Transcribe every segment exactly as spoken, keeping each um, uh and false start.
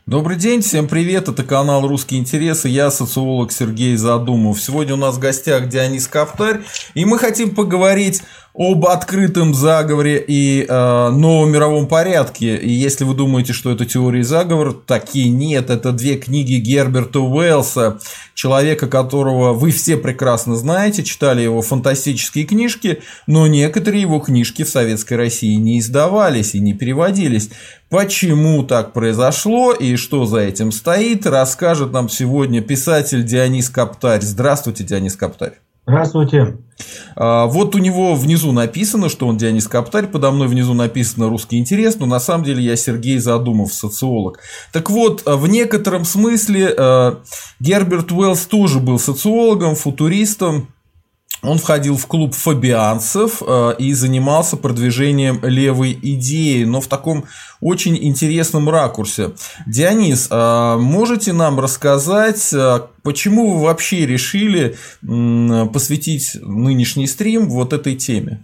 Добрый день, всем привет, это канал «Русские интересы», я социолог Сергей Задумов. Сегодня у нас в гостях Дионис Каптарь, и мы хотим поговорить об открытом заговоре и э, новом мировом порядке. И если вы думаете, что это теория заговора, таки нет, это две книги Герберта Уэллса, человека, которого вы все прекрасно знаете, читали его фантастические книжки, но некоторые его книжки в Советской России не издавались и не переводились. Почему так произошло и что за этим стоит, расскажет нам сегодня писатель Дионис Каптарь. Здравствуйте, Дионис Каптарь. Здравствуйте. Вот у него внизу написано, что он Дионис Каптарь, подо мной внизу написано «Русский интерес», но на самом деле я Сергей Задумов, социолог. Так вот, в некотором смысле Герберт Уэллс тоже был социологом, футуристом. Он входил в клуб фабианцев и занимался продвижением левой идеи, но в таком очень интересном ракурсе. Дионис, можете нам рассказать, почему вы вообще решили посвятить нынешний стрим вот этой теме?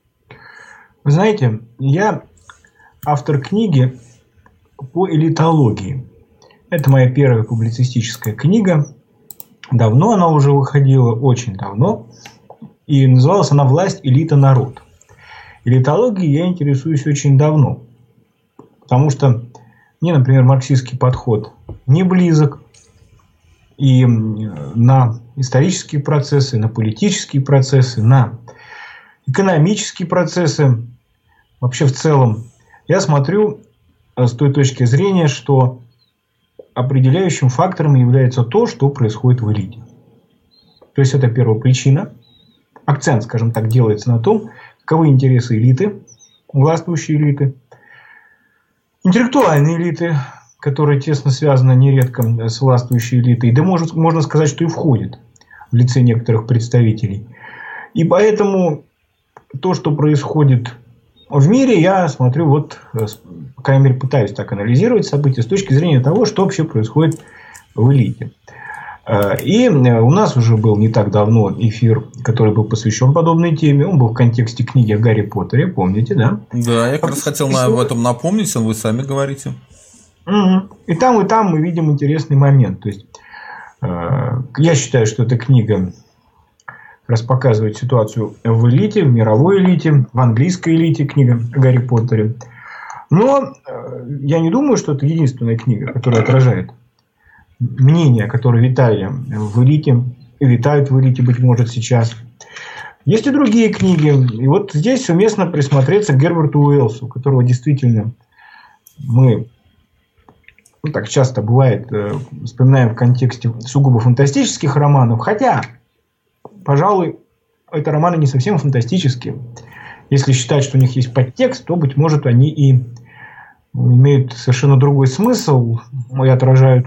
Вы знаете, я автор книги по элитологии. Это моя первая публицистическая книга. Давно она уже выходила, очень давно. И называлась она «Власть, элита, народ». Элитологией я интересуюсь очень давно. Потому что мне, например, марксистский подход не близок. И на исторические процессы, на политические процессы, на экономические процессы, вообще в целом, я смотрю с той точки зрения, что определяющим фактором является то, что происходит в элите. То есть это первопричина. Акцент, скажем так, делается на том, каковы интересы элиты, властвующей элиты, интеллектуальной элиты, которая тесно связана нередко с властвующей элитой, да может, можно сказать, что и входит в лице некоторых представителей. И поэтому то, что происходит в мире, я смотрю, вот, по крайней мере, пытаюсь так анализировать события с точки зрения того, что вообще происходит в элите. И у нас уже был не так давно эфир, который был посвящен подобной теме. Он был в контексте книги о Гарри Поттере, помните, да? Да, я как раз хотел об этом напомнить, вы сами говорите. И там, и там мы видим интересный момент. То есть, я считаю, что эта книга как раз показывает ситуацию в элите, в мировой элите, в английской элите, книга о Гарри Поттере. Но я не думаю, что это единственная книга, которая отражает мнения, которые витали в элите, и витают в элите, быть может, сейчас. Есть и другие книги. И вот здесь уместно присмотреться к Герберту Уэллсу, которого действительно мы, ну, так часто бывает, вспоминаем в контексте сугубо фантастических романов. Хотя, пожалуй, это романы не совсем фантастические. Если считать, что у них есть подтекст, то, быть может, они и имеют совершенно другой смысл и отражают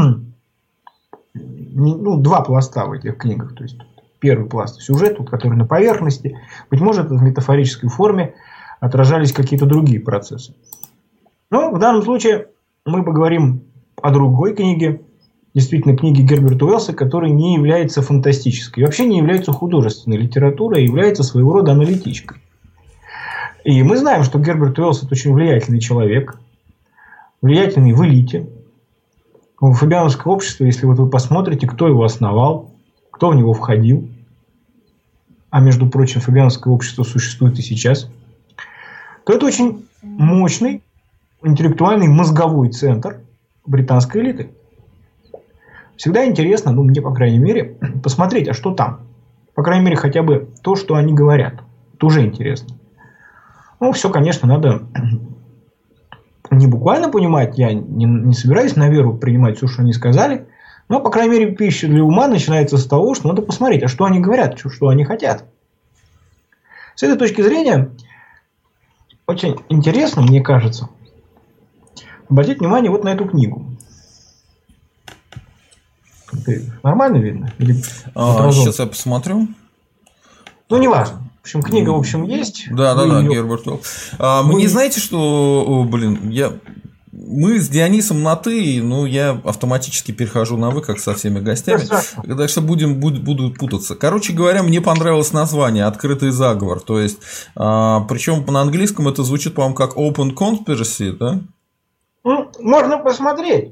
ну, два пласта в этих книгах. То есть, первый пласт — сюжет, который на поверхности. Быть может, в метафорической форме отражались какие-то другие процессы. Но в данном случае мы поговорим о другой книге, действительно книге Герберта Уэллса, которая не является фантастической. И вообще не является художественной литературой, а является своего рода аналитичкой. И мы знаем, что Герберт Уэллс — это очень влиятельный человек, влиятельный в элите. В фабиановское общество, если вот вы посмотрите, кто его основал, кто в него входил, а между прочим, фабиановское общество существует и сейчас, то это очень мощный интеллектуальный мозговой центр британской элиты. Всегда интересно, ну мне, по крайней мере, посмотреть, а что там. По крайней мере, хотя бы то, что они говорят. Это уже интересно. Ну, все, конечно, надо не буквально понимать. Я не, не собираюсь на веру принимать все, что они сказали. Но, по крайней мере, пища для ума начинается с того, что надо посмотреть, а что они говорят, что они хотят. С этой точки зрения, очень интересно, мне кажется, обратить внимание вот на эту книгу. Нормально видно? Или а, сейчас я посмотрю. Ну, неважно. В общем, книга, в общем, есть. Да, да, да, Герберт Уэллс. А, вы... Мне знаете, что, о, блин, я... мы с Дионисом на «ты», ну, я автоматически перехожу на «вы», как со всеми гостями. Так что будем, буд, буду путаться. Короче говоря, мне понравилось название «Открытый заговор». То есть, а, причем на английском это звучит, по-моему, как Open Conspiracy, да? Ну, можно посмотреть.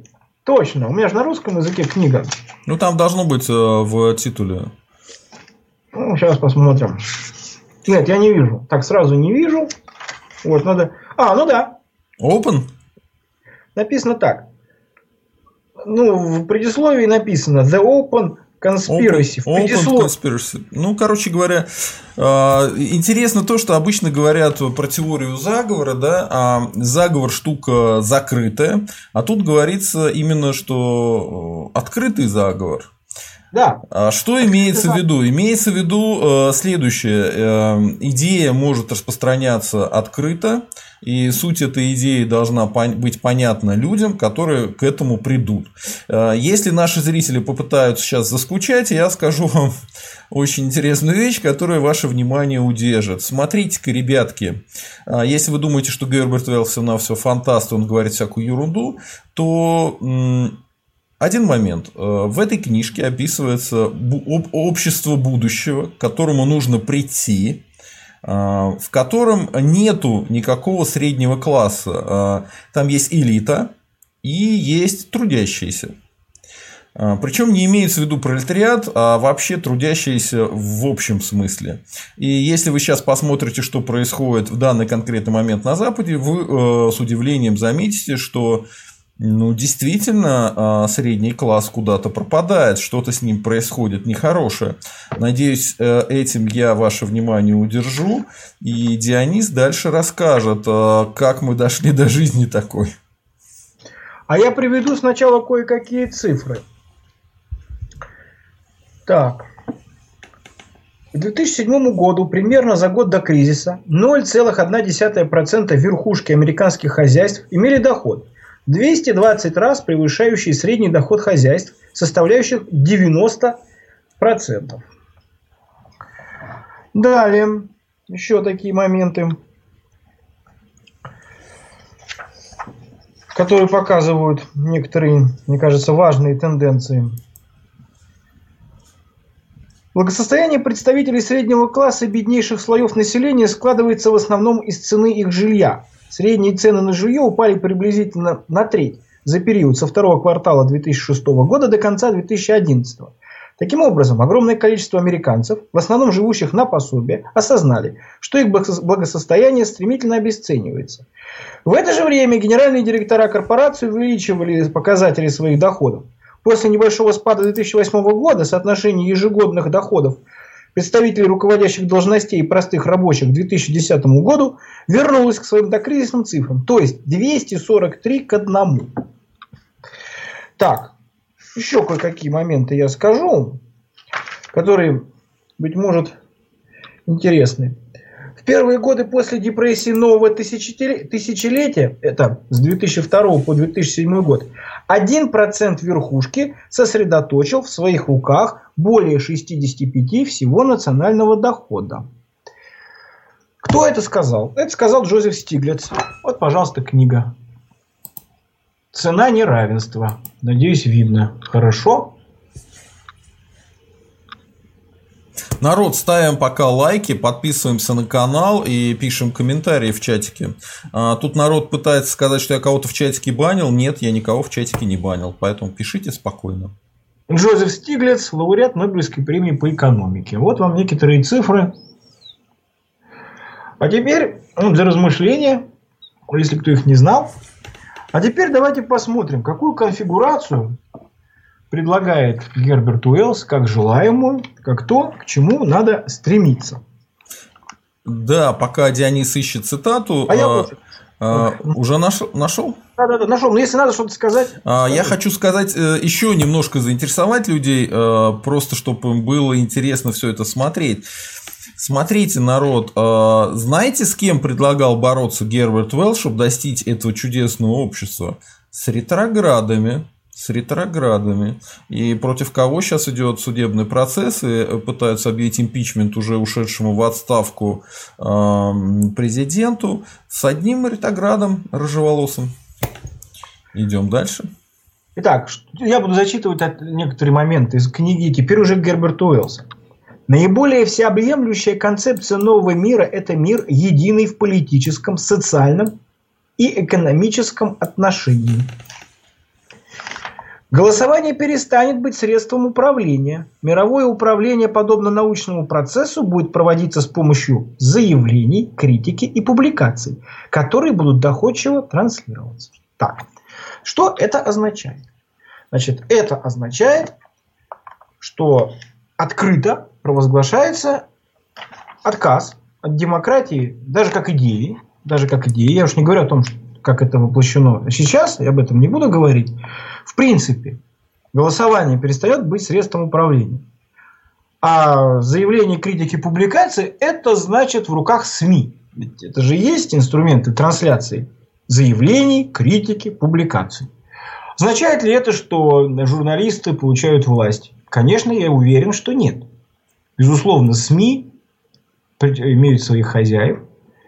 Точно. У меня же на русском языке книга. Ну, там должно быть э, в титуле. Ну, сейчас посмотрим. Нет, я не вижу. Так, сразу не вижу. Вот, надо... А, ну да. Open? Написано так. Ну, в предисловии написано The Open Conspiracy. Open, open conspiracy. Ну, короче говоря, интересно то, что обычно говорят про теорию заговора, да, а заговор штука закрытая, а тут говорится именно, что открытый заговор. Да. Что имеется в виду? Имеется в виду следующее. Идея может распространяться открыто, и суть этой идеи должна быть понятна людям, которые к этому придут. Если наши зрители попытаются сейчас заскучать, я скажу вам очень интересную вещь, которая ваше внимание удержит. Смотрите-ка, ребятки, если вы думаете, что Герберт Уэллс всего-навсего фантаст, он говорит всякую ерунду, то... Один момент. В этой книжке описывается общество будущего, к которому нужно прийти, в котором нету никакого среднего класса. Там есть элита и есть трудящиеся. Причем не имеется в виду пролетариат, а вообще трудящиеся в общем смысле. И если вы сейчас посмотрите, что происходит в данный конкретный момент на Западе, вы с удивлением заметите, что... Ну, действительно, средний класс куда-то пропадает, что-то с ним происходит нехорошее. Надеюсь, этим я ваше внимание удержу, и Дионис дальше расскажет, как мы дошли до жизни такой. А я приведу сначала кое-какие цифры. Так. К две тысячи седьмому году, примерно за год до кризиса, ноль целых одна десятая процента верхушки американских хозяйств имели доход, двести двадцать раз превышающий средний доход хозяйств, составляющих девяносто процентов. Далее, еще такие моменты, которые показывают некоторые, мне кажется, важные тенденции. Благосостояние представителей среднего класса и беднейших слоев населения складывается в основном из цены их жилья. Средние цены на жилье упали приблизительно на треть за период со второго квартала две тысячи шестого года до конца две тысячи одиннадцатого. Таким образом, огромное количество американцев, в основном живущих на пособие, осознали, что их благосостояние стремительно обесценивается. В это же время генеральные директора корпораций увеличивали показатели своих доходов. После небольшого спада две тысячи восьмого года соотношение ежегодных доходов представителей руководящих должностей и простых рабочих к две тысячи десятому году вернулось к своим докризисным цифрам, то есть двести сорок три к одному. Так, еще кое-какие моменты я скажу, которые, быть может, интересны. В первые годы после депрессии нового тысячелетия, это с две тысячи второго по две тысячи седьмой год, один процент верхушки сосредоточил в своих руках более шестьдесят пять процентов всего национального дохода. Кто это сказал? Это сказал Джозеф Стиглиц. Вот, пожалуйста, книга. «Цена неравенства». Надеюсь, видно. Хорошо? Народ, ставим пока лайки, подписываемся на канал и пишем комментарии в чатике. А, тут народ пытается сказать, что я кого-то в чатике банил. Нет, я никого в чатике не банил. Поэтому пишите спокойно. Джозеф Стиглиц, лауреат Нобелевской премии по экономике. Вот вам некоторые цифры. А теперь, ну, для размышления, если кто их не знал. А теперь давайте посмотрим, какую конфигурацию предлагает Герберт Уэллс как желаемую, как то, к чему надо стремиться. Да, пока Дионис ищет цитату. А я а, а, уже нашел? нашел? Да, да, да, нашел. Но если надо что-то сказать. А, я хочу сказать, еще немножко заинтересовать людей, просто чтобы им было интересно все это смотреть. Смотрите, народ, знаете, с кем предлагал бороться Герберт Уэллс, чтобы достичь этого чудесного общества? С ретроградами. С ретроградами. И против кого сейчас идет судебный процесс и пытаются объявить импичмент уже ушедшему в отставку э, президенту с одним ретроградом рыжеволосым. Идем дальше. Итак, я буду зачитывать некоторые моменты из книги теперь уже Герберта Уэллса. Наиболее всеобъемлющая концепция нового мира – это мир единый в политическом, социальном и экономическом отношении. Голосование перестанет быть средством управления. Мировое управление, подобно научному процессу, будет проводиться с помощью заявлений, критики и публикаций, которые будут доходчиво транслироваться. Так, что это означает? Значит, это означает, что открыто провозглашается отказ от демократии, даже как идеи, даже как идеи. Я уж не говорю о том, как это воплощено сейчас, я об этом не буду говорить. В принципе, голосование перестает быть средством управления. А заявление, критики, публикации – это значит в руках СМИ. Ведь это же есть инструменты трансляции заявлений, критики, публикаций. Означает ли это, что журналисты получают власть? Конечно, я уверен, что нет. Безусловно, СМИ имеют своих хозяев.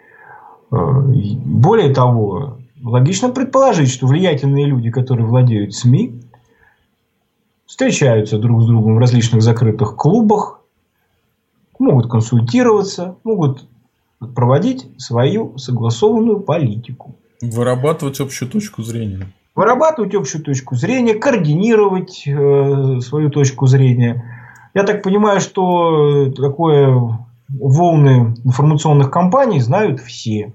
Более того, логично предположить, что влиятельные люди, которые владеют СМИ, встречаются друг с другом в различных закрытых клубах, могут консультироваться, могут проводить свою согласованную политику. Вырабатывать общую точку зрения. Вырабатывать общую точку зрения, координировать э, свою точку зрения. Я так понимаю, что такое волны информационных кампаний знают все.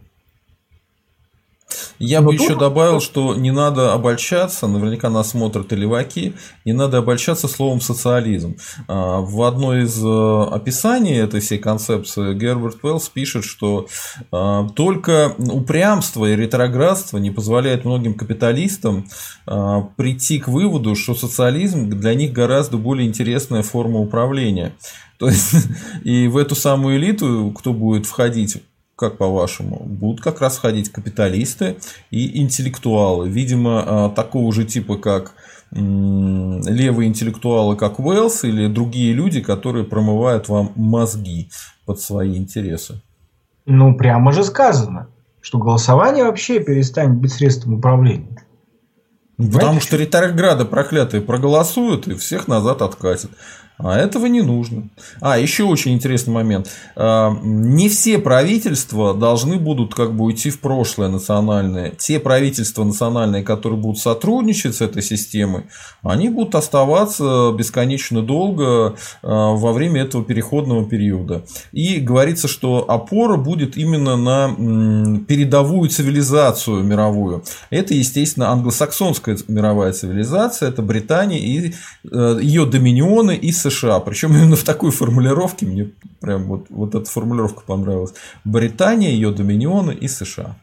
Я Но бы еще добавил, что не надо обольщаться, наверняка нас смотрят и леваки, не надо обольщаться словом социализм. В одной из описаний этой всей концепции Герберт Уэллс пишет, что только упрямство и ретроградство не позволяет многим капиталистам прийти к выводу, что социализм для них гораздо более интересная форма управления. То есть, и в эту самую элиту, кто будет входить, как по-вашему, будут как раз входить капиталисты и интеллектуалы. Видимо, такого же типа, как левые интеллектуалы, как Уэллс, или другие люди, которые промывают вам мозги под свои интересы. Ну, прямо же сказано, что голосование вообще перестанет быть средством управления. Потому Понимаете? Что ретрограды проклятые проголосуют и всех назад откатят. А этого не нужно. А, еще очень интересный момент. Не все правительства должны будут как бы уйти в прошлое национальное. Те правительства национальные, которые будут сотрудничать с этой системой, они будут оставаться бесконечно долго во время этого переходного периода. И говорится, что опора будет именно на передовую цивилизацию мировую. Это, естественно, англосаксонская мировая цивилизация. Это Британия и ее доминионы и США. Причем именно в такой формулировке мне прям вот, вот эта формулировка понравилась. Британия, ее доминионы и США.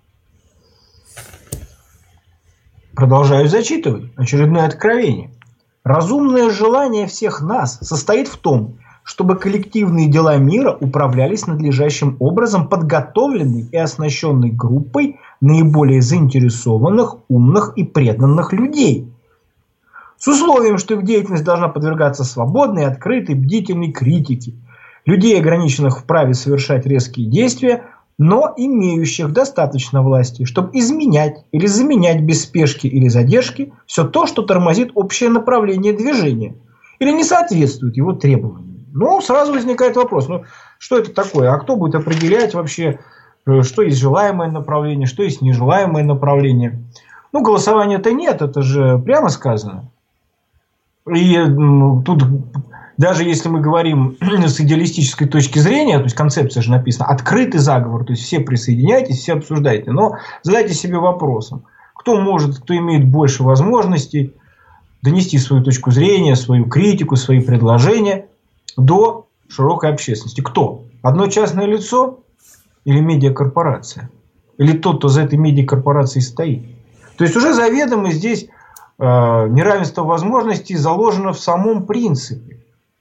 Продолжаю зачитывать. Очередное откровение. Разумное желание всех нас состоит в том, чтобы коллективные дела мира управлялись надлежащим образом подготовленной и оснащенной группой наиболее заинтересованных, умных и преданных людей. С условием, что их деятельность должна подвергаться свободной, открытой, бдительной критике. Людей, ограниченных в праве совершать резкие действия, но имеющих достаточно власти, чтобы изменять или заменять без спешки или задержки все то, что тормозит общее направление движения или не соответствует его требованиям. Ну, сразу возникает вопрос, ну, что это такое? А кто будет определять вообще, что есть желаемое направление, что есть нежелаемое направление? Ну, голосования-то нет, это же прямо сказано. И ну, тут, даже если мы говорим с идеалистической точки зрения, то есть концепция же написана, открытый заговор, то есть все присоединяйтесь, все обсуждайте, но задайте себе вопросом, кто может, кто имеет больше возможностей донести свою точку зрения, свою критику, свои предложения до широкой общественности. Кто? Одно частное лицо или медиакорпорация? Или тот, кто за этой медиакорпорацией стоит? То есть уже заведомо здесь неравенство возможностей заложено в самом принципе.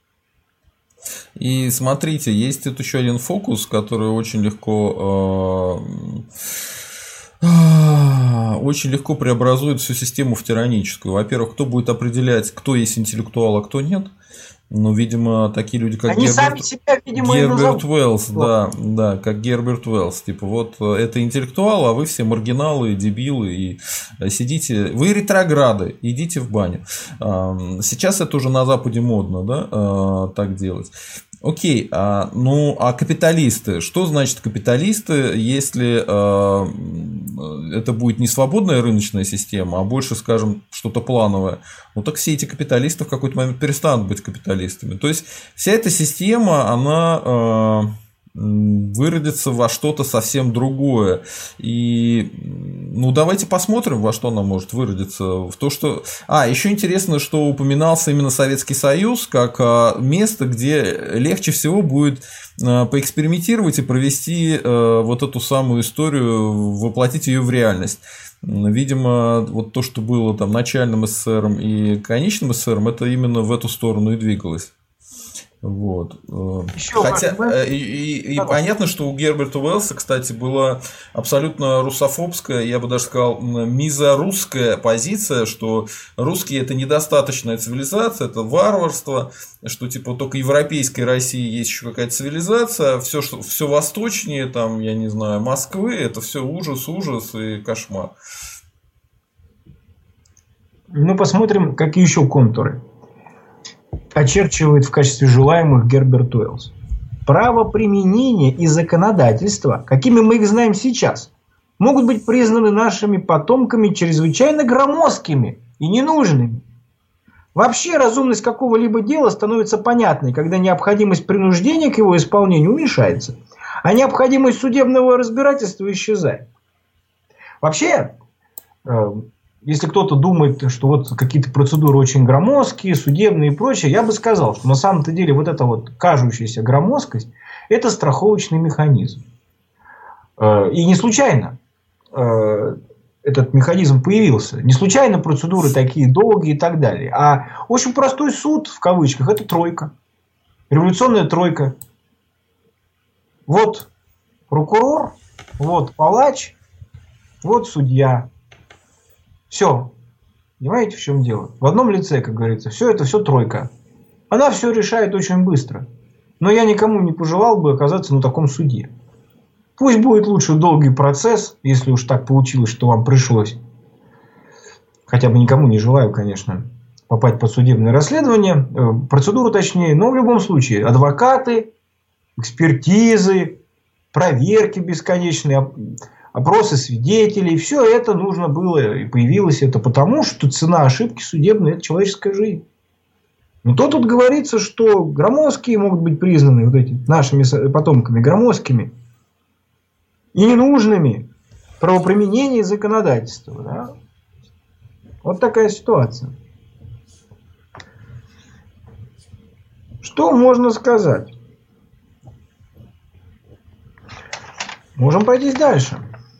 И смотрите, есть тут еще один фокус, который очень легко, очень легко преобразует всю систему в тираническую. Во-первых, кто будет определять, кто есть интеллектуал, а кто нет? Ну, видимо, такие люди, как Они Герберт, сами себя, видимо, Герберт Уэллс, да, да, как Герберт Уэллс. Типа, вот это интеллектуал, а вы все маргиналы, дебилы, и сидите, вы ретрограды, идите в баню. Сейчас это уже на Западе модно, да, так делать. Окей, а, ну а капиталисты? Что значит капиталисты, если э, это будет не свободная рыночная система, а больше, скажем, что-то плановое, ну так все эти капиталисты в какой-то момент перестанут быть капиталистами. То есть вся эта система, она выродится во что-то совсем другое. И ну давайте посмотрим, во что она может выродиться. В то, что... А, еще интересно, что упоминался именно Советский Союз как место, где легче всего будет поэкспериментировать и провести вот эту самую историю, воплотить ее в реальность. Видимо, вот то, что было там начальным СССРом и конечным СССРом, это именно в эту сторону и двигалось. Вот. Еще Хотя и, и, и понятно, что у Герберта Уэллса, кстати, была абсолютно русофобская, я бы даже сказал, мизорусская позиция, что русские это недостаточная цивилизация, это варварство, что типа только в европейской России есть еще какая-то цивилизация, все, что, все восточнее, там, я не знаю, Москвы, это все ужас, ужас и кошмар. Ну, посмотрим, какие еще контуры очерчивает в качестве желаемых Герберт Уэллс. Право применения и законодательства, какими мы их знаем сейчас, могут быть признаны нашими потомками чрезвычайно громоздкими и ненужными. Вообще разумность какого-либо дела становится понятной, когда необходимость принуждения к его исполнению уменьшается, а необходимость судебного разбирательства исчезает. Вообще, если кто-то думает, что вот какие-то процедуры очень громоздкие, судебные и прочее, я бы сказал, что на самом-то деле вот эта вот кажущаяся громоздкость – это страховочный механизм. И не случайно этот механизм появился. Не случайно процедуры такие долгие и так далее. А очень простой суд, в кавычках, это тройка. Революционная тройка. Вот прокурор, вот палач, вот судья. Все. Понимаете, в чем дело? В одном лице, как говорится, все это все тройка. Она все решает очень быстро. Но я никому не пожелал бы оказаться на таком суде. Пусть будет лучше долгий процесс, если уж так получилось, что вам пришлось. Хотя бы никому не желаю, конечно, попасть под судебное расследование. Процедуру точнее. Но в любом случае, адвокаты, экспертизы, проверки бесконечные, опросы свидетелей, все это нужно было и появилось это потому, что цена ошибки судебной – это человеческая жизнь. Но то тут говорится, что громоздкие могут быть признаны вот эти нашими потомками громоздкими и ненужными правоприменения и законодательства. Да? Вот такая ситуация. Что можно сказать? Можем пройтись дальше.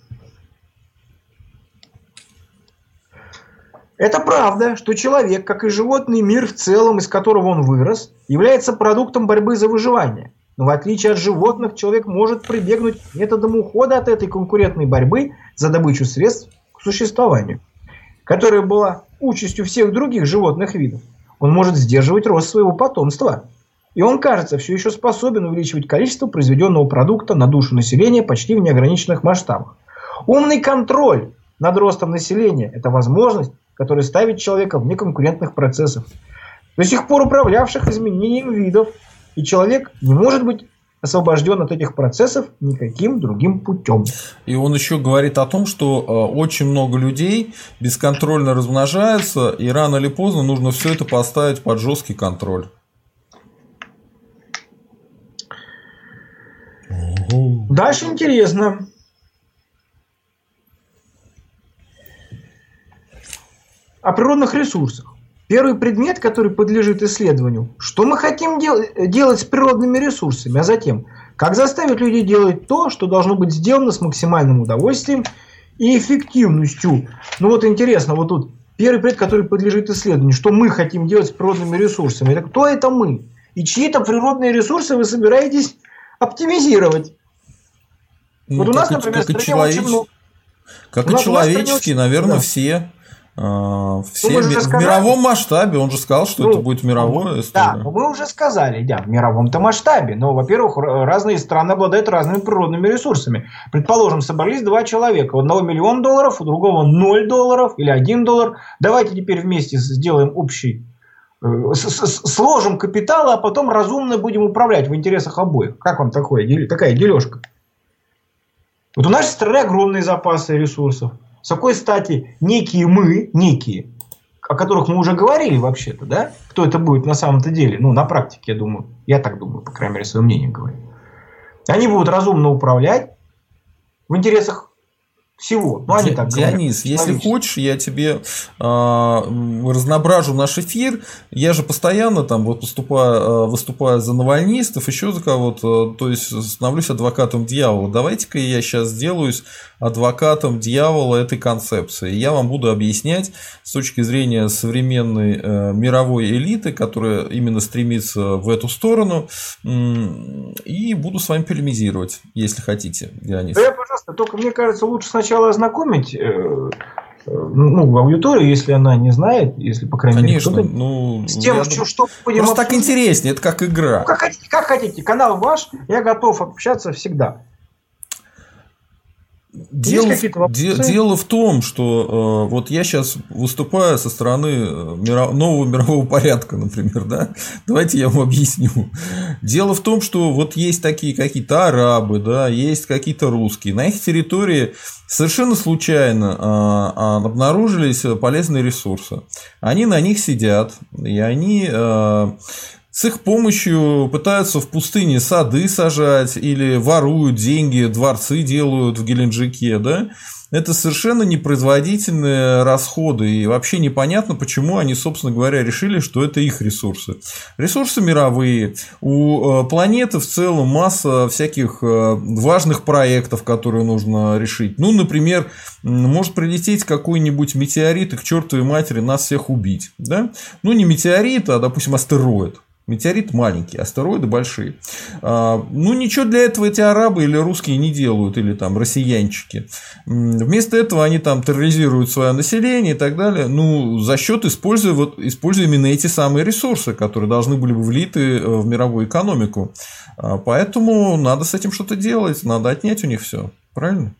Это правда, что человек, как и животный мир в целом, из которого он вырос, является продуктом борьбы за выживание. Но в отличие от животных, человек может прибегнуть к методам ухода от этой конкурентной борьбы за добычу средств к существованию, которая была участью всех других животных видов. Он может сдерживать рост своего потомства. И он, кажется, все еще способен увеличивать количество произведенного продукта на душу населения почти в неограниченных масштабах. Умный контроль над ростом населения – это возможность, которая ставит человека вне конкурентных процессов, до сих пор управлявших изменением видов, и человек не может быть освобожден от этих процессов никаким другим путем. И он еще говорит о том, что очень много людей бесконтрольно размножаются, и рано или поздно нужно все это поставить под жесткий контроль. Дальше интересно. О природных ресурсах. Первый предмет, который подлежит исследованию, что мы хотим дел- делать с природными ресурсами, а затем, как заставить людей делать то, что должно быть сделано с максимальным удовольствием и эффективностью. Ну вот интересно, вот тут первый предмет, который подлежит исследованию, что мы хотим делать с природными ресурсами. Это кто это мы? И чьи-то природные ресурсы вы собираетесь оптимизировать? Ну, вот у нас, например, как и, человеч... много... как и человеческие, наверное, да. все. Все ну, в сказали... мировом масштабе, он же сказал, что ну, это будет мировое. Да, но мы уже сказали, да, в мировом-то масштабе. Но, во-первых, разные страны обладают разными природными ресурсами. Предположим, собрались два человека, у одного миллион долларов, у другого ноль долларов или один доллар. Давайте теперь вместе сделаем общий, сложим капитал, а потом разумно будем управлять в интересах обоих. Как вам такое, такая дележка? Вот у нашей страны огромные запасы ресурсов. С какой стати некие мы, некие, о которых мы уже говорили вообще-то, да? Кто это будет на самом-то деле? Ну, на практике, я думаю. Я так думаю, по крайней мере, свое мнение говорю. Они будут разумно управлять в интересах всего. Ну, они Ди- так Дионис, говорят. если хочешь, я тебе э, разноображу наш эфир. Я же постоянно там вот выступаю, выступаю за навальнистов, еще за кого-то, то есть становлюсь адвокатом дьявола. Давайте-ка я сейчас сделаюсь адвокатом дьявола этой концепции. Я вам буду объяснять с точки зрения современной э, мировой элиты, которая именно стремится в эту сторону, э, и буду с вами полемизировать, если хотите, Дионис. Да, я, пожалуйста, только мне кажется, лучше сначала ознакомить э, ну, аудиторию, если она не знает, если, по крайней Конечно, мере, ну, с тем, я что, думаю, что будем просто так обсуждать. интереснее, это как игра. Ну, как хотите, как хотите, канал ваш, я готов общаться всегда. Дело, де, дело в том, что э, вот я сейчас выступаю со стороны мира, нового мирового порядка, например, да? Давайте я вам объясню. Дело в том, что вот есть такие какие-то арабы, да, есть какие-то русские. На их территории совершенно случайно э, обнаружились полезные ресурсы. Они на них сидят, и они... Э, с их помощью пытаются в пустыне сады сажать или воруют деньги, дворцы делают в Геленджике, да? Это совершенно непроизводительные расходы. И вообще непонятно, почему они, собственно говоря, решили, что это их ресурсы. Ресурсы мировые. У планеты в целом масса всяких важных проектов, которые нужно решить. Ну, например, может прилететь какой-нибудь метеорит и к чертовой матери нас всех убить. Да? Ну, не метеорит, а, допустим, астероид. Метеорит маленький, астероиды большие. Ну, ничего для этого эти арабы или русские не делают, или там россиянчики. Вместо этого они там терроризируют свое население и так далее. Ну, за счет используя, вот, используя именно эти самые ресурсы, которые должны были бы влиты в мировую экономику. Поэтому надо с этим что-то делать, надо отнять у них все. Правильно?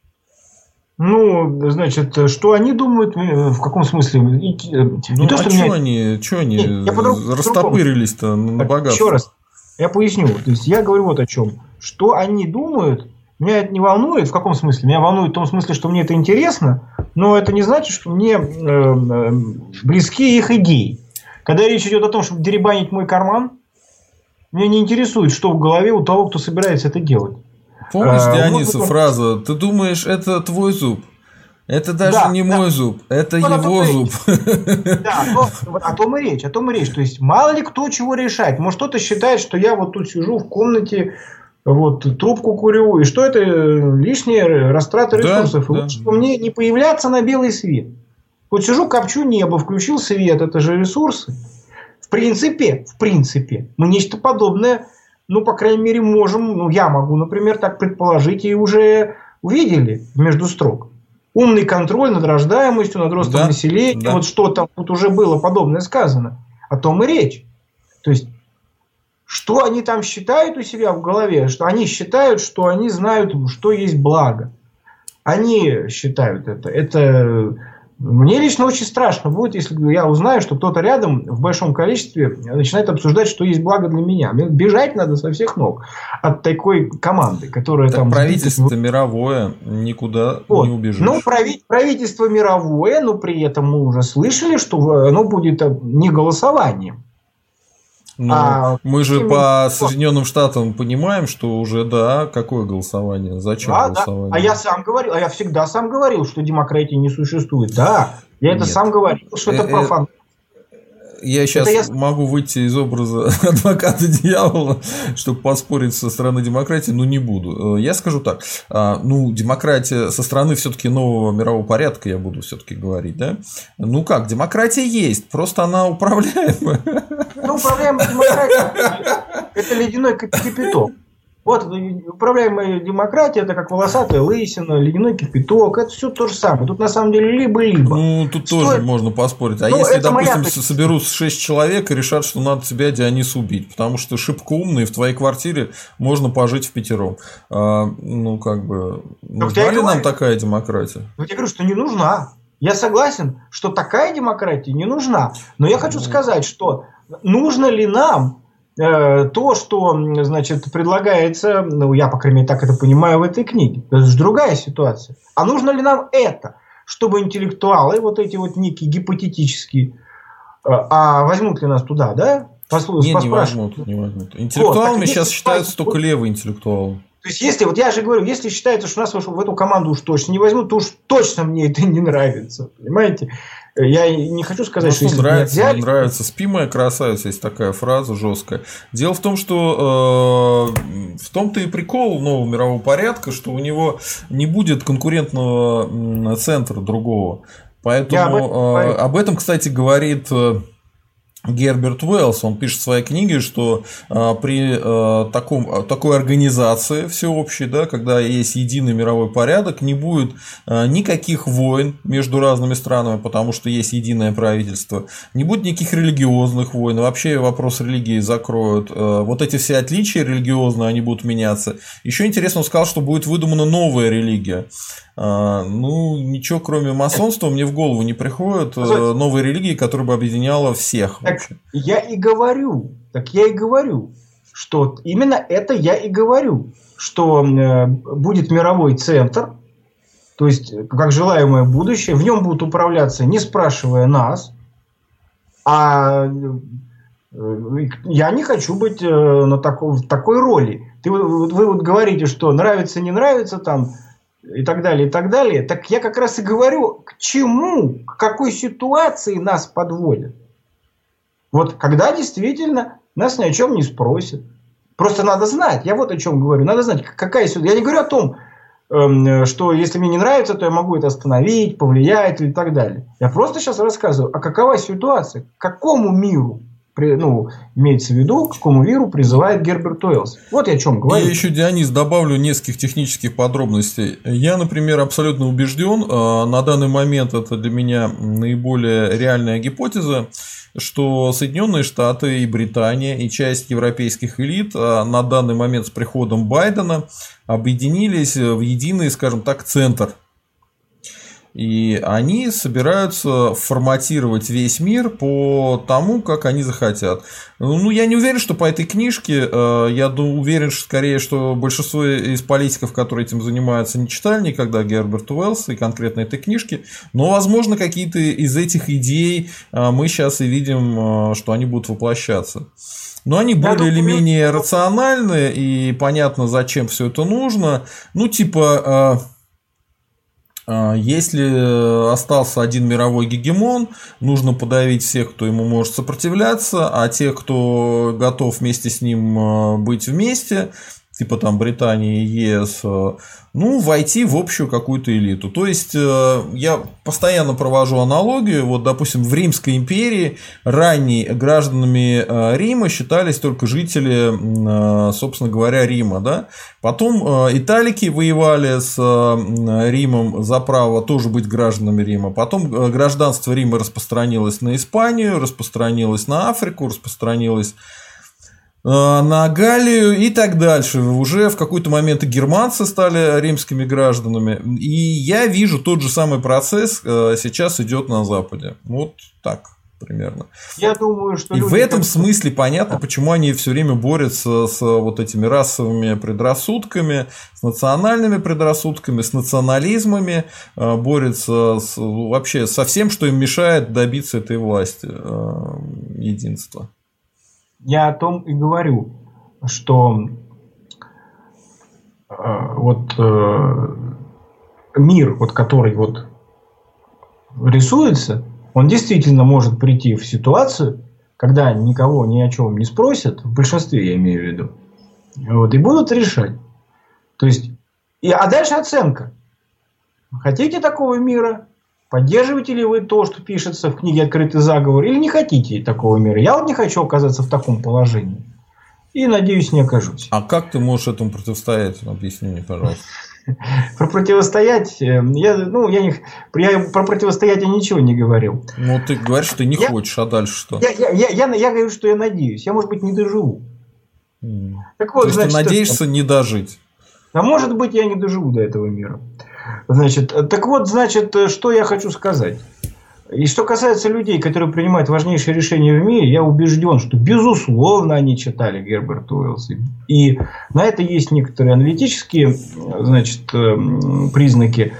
Ну, значит, что они думают, в каком смысле? Не ну, то, а что что меня... они, что они Нет, растопырились-то на богатство? Еще раз, я поясню. То есть, я говорю вот о чем. Что они думают, меня это не волнует. В каком смысле? Меня волнует в том смысле, что мне это интересно, но это не значит, что мне э, близки их идеи. Когда речь идет о том, чтобы деребанить мой карман, меня не интересует, что в голове у того, кто собирается это делать. Помнишь, а, Диониса, вот, фраза «Ты думаешь, это твой зуб?» Это даже да, не да. мой зуб, это вот его зуб. Да, то, о том и речь, о том и речь. То есть, мало ли кто чего решает. Может, кто-то считает, что я вот тут сижу в комнате, вот, трубку курю, и что это лишняя растрата ресурсов. Да, и да. Вот, что мне не появляться на белый свет. Вот сижу, копчу небо, включил свет, это же ресурсы. В принципе, в принципе, мы нечто подобное, ну, по крайней мере, можем, ну, я могу, например, так предположить, и уже увидели между строк. Умный контроль над рождаемостью, над ростом да, населения, да. Вот что там тут уже было подобное сказано. О том и речь. То есть, что они там считают у себя в голове? Что они считают, что они знают, что есть благо. Они считают это. Это мне лично очень страшно будет, если я узнаю, что кто-то рядом в большом количестве начинает обсуждать, что есть благо для меня. Мне бежать надо со всех ног от такой команды, которая так там... Правительство сбитых... мировое, никуда вот. Не убежишь. Ну, прави... правительство мировое, но при этом мы уже слышали, что оно будет не голосованием. Ну, а мы же по Соединенным Штатам понимаем, что уже, да, какое голосование, зачем да, голосование? Да. А я сам говорил, а я всегда сам говорил, что демократии не существует. Да, я Нет. это сам говорил, что это профан. Я сейчас я... могу выйти из образа адвоката дьявола, чтобы поспорить со стороны демократии, но не буду. Я скажу так, ну, демократия со стороны все-таки нового мирового порядка, я буду все-таки говорить, да? Ну как, демократия есть, просто она управляемая. Ну, управляемая демократия – это ледяной кипяток. Вот управляемая демократия, это как волосатая лысина, ледяной кипяток, это все то же самое. Тут на самом деле либо-либо. Ну, тут Стоит... тоже можно поспорить. А ну, если, допустим, моя... соберутся шесть человек и решат, что надо тебя, Дионис, убить, потому что ты шибко умный, и в твоей квартире можно пожить впятером. А, ну, как бы, нужна ли нам такая демократия? Ну, я говорю, что не нужна. Я согласен, что такая демократия не нужна. Но я хочу сказать, что нужно ли нам то, что, значит, предлагается, ну, я, по крайней мере, так это понимаю в этой книге. Это же другая ситуация. А нужно ли нам это, чтобы интеллектуалы, вот эти вот некие гипотетические, а возьмут ли нас туда, да? Послу... Нет, не возьмут, не возьмут. Интеллектуалами вот, сейчас считаются только левые интеллектуалы. То есть, если, вот я же говорю, если считается, что нас в эту команду уж точно не возьмут, то уж точно мне это не нравится. Понимаете? Я не хочу сказать, ну, что, что нравится, взяли... не нравится. Спи, моя красавица, есть такая фраза жесткая. Дело в том, что э, в том-то и прикол нового мирового порядка, что у него не будет конкурентного центра другого. Поэтому об этом, э, об этом, кстати, говорит Герберт Уэллс. Он пишет в своей книге, что э, при э, таком, такой организации всеобщей, да, когда есть единый мировой порядок, не будет э, никаких войн между разными странами, потому что есть единое правительство, не будет никаких религиозных войн, вообще вопрос религии закроют. Э, вот эти все отличия религиозные, они будут меняться. Еще интересно, он сказал, что будет выдумана новая религия. Э, ну, ничего кроме масонства мне в голову не приходит, э, новой религии, которая бы объединяла всех. Так я и говорю, так я и говорю, что именно это я и говорю, что э, будет мировой центр, то есть как желаемое будущее, в нем будут управляться, не спрашивая нас, а э, я не хочу быть э, на тако, в такой роли. Ты, вы, вы вот говорите, что нравится, не нравится там и так далее, и так далее. Так я как раз и говорю, к чему, к какой ситуации нас подводят. Вот когда действительно нас ни о чем не спросят. Просто надо знать. Я вот о чем говорю. Надо знать, какая ситуация. Я не говорю о том, что если мне не нравится, то я могу это остановить, повлиять и так далее. Я просто сейчас рассказываю, а какова ситуация, к какому миру, ну, имеется в виду, к какому миру призывает Герберт Уэллс. Вот я о чем говорю. Я еще, Дионис, добавлю нескольких технических подробностей. Я, например, абсолютно убежден, на данный момент это для меня наиболее реальная гипотеза, что Соединенные Штаты и Британия и часть европейских элит на данный момент с приходом Байдена объединились в единый, скажем так, центр. И они собираются форматировать весь мир по тому, как они захотят. Ну, я не уверен, что по этой книжке, я уверен, что скорее, что большинство из политиков, которые этим занимаются, не читали никогда Герберта Уэллса и конкретно этой книжки. Но, возможно, какие-то из этих идей мы сейчас и видим, что они будут воплощаться. Но они более или менее рациональны, и понятно, зачем все это нужно. Ну, типа... Если остался один мировой гегемон, нужно подавить всех, кто ему может сопротивляться, а тех, кто готов вместе с ним быть вместе, типа там Британии и ЕС, ну, войти в общую какую-то элиту. То есть, я постоянно провожу аналогию. Вот, допустим, в Римской империи ранее гражданами Рима считались только жители, собственно говоря, Рима. Да? Потом италики воевали с Римом за право тоже быть гражданами Рима. Потом гражданство Рима распространилось на Испанию, распространилось на Африку, распространилось на Галлию и так дальше. Уже в какой-то момент и германцы стали римскими гражданами. И я вижу тот же самый процесс сейчас идет на Западе. Вот так примерно. Я думаю, что и в этом смысле понятно, почему они все время борются с вот этими расовыми предрассудками, с национальными предрассудками, с национализмами, борются с, вообще со всем, что им мешает добиться этой власти, единства. Я о том и говорю, что э, вот э, мир, вот, который вот рисуется, он действительно может прийти в ситуацию, когда никого ни о чем не спросят, в большинстве я имею в виду, вот, и будут решать. То есть, и, а дальше оценка. Хотите такого мира? Поддерживаете ли вы то, что пишется в книге «Открытый заговор», или не хотите такого мира? Я вот не хочу оказаться в таком положении. И, надеюсь, не окажусь. А как ты можешь этому противостоять? Объясни мне, пожалуйста. Про противостоять... Я, ну, я, не, я про противостоять я ничего не говорил. Ну, ты говоришь, что ты не я, хочешь, а дальше что? Я, я, я, я, я говорю, что я надеюсь. Я, может быть, не доживу. Mm. Так вот, то есть, значит, ты надеешься это... не дожить? А может быть, я не доживу до этого мира. Значит, так вот, значит, что я хочу сказать. И что касается людей, которые принимают важнейшие решения в мире, я убежден, что безусловно они читали Герберта Уэллса. И на это есть некоторые аналитические, значит, признаки.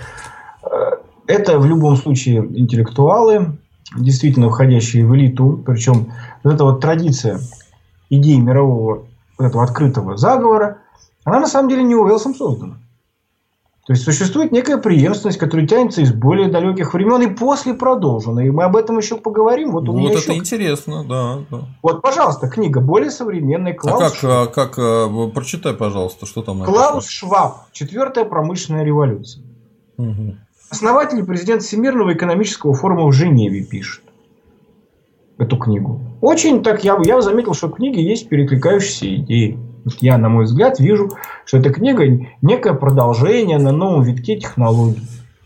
Это в любом случае интеллектуалы, действительно входящие в элиту. Причем вот эта вот традиция идеи мирового вот этого открытого заговора, она на самом деле не Уэллсом создана. То есть существует некая преемственность, которая тянется из более далеких времен и после продолжена. И мы об этом еще поговорим. Вот, у вот меня это еще... интересно, да, да. Вот, пожалуйста, книга более современная. Клаус а как, как, как, прочитай, пожалуйста, что там написано. Клаус Шваб. Четвертая промышленная революция. Угу. Основатель и президент Всемирного экономического форума в Женеве пишет эту книгу. Очень так, я, я заметил, что в книге есть перекликающиеся идеи. Я, на мой взгляд, вижу, что эта книга некое продолжение на новом витке технологий.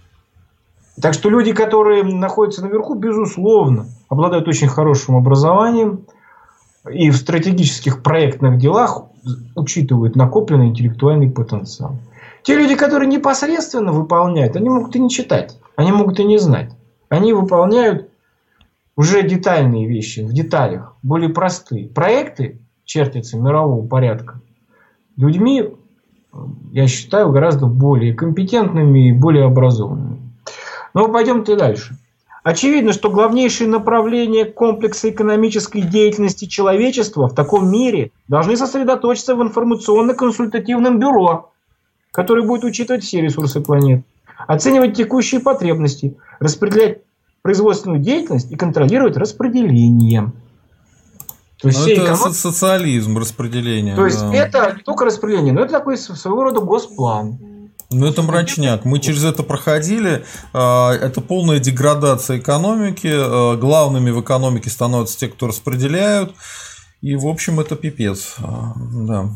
Так что люди, которые находятся наверху, безусловно, обладают очень хорошим образованием и в стратегических проектных делах учитывают накопленный интеллектуальный потенциал. Те люди, которые непосредственно выполняют, они могут и не читать, они могут и не знать. Они выполняют уже детальные вещи, в деталях, более простые. Проекты чертятся мирового порядка людьми, я считаю, гораздо более компетентными и более образованными. Но пойдемте дальше. Очевидно, что главнейшие направления комплекса экономической деятельности человечества в таком мире должны сосредоточиться в информационно-консультативном бюро, которое будет учитывать все ресурсы планеты, оценивать текущие потребности, распределять производственную деятельность и контролировать распределение. То есть это эконом... социализм, распределение. То да. есть это не только распределение, но это такой своего рода госплан. Ну это мрачняк. Мы через это проходили. Это полная деградация экономики. Главными в экономике становятся те, кто распределяют. И в общем это пипец. Да.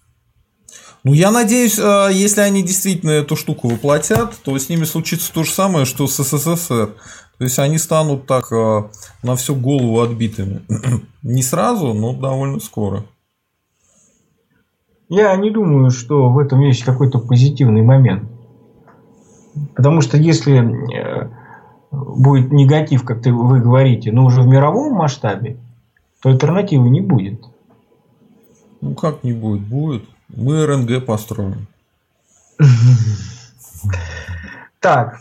Ну, я надеюсь, если они действительно эту штуку воплотят, то с ними случится то же самое, что с СССР. То есть они станут так на всю голову отбитыми. Не сразу, но довольно скоро. Я не думаю, что в этом есть какой-то позитивный момент. Потому что если будет негатив, как вы говорите, но уже в мировом масштабе, то альтернативы не будет. Ну как не будет? Будет. Мы РНГ построим. Так.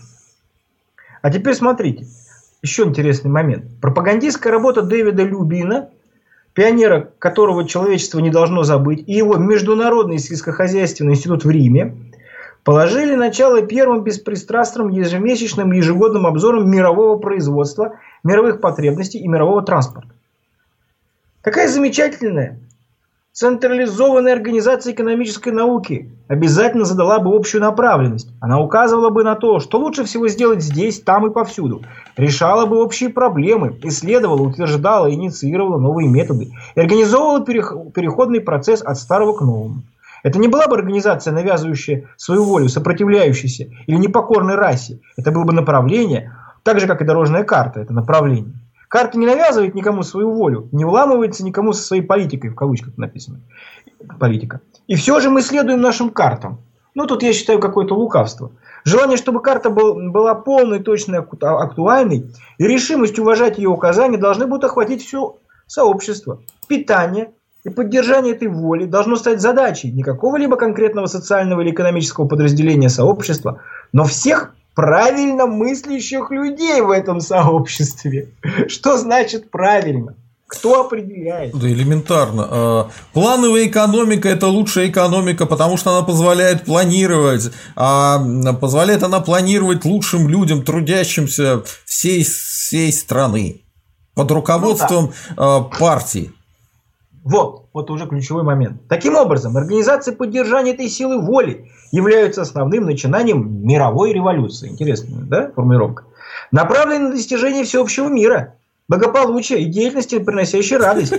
А теперь смотрите. Еще интересный момент. Пропагандистская работа Дэвида Любина, пионера, которого человечество не должно забыть, и его Международный сельскохозяйственный институт в Риме положили начало первым беспристрастным ежемесячным ежегодным обзором мирового производства, мировых потребностей и мирового транспорта. Какая замечательная централизованная организация экономической науки обязательно задала бы общую направленность. Она указывала бы на то, что лучше всего сделать здесь, там и повсюду. Решала бы общие проблемы, исследовала, утверждала, инициировала новые методы. И организовывала переходный процесс от старого к новому. Это не была бы организация, навязывающая свою волю, сопротивляющаяся или непокорной расе. Это было бы направление, так же, как и дорожная карта, это направление. Карта не навязывает никому свою волю, не вламывается никому со своей политикой, в кавычках написано. Политика. И все же мы следуем нашим картам. Ну, тут я считаю какое-то лукавство. Желание, чтобы карта был, была полной, точной, актуальной, и решимость уважать ее указания должны будут охватить все сообщество. Питание и поддержание этой воли должно стать задачей не какого-либо конкретного социального или экономического подразделения сообщества, но всех правильно мыслящих людей в этом сообществе. Что значит правильно? Кто определяет? Да элементарно. Плановая экономика – это лучшая экономика, потому что она позволяет планировать. А позволяет она планировать лучшим людям, трудящимся всей, всей страны. Под руководством ну, да. партии. Вот, вот уже ключевой момент. Таким образом, организация поддержания этой силы воли является основным начинанием мировой революции. Интересная, да, формулировка. Направленной на достижение всеобщего мира, благополучия и деятельности, приносящей радость.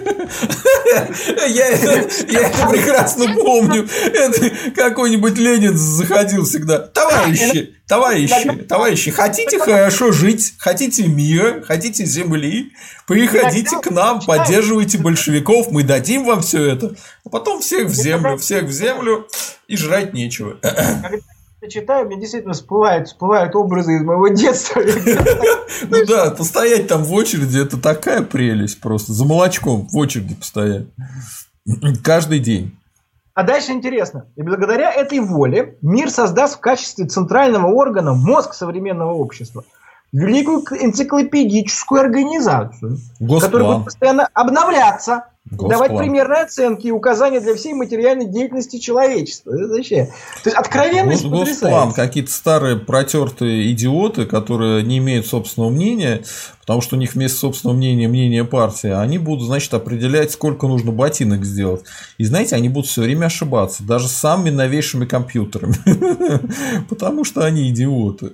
Я это прекрасно помню. Какой-нибудь Ленин заходил всегда. Товарищи, товарищи, товарищи, хотите хорошо жить, хотите мира, хотите земли, приходите к нам, поддерживайте большевиков, мы дадим вам все это. А потом всех в землю, всех в землю, и жрать нечего. читаю, мне действительно всплывают, всплывают образы из моего детства. Ну да, постоять там в очереди, это такая прелесть просто. За молочком в очереди постоять. Каждый день. А дальше интересно. И благодаря этой воле мир создаст в качестве центрального органа мозг современного общества великую энциклопедическую организацию, Госплан. которая будет постоянно обновляться, Госплан. давать примерные оценки и указания для всей материальной деятельности человечества. Это вообще. То есть откровенность Гос- Госплан, какие-то старые протертые идиоты, которые не имеют собственного мнения, потому что у них вместо собственного мнения мнение партии, они будут, значит, определять, сколько нужно ботинок сделать. И знаете, они будут все время ошибаться, даже с самыми новейшими компьютерами, потому что они идиоты.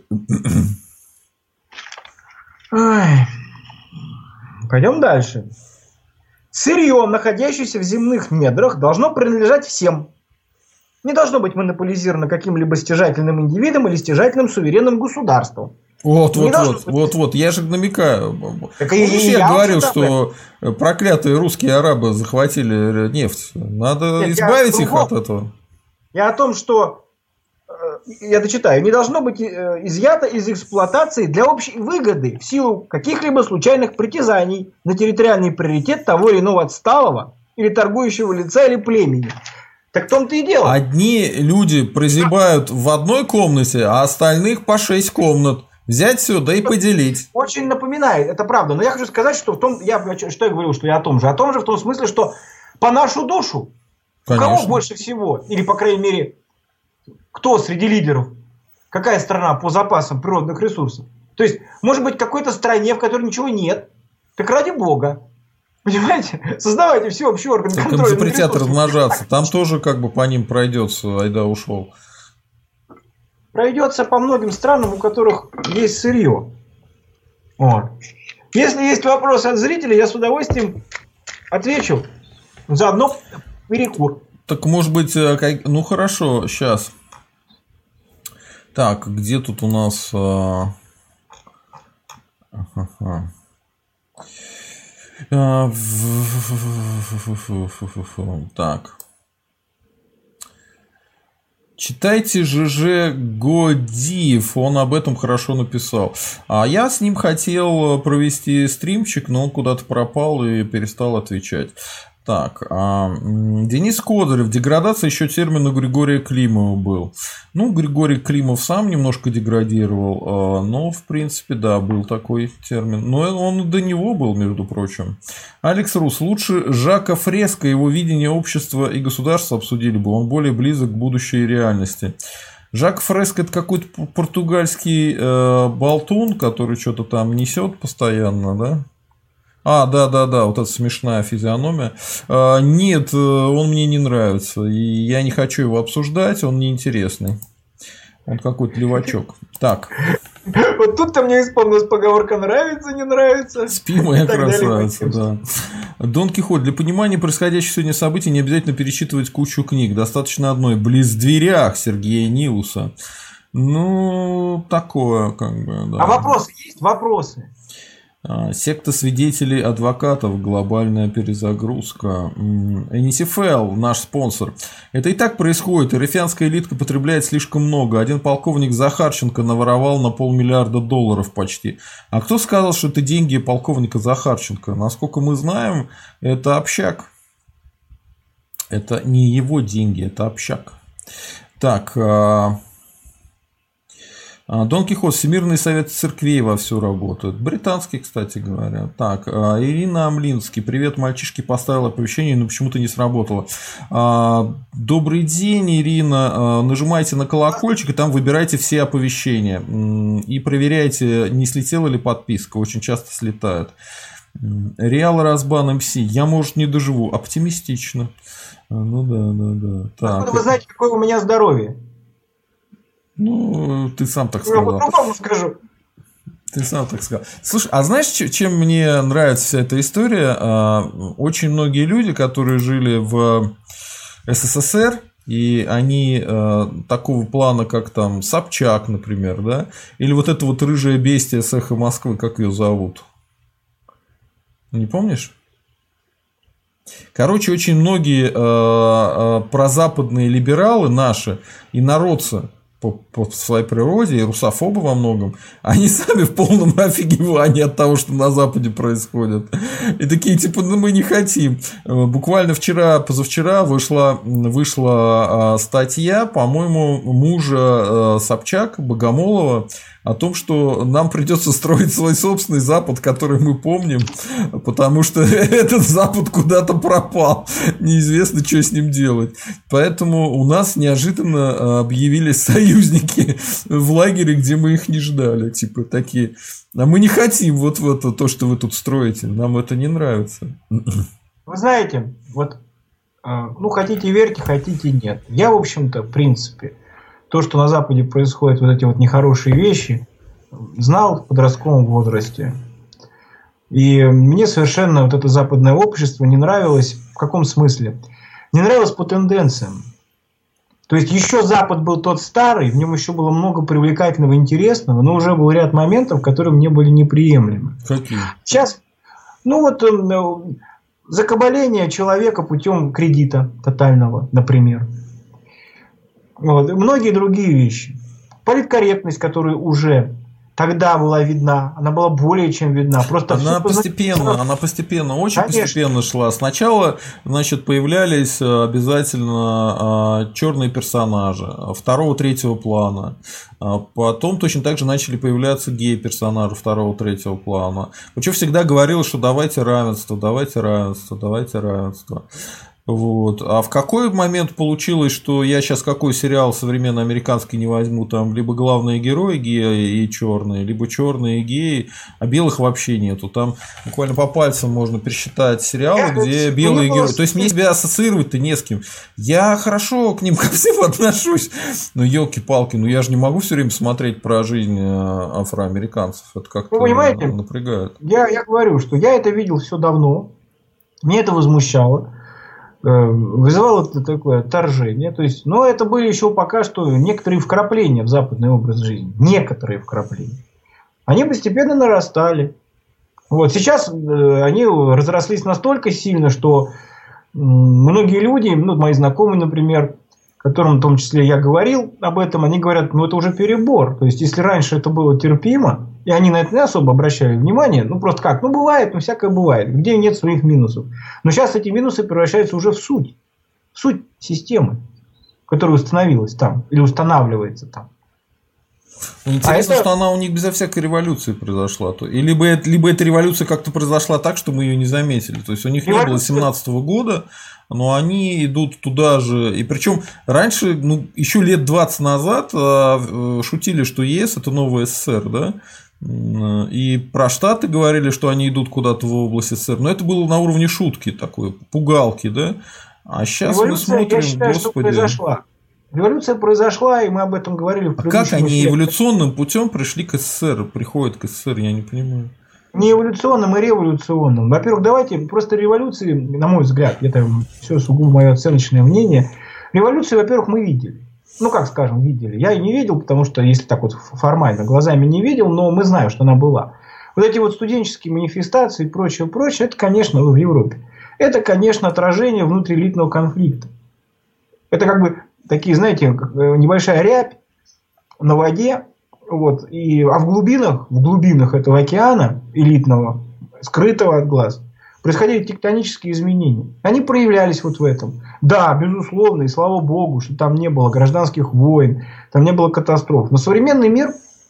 Пойдем дальше. Сырье, находящееся в земных недрах, должно принадлежать всем. Не должно быть монополизировано каким-либо стяжательным индивидом или стяжательным суверенным государством. Вот, вот, вот, быть... вот, вот, я же намекаю. Так Помнишь, я, я говорил, что проклятые русские арабы захватили нефть. Надо Нет, избавить их от этого. Я о том, что я дочитаю, не должно быть изъято из эксплуатации для общей выгоды в силу каких-либо случайных притязаний на территориальный приоритет того или иного отсталого или торгующего лица или племени. Так в том-то и дело. Одни люди прозябают в одной комнате, а остальных по шесть комнат. Взять все, да и поделить. Очень напоминает, это правда. Но я хочу сказать, что в том, я, что я говорил, что я о том же, о том же в том смысле, что по нашу душу, Конечно. Кого больше всего, или по крайней мере кто среди лидеров? Какая страна по запасам природных ресурсов? То есть, может быть, какой-то стране, в которой ничего нет. Так ради бога. Понимаете? Создавайте всеобщий орган так контроля. Им запретят размножаться. Там тоже как бы по ним пройдется. Айда ушел. Пройдется по многим странам, у которых есть сырье. Вот. Если есть вопросы от зрителей, я с удовольствием отвечу. Заодно перекур. Так может быть, как... ну хорошо, сейчас. Так, где тут у нас... А... Ага. А... Так. Читайте ЖЖ Годиев, он об этом хорошо написал. А я с ним хотел провести стримчик, но он куда-то пропал и перестал отвечать. Так, а, Денис Козырев. Деградация еще термин у Григория Климова был. Ну, Григорий Климов сам немножко деградировал, но, в принципе, да, был такой термин. Но он и до него был, между прочим. Алекс Рус. Лучше Жака Фреско, его видение общества и государства обсудили бы. Он более близок к будущей реальности. Жак Фреско – это какой-то португальский э, болтун, который что-то там несет постоянно, да? А, да-да-да, вот эта смешная физиономия. А, нет, он мне не нравится. И я не хочу его обсуждать, он неинтересный. Он какой-то левачок. Так. Вот тут-то мне исполнилась поговорка «нравится, не нравится». Спи, моя красавица, да. Дон Кихот. Для понимания происходящих сегодня событий не обязательно перечитывать кучу книг. Достаточно одной. «Близ дверях» Сергея Нилуса. Ну, такое, как бы, да. А вопросы есть? Вопросы. Секта свидетелей адвокатов, глобальная перезагрузка. эн эс эф эл, наш спонсор. Это и так происходит. Эрефянская элитка потребляет слишком много. Один полковник Захарченко наворовал на полмиллиарда долларов почти. А кто сказал, что это деньги полковника Захарченко? Насколько мы знаем, это общак. Это не его деньги, это общак. Так... Дон Кихот. Всемирный совет церквей вовсю работает. Британский, кстати говоря. Так, Ирина Амлинский. Привет, мальчишки. Поставила оповещение, но почему-то не сработало. Добрый день, Ирина. Нажимайте на колокольчик и там выбирайте все оповещения. И проверяйте, не слетела ли подписка. Очень часто слетают. Реал Разбан эм си. Я, может, не доживу. Оптимистично. Ну да, да, да. Так. Откуда вы знаете, какое у меня здоровье? Ну, ты сам так сказал. Я по-другому скажу. Ты сам так сказал. Слушай, а знаешь, чем мне нравится вся эта история? Очень многие люди, которые жили в эс эс эс эр, и они такого плана, как там Собчак, например, да, или вот это вот рыжая бестия с «Эхо Москвы», как ее зовут? Не помнишь? Короче, очень многие прозападные либералы наши и народцы по, по своей природе, и русофобы во многом, они сами в полном офигевании от того, что на Западе происходит. И такие, типа, ну мы не хотим. Буквально вчера, позавчера вышла, вышла статья, по-моему, мужа Собчак, Богомолова, о том, что нам придется строить свой собственный Запад, который мы помним, потому что этот Запад куда-то пропал. Неизвестно, что с ним делать. Поэтому у нас неожиданно объявились союзники в лагере, где мы их не ждали. Типа такие. А мы не хотим вот, вот то, что вы тут строите. Нам это не нравится. Вы знаете, вот, ну, хотите верьте, хотите нет. Я, в общем-то, в принципе, то, что на Западе происходят вот эти вот нехорошие вещи, знал в подростковом возрасте. И мне совершенно вот это западное общество не нравилось. В каком смысле? Не нравилось по тенденциям. То есть, еще Запад был тот старый, в нем еще было много привлекательного, интересного, но уже был ряд моментов, которые мне были неприемлемы. Какие? Сейчас, ну вот, закабаление человека путем кредита тотального, например. Вот. Многие другие вещи. Политкорректность, которая уже тогда была видна, она была более чем видна. Просто она постепенно, позна... она постепенно, очень Конечно. постепенно шла. Сначала, значит, появлялись обязательно черные персонажи второго, третьего плана. Потом точно так же начали появляться гей-персонажи второго, третьего плана. Причем всегда говорилось, что давайте равенство, давайте равенство, давайте равенство. Вот. А в какой момент получилось, что я сейчас какой сериал современный американский не возьму, там либо главные герои геи и черные, либо черные и геи, а белых вообще нету. Там буквально по пальцам можно пересчитать сериалы, я где белые герои. То есть мне себя ассоциировать-то не с кем. Я хорошо к ним ко всем отношусь. Но елки-палки, ну я же не могу все время смотреть про жизнь афроамериканцев. Это как-то напрягает. Я, я говорю, что я это видел все давно. Мне это возмущало. Вызывало это такое отторжение. То есть, но это были еще пока что некоторые вкрапления в западный образ жизни. Некоторые вкрапления. Они постепенно нарастали. Вот. Сейчас они разрослись настолько сильно, что многие люди, ну, мои знакомые, например, которым в том числе я говорил об этом, они говорят, ну это уже перебор. То есть, если раньше это было терпимо, и они на это не особо обращали внимание, ну просто как, ну бывает, ну всякое бывает, где нет своих минусов. Но сейчас эти минусы превращаются уже в суть. В суть системы, которая установилась там, или устанавливается там. Интересно, а это... что она у них безо всякой революции произошла. И либо, это, либо эта революция как-то произошла так, что мы ее не заметили. То есть у них революция... не было семнадцатого года, но они идут туда же. И причем раньше, ну, еще лет двадцать назад шутили, что ЕС это новый СССР, да? И про Штаты говорили, что они идут куда-то в область СССР. Но это было на уровне шутки такой, пугалки, да? А сейчас революция, мы смотрим, я считаю, господи. Что произошла. Революция произошла, и мы об этом говорили в предыдущем. А как они эфире. Эволюционным путем пришли к СССР, приходят к СССР, я не понимаю. Не эволюционным, а революционным. Во-первых, давайте просто революции, на мой взгляд, это все сугубо мое оценочное мнение. Революции, во-первых, мы видели. Ну, как скажем, видели. Я и не видел, потому что, если так вот формально, глазами не видел, но мы знаем, что она была. Вот эти вот студенческие манифестации и прочее, прочее, это, конечно, в Европе. Это, конечно, отражение внутриэлитного конфликта. Это как бы такие, знаете, небольшая рябь на воде, вот, и, а в глубинах, в глубинах этого океана элитного, скрытого от глаз, происходили тектонические изменения. Они проявлялись вот в этом. Да, безусловно, и слава богу, что там не было гражданских войн, там не было катастроф. Но современный мир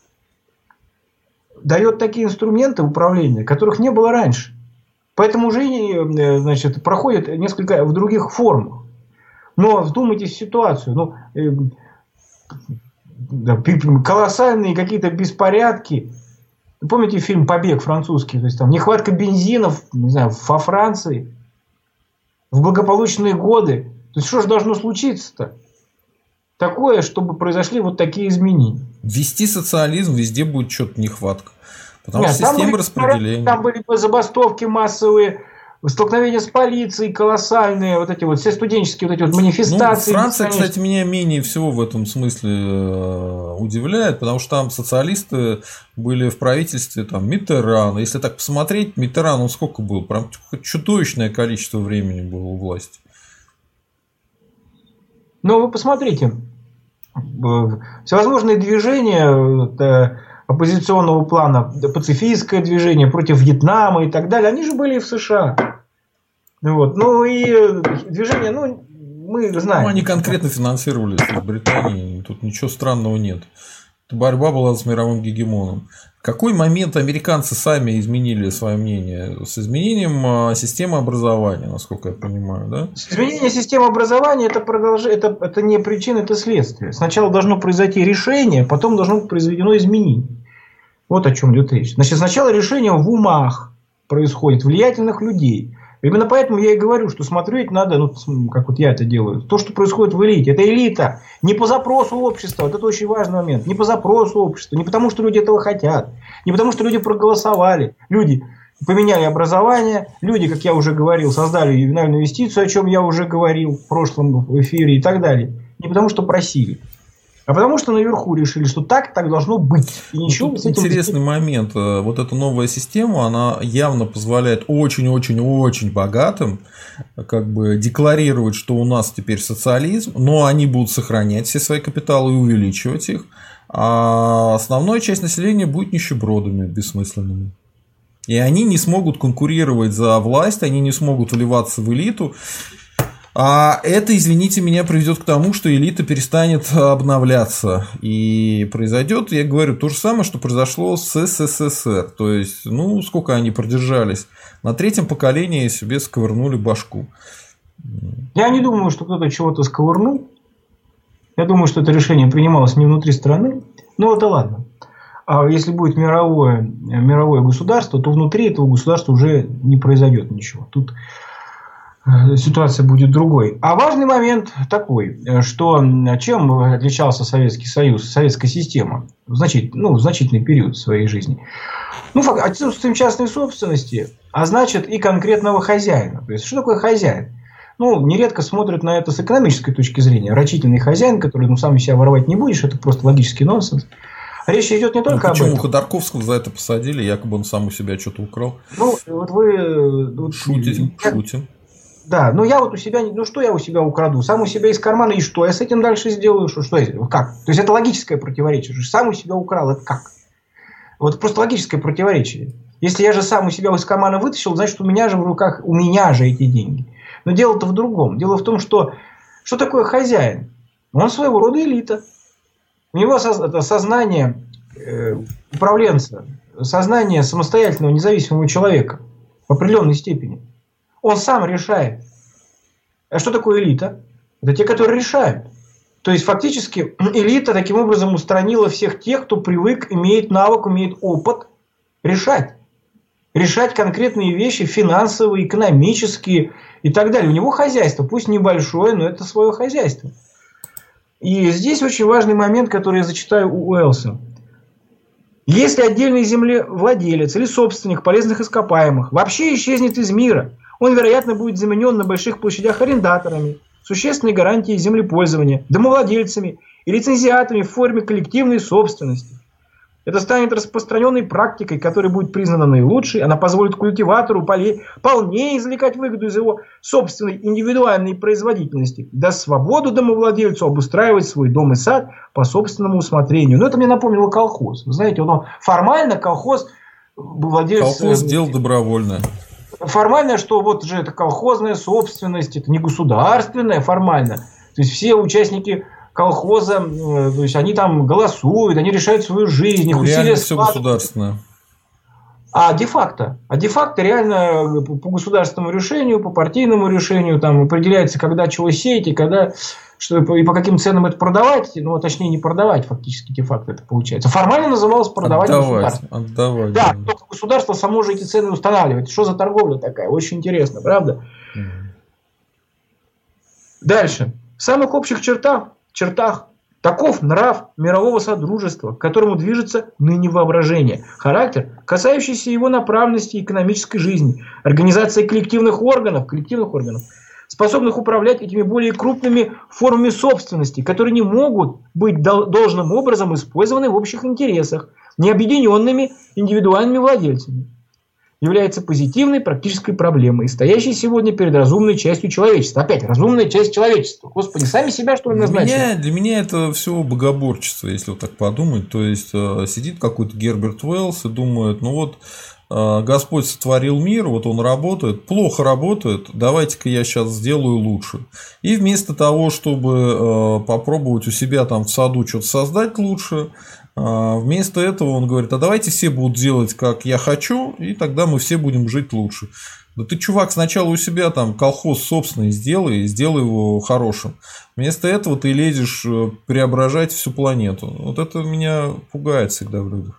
дает такие инструменты управления, которых не было раньше. Поэтому уже, значит, проходит несколько в других формах. Но вдумайтесь в ситуацию. Ну, э, колоссальные какие-то беспорядки. Помните фильм «Побег» французский? То есть, там нехватка бензинов, не знаю, во Франции в благополучные годы. То есть, что же должно случиться-то? Такое, чтобы произошли вот такие изменения. Ввести социализм, везде будет что-то нехватка. Потому Нет, что система были, распределения. Там были забастовки массовые, столкновения с полицией колоссальные, вот эти вот все студенческие вот эти вот манифестации. Ну, Франция, кстати, меня менее всего в этом смысле удивляет, потому что там социалисты были в правительстве, там Миттеран. Если так посмотреть, Миттеран, он сколько был? Прям чудовищное количество времени было у власти. Ну, вы посмотрите, всевозможные движения оппозиционного плана, пацифистское движение против Вьетнама и так далее, они же были и в США. Вот. Ну и движение, ну, мы знаем. Ну, они конкретно финансировались из Британии, тут ничего странного нет. Борьба была с мировым гегемоном. В какой момент американцы сами изменили свое мнение? С изменением системы образования, насколько я понимаю, да? Изменение системы образования это, продолж... это, это не причина, это следствие. Сначала должно произойти решение, потом должно быть произведено изменение. Вот о чем идет речь. Значит, сначала решение в умах происходит, влиятельных людей. Именно поэтому я и говорю, что смотреть надо, ну, как вот я это делаю, то, что происходит в элите. Это элита не по запросу общества, вот это очень важный момент, не по запросу общества, не потому, что люди этого хотят, не потому, что люди проголосовали, люди поменяли образование, люди, как я уже говорил, создали ювенальную инвестицию, о чем я уже говорил в прошлом эфире и так далее, не потому, что просили. А потому что наверху решили, что так так должно быть. И ничего Тут с этим интересный не... момент. Вот эта новая система, она явно позволяет очень-очень-очень богатым как бы декларировать, что у нас теперь социализм, но они будут сохранять все свои капиталы и увеличивать их. А основная часть населения будет нищебродами бессмысленными. И они не смогут конкурировать за власть, они не смогут вливаться в элиту. А это, извините меня, приведет к тому, что элита перестанет обновляться. И произойдет, я говорю, то же самое, что произошло с СССР. То есть, ну, сколько они продержались. На третьем поколении себе сковырнули башку. Я не думаю, что кто-то чего-то сковырнул. Я думаю, что это решение принималось не внутри страны. Но это ладно. А если будет мировое, мировое государство, то внутри этого государства уже не произойдет ничего. Тут ситуация будет другой. А важный момент такой, что чем отличался Советский Союз, советская система в значительный, ну, в значительный период своей жизни? Ну, отсутствием частной собственности, а значит и конкретного хозяина. То есть, что такое хозяин? Ну, нередко смотрят на это с экономической точки зрения. Рачительный хозяин, который ну, сам себя воровать не будешь, это просто логический нонсенс. Речь идет не только ну, об почему этом. Ходорковского за это посадили, якобы он сам у себя что-то украл? Ну, вот вы... Вот, шутим, я... шутим. Да, но я вот у себя, ну что я у себя украду? Сам у себя из кармана, и что? Я с этим дальше сделаю? Что, что я, как? То есть это логическое противоречие. Сам у себя украл, это как? Вот просто логическое противоречие. Если я же сам у себя из кармана вытащил, значит у меня же в руках, у меня же эти деньги. Но дело-то в другом. Дело в том, что что такое хозяин? Он своего рода элита. У него это сознание э, управленца, сознание самостоятельного независимого человека в определенной степени. Он сам решает. А что такое элита? Это те, которые решают. То есть, фактически, элита таким образом устранила всех тех, кто привык, имеет навык, имеет опыт решать. Решать конкретные вещи, финансовые, экономические и так далее. У него хозяйство, пусть небольшое, но это свое хозяйство. И здесь очень важный момент, который я зачитаю у Уэллса. Если отдельный землевладелец или собственник полезных ископаемых вообще исчезнет из мира, он, вероятно, будет заменен на больших площадях арендаторами, существенной гарантией землепользования, домовладельцами и лицензиатами в форме коллективной собственности. Это станет распространенной практикой, которая будет признана наилучшей. Она позволит культиватору полей полнее извлекать выгоду из его собственной индивидуальной производительности, даст свободу домовладельцу обустраивать свой дом и сад по собственному усмотрению. Но это мне напомнило колхоз. Вы знаете, он, формально колхоз владелец... Колхоз дело добровольное. Формально, что вот же это колхозная собственность, это не государственная формально. То есть все участники колхоза, то есть они там голосуют, они решают свою жизнь, их усилия все государственное. А де-факто, а де-факто реально по государственному решению, по партийному решению там определяется, когда чего сеять и когда что, и по каким ценам это продавать, ну, точнее, не продавать фактически, де-факто это получается. Формально называлось продавать государство. Отдавать, да, да, только государство само же эти цены устанавливает. Что за торговля такая? Очень интересно, правда? Mm. Дальше. В самых общих чертах, чертах таков нрав мирового содружества, к которому движется ныне воображение. Характер, касающийся его направленности экономической жизни. Организация коллективных органов, коллективных органов, способных управлять этими более крупными формами собственности, которые не могут быть должным образом использованы в общих интересах, не объединенными индивидуальными владельцами. является позитивной практической проблемой, стоящей сегодня перед разумной частью человечества. Опять, разумная часть человечества. Господи, сами себя что ли назначили? Для меня, для меня это все богоборчество, если вот так подумать. То есть, сидит какой-то Герберт Уэллс и думает, ну вот, Господь сотворил мир, вот он работает, плохо работает, давайте-ка я сейчас сделаю лучше. И вместо того, чтобы попробовать у себя там в саду что-то создать лучше, вместо этого он говорит, а давайте все будут делать, как я хочу, и тогда мы все будем жить лучше. Да ты, чувак, сначала у себя там колхоз собственный сделай, и сделай его хорошим. Вместо этого ты лезешь преображать всю планету. Вот это меня пугает всегда в людях.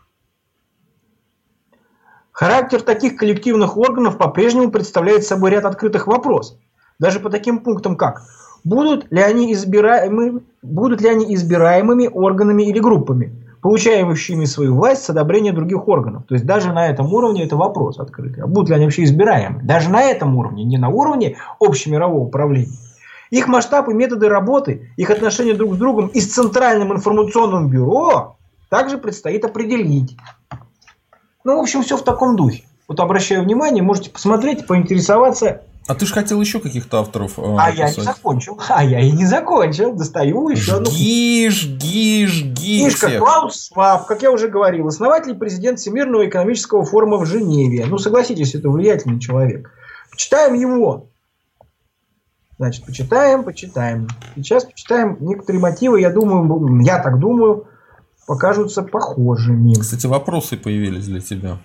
Характер таких коллективных органов по-прежнему представляет собой ряд открытых вопросов. Даже по таким пунктам, как будут ли они избираемыми, будут ли они избираемыми органами или группами, получающими свою власть с одобрения других органов. То есть даже на этом уровне это вопрос открытый. А будут ли они вообще избираемы? Даже на этом уровне, не на уровне общемирового управления. Их масштаб и методы работы, их отношения друг с другом и с Центральным информационным бюро также предстоит определить. Ну, в общем, все в таком духе. Вот обращаю внимание, можете посмотреть, поинтересоваться. А ты же хотел еще каких-то авторов э, А я не закончил. А я и не закончил. Достаю еще одну. Жги, жги, жги. Книжка Клаус Шваб, как я уже говорил, основатель и президент Всемирного экономического форума в Женеве. Ну, согласитесь, это влиятельный человек. Почитаем его. Значит, почитаем, почитаем. Сейчас почитаем некоторые мотивы, я думаю, я так думаю, покажутся похожими. Кстати, вопросы появились для тебя.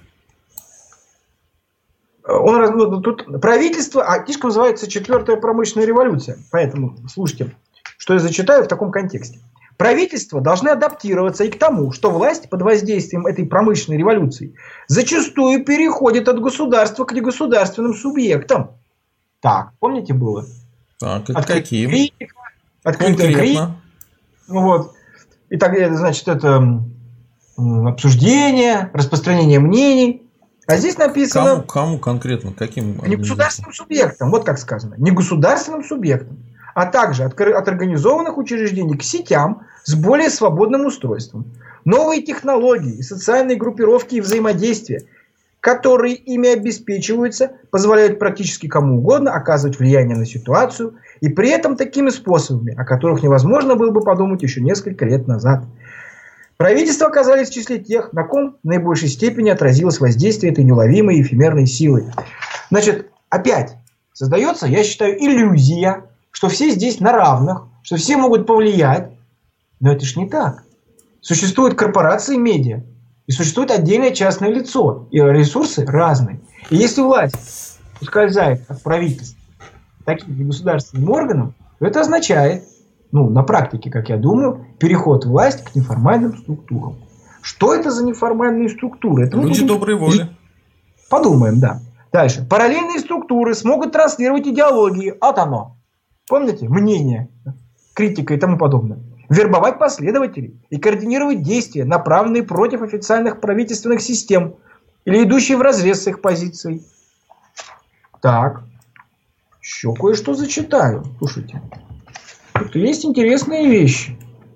Он, ну, тут правительство, а книжка называется «Четвертая промышленная революция». Поэтому слушайте, что я зачитаю в таком контексте. Правительства должны адаптироваться и к тому, что власть под воздействием этой промышленной революции зачастую переходит от государства к негосударственным субъектам. Так, помните было? Так, это какие? Критика, открытая критика. Вот. И так, значит, это обсуждение, распространение мнений. А здесь написано... Кому, кому конкретно? Каким? Не государственным субъектам, вот как сказано. Не государственным субъектам, а также от, от организованных учреждений к сетям с более свободным устройством. Новые технологии и социальные группировки и взаимодействия, которые ими обеспечиваются, позволяют практически кому угодно оказывать влияние на ситуацию, и при этом такими способами, о которых невозможно было бы подумать еще несколько лет назад. Правительства оказались в числе тех, на ком в наибольшей степени отразилось воздействие этой неуловимой и эфемерной силы. Значит, опять создается, я считаю, иллюзия, что все здесь на равных, что все могут повлиять. Но это ж не так. Существуют корпорации медиа, и существует отдельное частное лицо, и ресурсы разные. И если власть ускользает от правительства таким негосударственным органам, то это означает, ну, на практике, как я думаю, переход власти к неформальным структурам. Что это за неформальные структуры? Это Люди доброй воли. Подумаем, да. Дальше. Параллельные структуры смогут транслировать идеологии. Вот оно. Помните? Мнение, критика и тому подобное. Вербовать последователей и координировать действия, направленные против официальных правительственных систем или идущие вразрез с их позицией. Так. Еще кое-что зачитаю. Слушайте. Тут есть интересные вещи.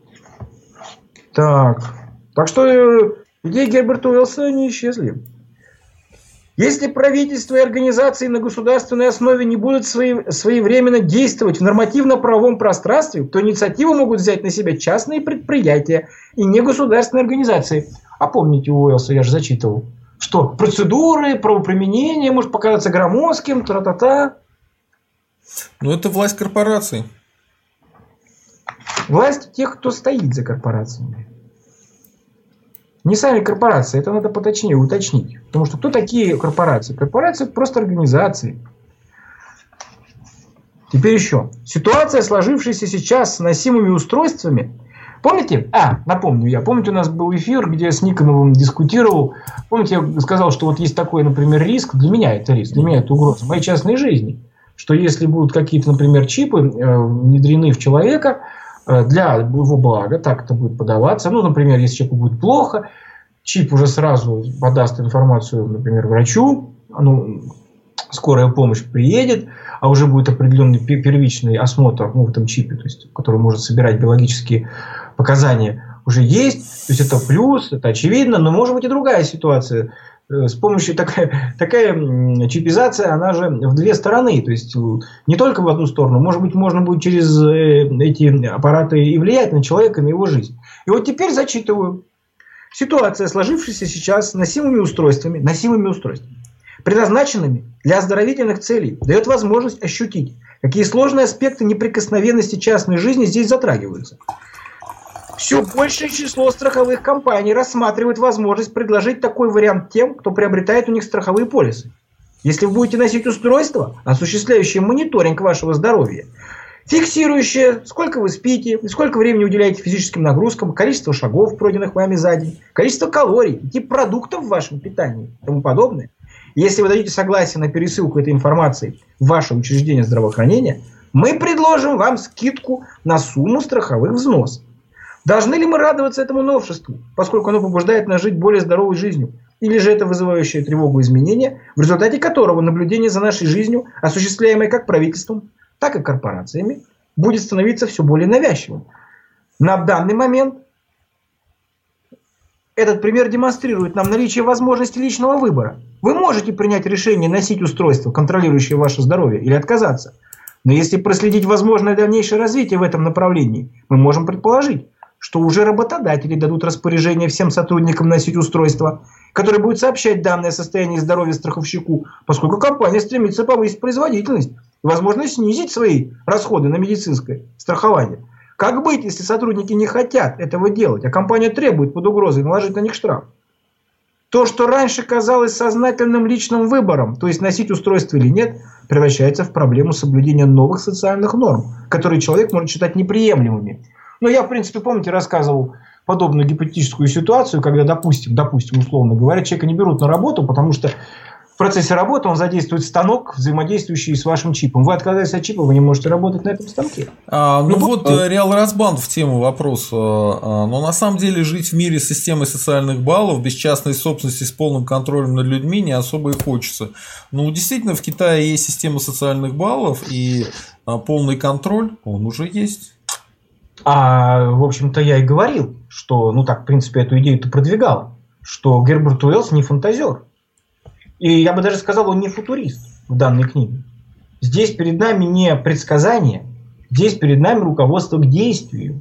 Так. Так что идеи Герберта Уэллса не исчезли. Если правительства и организации на государственной основе не будут своевременно действовать в нормативно-правовом пространстве, то инициативу могут взять на себя частные предприятия и негосударственные организации. А помните у Уэллса, я же зачитывал, что процедуры, правоприменение может показаться громоздким, тра-та-та. Ну, это власть корпораций. Власть тех, кто стоит за корпорациями. Не сами корпорации, это надо поточнее уточнить. Потому что кто такие корпорации? Корпорации – это просто организации. Теперь еще. Ситуация, сложившаяся сейчас с носимыми устройствами. Помните? А, напомню я. Помните, у нас был эфир, где я с Никоновым дискутировал. Помните, я сказал, что вот есть такой, например, риск. Для меня это риск, для меня это угроза моей частной жизни. Что если будут какие-то, например, чипы э, внедрены в человека, для его блага, так это будет подаваться. Ну, например, если человеку будет плохо, чип уже сразу подаст информацию, например, врачу, ну, скорая помощь приедет, а уже будет определенный первичный осмотр, ну, в этом чипе, то есть, который может собирать биологические показания, уже есть. То есть это плюс, это очевидно, но может быть и другая ситуация. с помощью такая, такая чипизация, она же в две стороны. То есть не только в одну сторону. Может быть, можно будет через эти аппараты и влиять на человека, на его жизнь. И вот теперь зачитываю. Ситуация, сложившаяся сейчас с носимыми устройствами, носимыми устройствами, предназначенными для оздоровительных целей, дает возможность ощутить, какие сложные аспекты неприкосновенности частной жизни здесь затрагиваются. Все большее число страховых компаний рассматривает возможность предложить такой вариант тем, кто приобретает у них страховые полисы. Если вы будете носить устройство, осуществляющее мониторинг вашего здоровья, фиксирующее, сколько вы спите, сколько времени уделяете физическим нагрузкам, количество шагов, пройденных вами за день, количество калорий, тип продуктов в вашем питании и тому подобное. Если вы дадите согласие на пересылку этой информации в ваше учреждение здравоохранения, мы предложим вам скидку на сумму страховых взносов. Должны ли мы радоваться этому новшеству, поскольку оно побуждает нас жить более здоровой жизнью? Или же это вызывающее тревогу изменение, в результате которого наблюдение за нашей жизнью, осуществляемое как правительством, так и корпорациями, будет становиться все более навязчивым. На данный момент этот пример демонстрирует нам наличие возможности личного выбора. Вы можете принять решение носить устройство, контролирующее ваше здоровье, или отказаться. Но если проследить возможное дальнейшее развитие в этом направлении, мы можем предположить, что уже работодатели дадут распоряжение всем сотрудникам носить устройство, которое будет сообщать данное состояние здоровья страховщику, поскольку компания стремится повысить производительность и, возможно, снизить свои расходы на медицинское страхование. Как быть, если сотрудники не хотят этого делать, а компания требует под угрозой наложить на них штраф? То, что раньше казалось сознательным личным выбором, то есть носить устройство или нет, превращается в проблему соблюдения новых социальных норм, которые человек может считать неприемлемыми. Но я, в принципе, помните, рассказывал подобную гипотетическую ситуацию, когда, допустим, допустим, условно говоря, человека не берут на работу, потому что в процессе работы он задействует станок, взаимодействующий с вашим чипом. Вы отказались от чипа, вы не можете работать на этом станке. А, ну, ну вот а... Реал Разбан в тему вопроса. Но на самом деле жить в мире с системой социальных баллов, без частной собственности, с полным контролем над людьми не особо и хочется. Ну, действительно, в Китае есть система социальных баллов, и полный контроль, он уже есть. А, в общем-то, я и говорил, что, ну так, в принципе, эту идею-то продвигал, что Герберт Уэллс не фантазер. И я бы даже сказал, он не футурист в данной книге. Здесь перед нами не предсказание, здесь перед нами руководство к действию.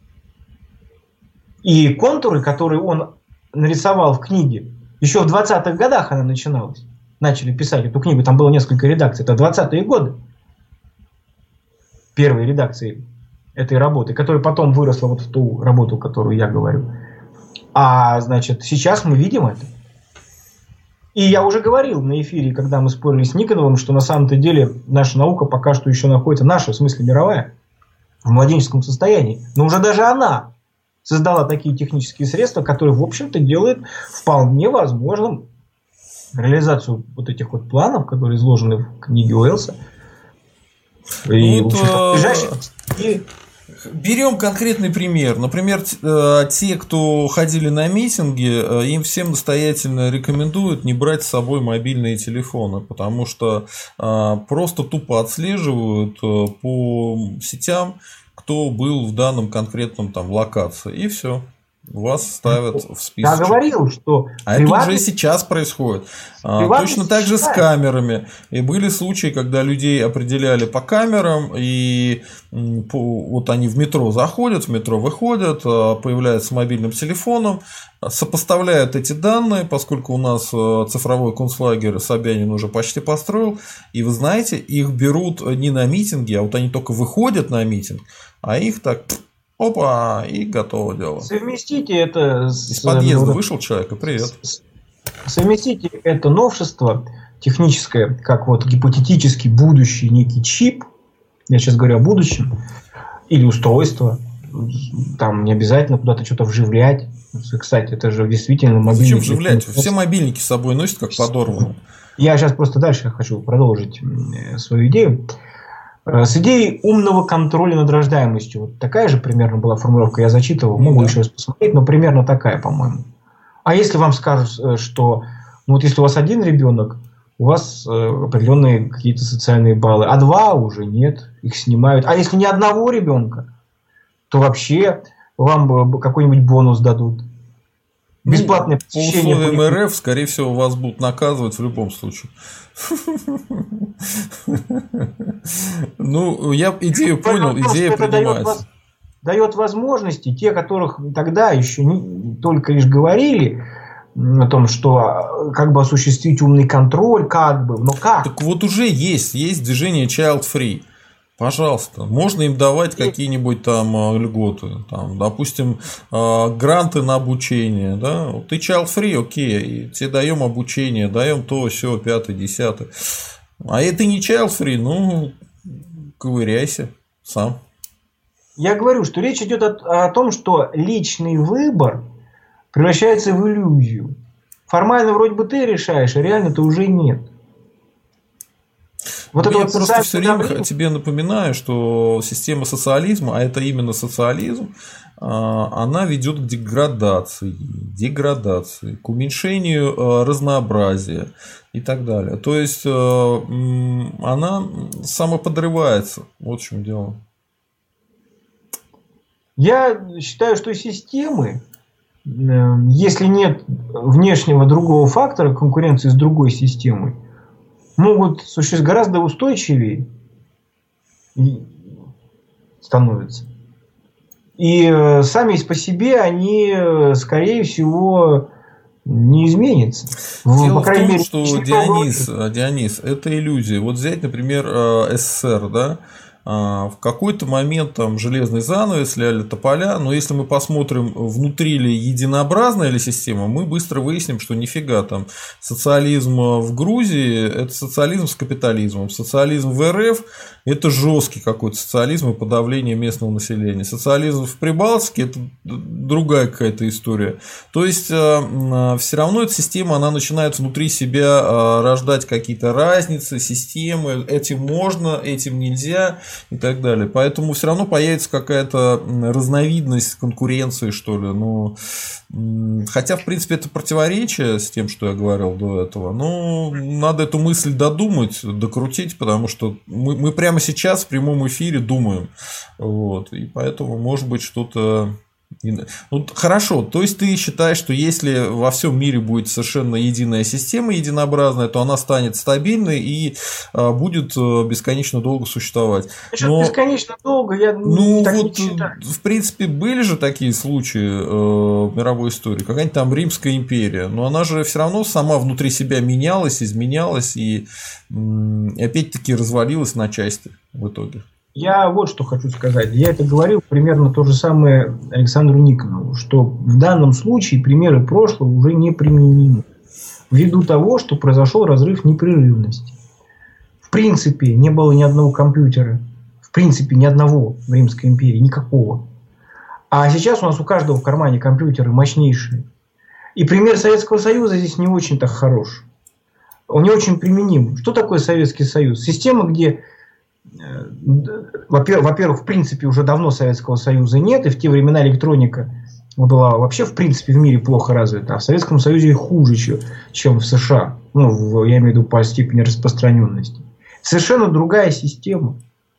И контуры, которые он нарисовал в книге, еще в двадцатых годах она начиналась. Начали писать эту книгу, там было несколько редакций, это двадцатые годы. Первые редакции этой работы, которая потом выросла вот в ту работу, которую я говорю. А, значит, сейчас мы видим это. И я уже говорил на эфире, когда мы спорили с Никоновым, что на самом-то деле наша наука пока что еще находится, наша, в смысле мировая, в младенческом состоянии. Но уже даже она создала такие технические средства, которые, в общем-то, делают вполне возможным реализацию вот этих вот планов, которые изложены в книге Уэллса. И, ну, в общем-то, ближайшие... И... Берем конкретный пример. Например, те, кто ходили на митинги, им всем настоятельно рекомендуют не брать с собой мобильные телефоны, потому что просто тупо отслеживают по сетям, кто был в данном конкретном там локации. И все. Вас ставят в список. Я говорил, что... А это уже сейчас происходит. Точно так же с камерами. И были случаи, когда людей определяли по камерам, и вот они в метро заходят, в метро выходят, появляются с мобильным телефоном, сопоставляют эти данные, поскольку у нас цифровой концлагерь Собянин уже почти построил, и вы знаете, их берут не на митинги, а вот они только выходят на митинг, а их так... Опа, и готово дело. Совместите это с... Из подъезда ну, вышел человек, и привет. Совместите это новшество техническое, как вот гипотетический будущий некий чип, я сейчас говорю о будущем, или устройство, там не обязательно куда-то что-то вживлять. Кстати, это же действительно мобильник. Зачем вживлять? Все мобильники с собой носят, как подорванные. Я сейчас просто дальше хочу продолжить свою идею. С идеей умного контроля над рождаемостью. Вот такая же примерно была формулировка, я зачитывал, могу да. еще раз посмотреть, но примерно такая, по-моему. А если вам скажут, что ну вот если у вас один ребенок, у вас э, определенные какие-то социальные баллы, а два уже нет, их снимают. А если ни одного ребенка, то вообще вам какой-нибудь бонус дадут. бесплатное ну, посещение. По условиям РФ, скорее всего, вас будут наказывать в любом случае. Ну, я идею понял, идея принимается. Дает возможности, те, которых тогда еще не, только лишь говорили о том, что как бы осуществить умный контроль, как бы, но как? Так вот уже есть, есть движение Child Free. Пожалуйста, можно им давать какие-нибудь там льготы, там, допустим, гранты на обучение, да, ты child free, окей, тебе даем обучение, даем то, все, пятое, десятое, а это не child free, ну, ковыряйся сам. Я говорю, что речь идет о, о том, что личный выбор превращается в иллюзию. Формально вроде бы ты решаешь, а реально-то уже нет. Вот я вот просто все время давление... тебе напоминаю, что система социализма, а это именно социализм, она ведет к деградации, деградации, к уменьшению разнообразия и так далее. То есть она самоподрывается. Вот в чем дело. Я считаю, что системы, если нет внешнего другого фактора конкуренции с другой системой, могут существовать гораздо устойчивее становятся. И сами по себе они, скорее всего, не изменятся. Дело по крайней в том, мере, что Дионис, Дионис, это иллюзия. Вот взять, например, СССР, да, в какой-то момент там железный занавес, ля-ля тополя, но если мы посмотрим, внутри ли единообразная ли система, мы быстро выясним, что нифига там социализм в Грузии – это социализм с капитализмом, социализм в РФ – это жесткий какой-то социализм и подавление местного населения, социализм в Прибалтике – это другая какая-то история. То есть все равно эта система, она начинает внутри себя рождать какие-то разницы, системы, этим можно, этим нельзя и так далее. Поэтому все равно появится какая-то разновидность конкуренции, что ли. Но, хотя, в принципе, это противоречие с тем, что я говорил до этого. Но надо эту мысль додумать, докрутить, потому что мы, мы прямо сейчас в прямом эфире думаем. Вот. И поэтому, может быть, что-то... Ну, хорошо, то есть ты считаешь, что если во всем мире будет совершенно единая система, единообразная, то она станет стабильной и а, будет бесконечно долго существовать. Но, бесконечно долго я ну, так вот, не считаю. В принципе, были же такие случаи э, в мировой истории, какая-нибудь там Римская империя, но она же все равно сама внутри себя менялась, изменялась и, и опять-таки развалилась на части в итоге. Я вот что хочу сказать. Я это говорил примерно то же самое Александру Никонову, что в данном случае примеры прошлого уже не применимы. Ввиду того, что произошел разрыв непрерывности. В принципе, не было ни одного компьютера. В принципе, ни одного в Римской империи. Никакого. А сейчас у нас у каждого в кармане компьютеры мощнейшие. И пример Советского Союза здесь не очень-то хорош. Он не очень применим. Что такое Советский Союз? Система, где... Во-первых, в принципе, уже давно Советского Союза нет, и в те времена электроника была вообще, в принципе, в мире плохо развита, а в Советском Союзе хуже, чем в США, ну, в, я имею в виду по степени распространенности. Совершенно другая система.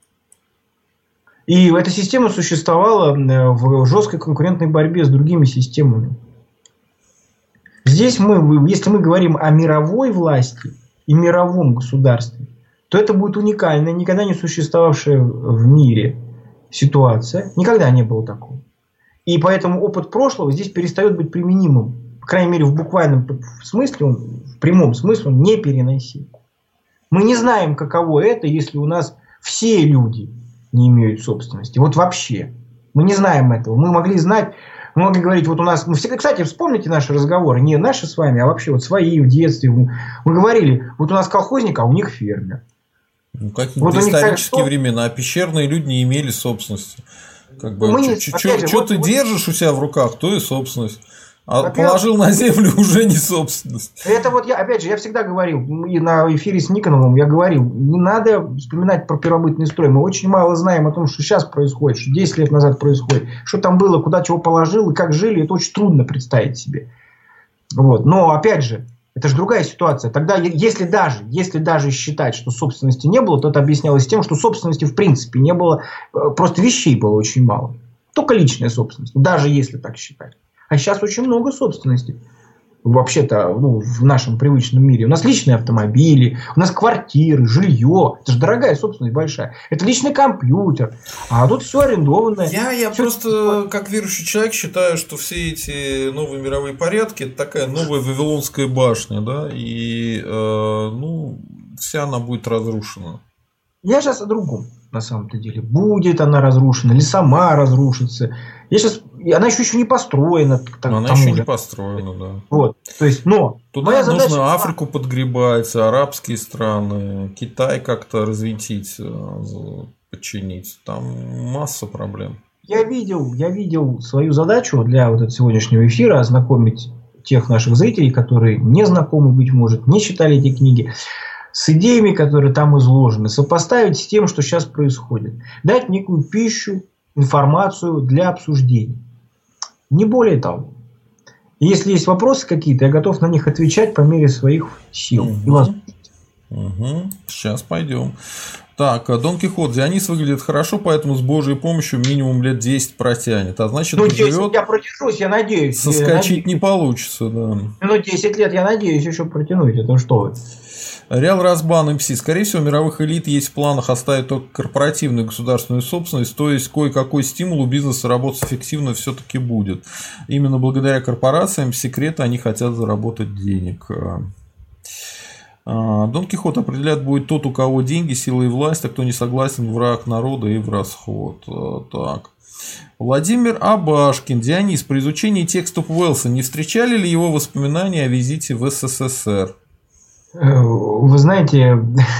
И эта система существовала в жесткой конкурентной борьбе с другими системами. Здесь мы, если мы говорим о мировой власти и мировом государстве, то это будет уникальная, никогда не существовавшая в мире ситуация. Никогда не было такого. И поэтому опыт прошлого здесь перестает быть применимым. По крайней мере, в буквальном смысле, он, в прямом смысле, он не переносим. Мы не знаем, каково это, если у нас все люди не имеют собственности. Вот вообще. Мы не знаем этого. Мы могли знать, мы могли говорить, вот у нас... Мы всегда, кстати, вспомните наши разговоры. Не наши с вами, а вообще вот свои в детстве. Мы говорили, вот у нас колхозник, а у них фермер. Ну, какие-то вот исторические времена, пещерные люди не имели собственности. Как бы, мы, что вот, ты вот, держишь у себя в руках, то и собственность. А положил на землю уже не собственность. Это вот я, опять же, я всегда говорил, и на эфире с Никоновым я говорил, не надо вспоминать про первобытный строй. Мы очень мало знаем о том, что сейчас происходит, что десять лет назад происходит, что там было, куда чего положил и как жили, это очень трудно представить себе. Вот. Но опять же, это же другая ситуация. Тогда, если даже, если даже считать, что собственности не было, то это объяснялось тем, что собственности в принципе не было, просто вещей было очень мало. Только личная собственность, даже если так считать. А сейчас очень много собственности. Вообще-то, ну, в нашем привычном мире. У нас личные автомобили, у нас квартиры, жилье. Это же дорогая собственность большая. Это личный компьютер. А тут все арендованное. Я, я все просто, как верующий человек, считаю, что все эти новые мировые порядки — это такая новая Вавилонская башня, да, и э, ну, вся она будет разрушена. Я сейчас о другом, на самом-то деле. Будет она разрушена или сама разрушится. Я сейчас... Она еще, еще не построена. К она тому еще же. не построена, да. Вот. То есть, но... Туда моя нужно задача... Африку подгребать, арабские страны, Китай как-то развинтить, подчинить. Там масса проблем. Я видел, я видел свою задачу для вот этого сегодняшнего эфира ознакомить тех наших зрителей, которые не знакомы, быть может, не читали эти книги, с идеями, которые там изложены, сопоставить с тем, что сейчас происходит. Дать некую пищу, информацию для обсуждения. Не более того. И если есть вопросы какие-то, я готов на них отвечать по мере своих сил. Угу. Угу. Сейчас пойдем. Так, Дон Кихот. Дионис выглядит хорошо, поэтому с Божьей помощью минимум лет десять протянет. А значит, ну, десять живет... я продержусь, я надеюсь. Соскочить надеюсь. не получится, да. Ну, десять лет я надеюсь еще протянуть. Это что вы? Реал Разбан эм си. Скорее всего, мировых элит есть в планах оставить только корпоративную государственную собственность, то есть кое-какой стимул у бизнеса работать эффективно все-таки будет. Именно благодаря корпорациям секрета они хотят заработать денег. Дон Кихот определять будет тот, у кого деньги, сила и власть, а кто не согласен, враг народа и в расход. Так. Владимир Абашкин. Дионис, при изучении текстов Уэллса не встречали ли его воспоминания о визите в эс эс эс эр? Вы знаете,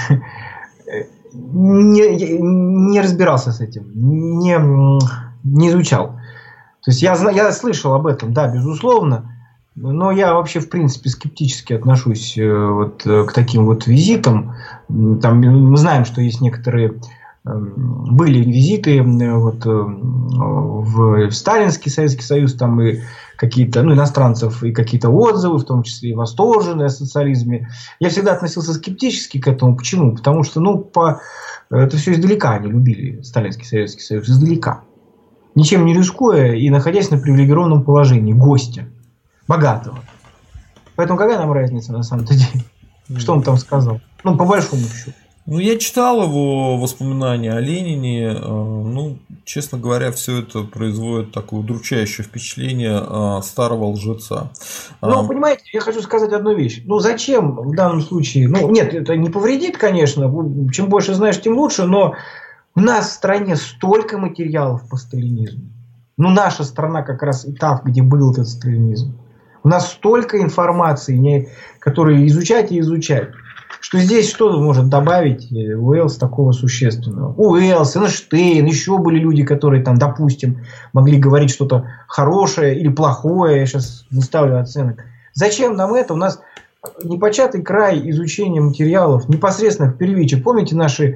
не, не разбирался с этим, не, не изучал. То есть я, я слышал об этом, да, безусловно, но я вообще в принципе скептически отношусь вот к таким вот визитам. Там, мы знаем, что есть некоторые... Были визиты вот, в Сталинский Советский Союз, там и какие-то, ну, иностранцев, и какие-то отзывы, в том числе и восторженные о социализме. Я всегда относился скептически к этому. Почему? Потому что, ну, по... это все издалека они любили, Сталинский Советский Союз, издалека. Ничем не рискуя и находясь на привилегированном положении гостя, богатого. Поэтому какая нам разница на самом-то деле? Что он там сказал? Ну, по большому счету. Ну, я читал его воспоминания о Ленине. Ну, честно говоря, все это производит такое удручающее впечатление старого лжеца. Ну, понимаете, я хочу сказать одну вещь. Ну, зачем в данном случае... Ну, нет, это не повредит, конечно. Чем больше знаешь, тем лучше. Но у нас в стране столько материалов по сталинизму. Ну, наша страна как раз и та, где был этот сталинизм. У нас столько информации, которую изучать и изучать. Что здесь что может добавить Уэллс такого существенного? Уэллс, Эйнштейн, еще были люди, которые там, допустим, могли говорить что-то хорошее или плохое. Я сейчас не ставлю оценок. Зачем нам это? У нас непочатый край изучения материалов, непосредственных первичек. Помните наши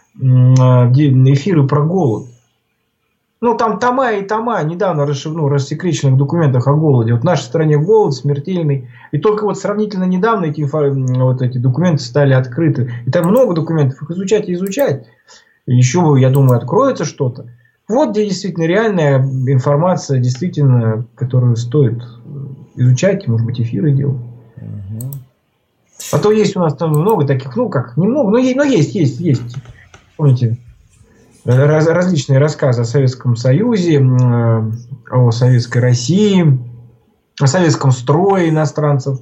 эфиры про голод? Ну, там тома и тома недавно ну, рассекречены в документах о голоде. Вот в нашей стране голод смертельный. И только вот сравнительно недавно эти, вот эти документы стали открыты. И там много документов. Их изучать и изучать. И еще, я думаю, откроется что-то. Вот где действительно реальная информация, действительно, которую стоит изучать. Может быть, эфиры делать. Угу. А то есть у нас там много таких, ну как, немного, но есть, но есть, есть, есть. Помните? Раз, различные рассказы о Советском Союзе, о Советской России, о советском строе иностранцев.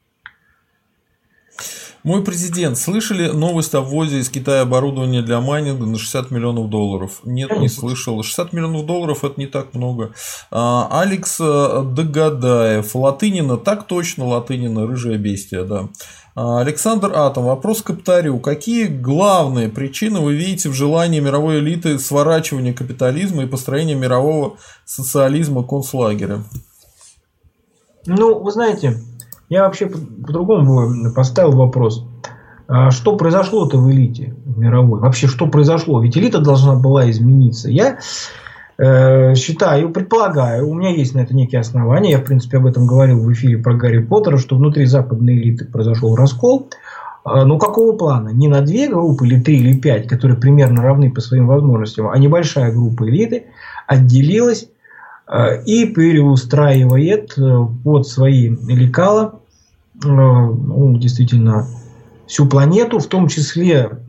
Мой президент, слышали новость о ввозе из Китая оборудования для майнинга на шестьдесят миллионов долларов? Нет, не слышал. шестьдесят миллионов долларов — это не так много. А, Алекс Догадаев. Латынина, так точно, Латынина, рыжая бестия, да. Александр Атом. Вопрос к Каптарю. Какие главные причины вы видите в желании мировой элиты сворачивания капитализма и построения мирового социализма концлагеря? Ну, вы знаете, я вообще по-другому поставил вопрос. Что произошло-то в элите мировой? Вообще, что произошло? Ведь элита должна была измениться. Я э, считаю, предполагаю, у меня есть на это некие основания. Я, в принципе, об этом говорил в эфире про Гарри Поттера, что внутри западной элиты произошел раскол. Но какого плана? Не на две группы, или три, или пять, которые примерно равны по своим возможностям, а небольшая группа элиты отделилась и переустраивает под свои лекала ну, действительно всю планету, в том числе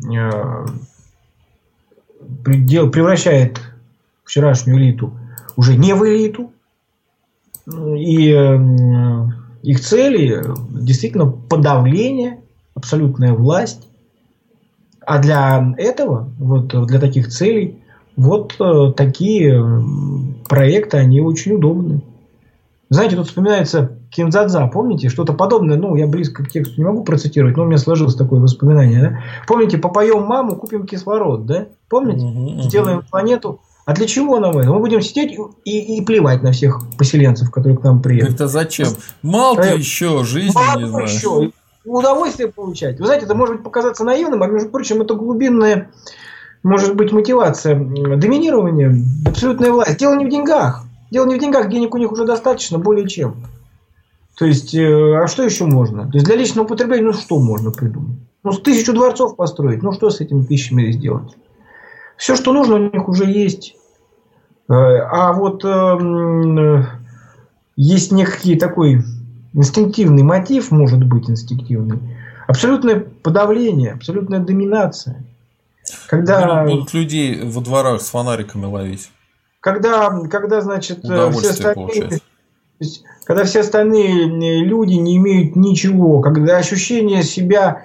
превращает вчерашнюю элиту уже не в элиту. И их цели действительно подавление, абсолютная власть. А для этого, вот для таких целей, вот такие проекты, они очень удобны. Знаете, тут вспоминается Кинзадза, помните? Что-то подобное, ну, я близко к тексту не могу процитировать, но у меня сложилось такое воспоминание, да? Помните, попоем маму, купим кислород, да? Помните? Uh-huh, uh-huh. Сделаем планету. А для чего нам это? Мы будем сидеть и, и плевать на всех поселенцев, которые к нам приедут. Это зачем? Мало ты еще, жизнь не знаешь. Еще. Удовольствие получать. Вы знаете, это может быть показаться наивным, а между прочим, это глубинная, может быть, мотивация доминирования, абсолютная власть. Дело не в деньгах. Дело не в деньгах, денег у них уже достаточно, более чем. То есть, а что еще можно? То есть, для личного употребления, ну, что можно придумать? Ну, с тысячу дворцов построить, ну, что с этими тысячами сделать? Все, что нужно, у них уже есть. А вот э, есть некий такой инстинктивный мотив, может быть инстинктивный. Абсолютное подавление, абсолютная доминация. Когда будут людей во дворах с фонариками ловить. Когда, когда значит, все остальные, когда все остальные люди не имеют ничего, когда ощущение себя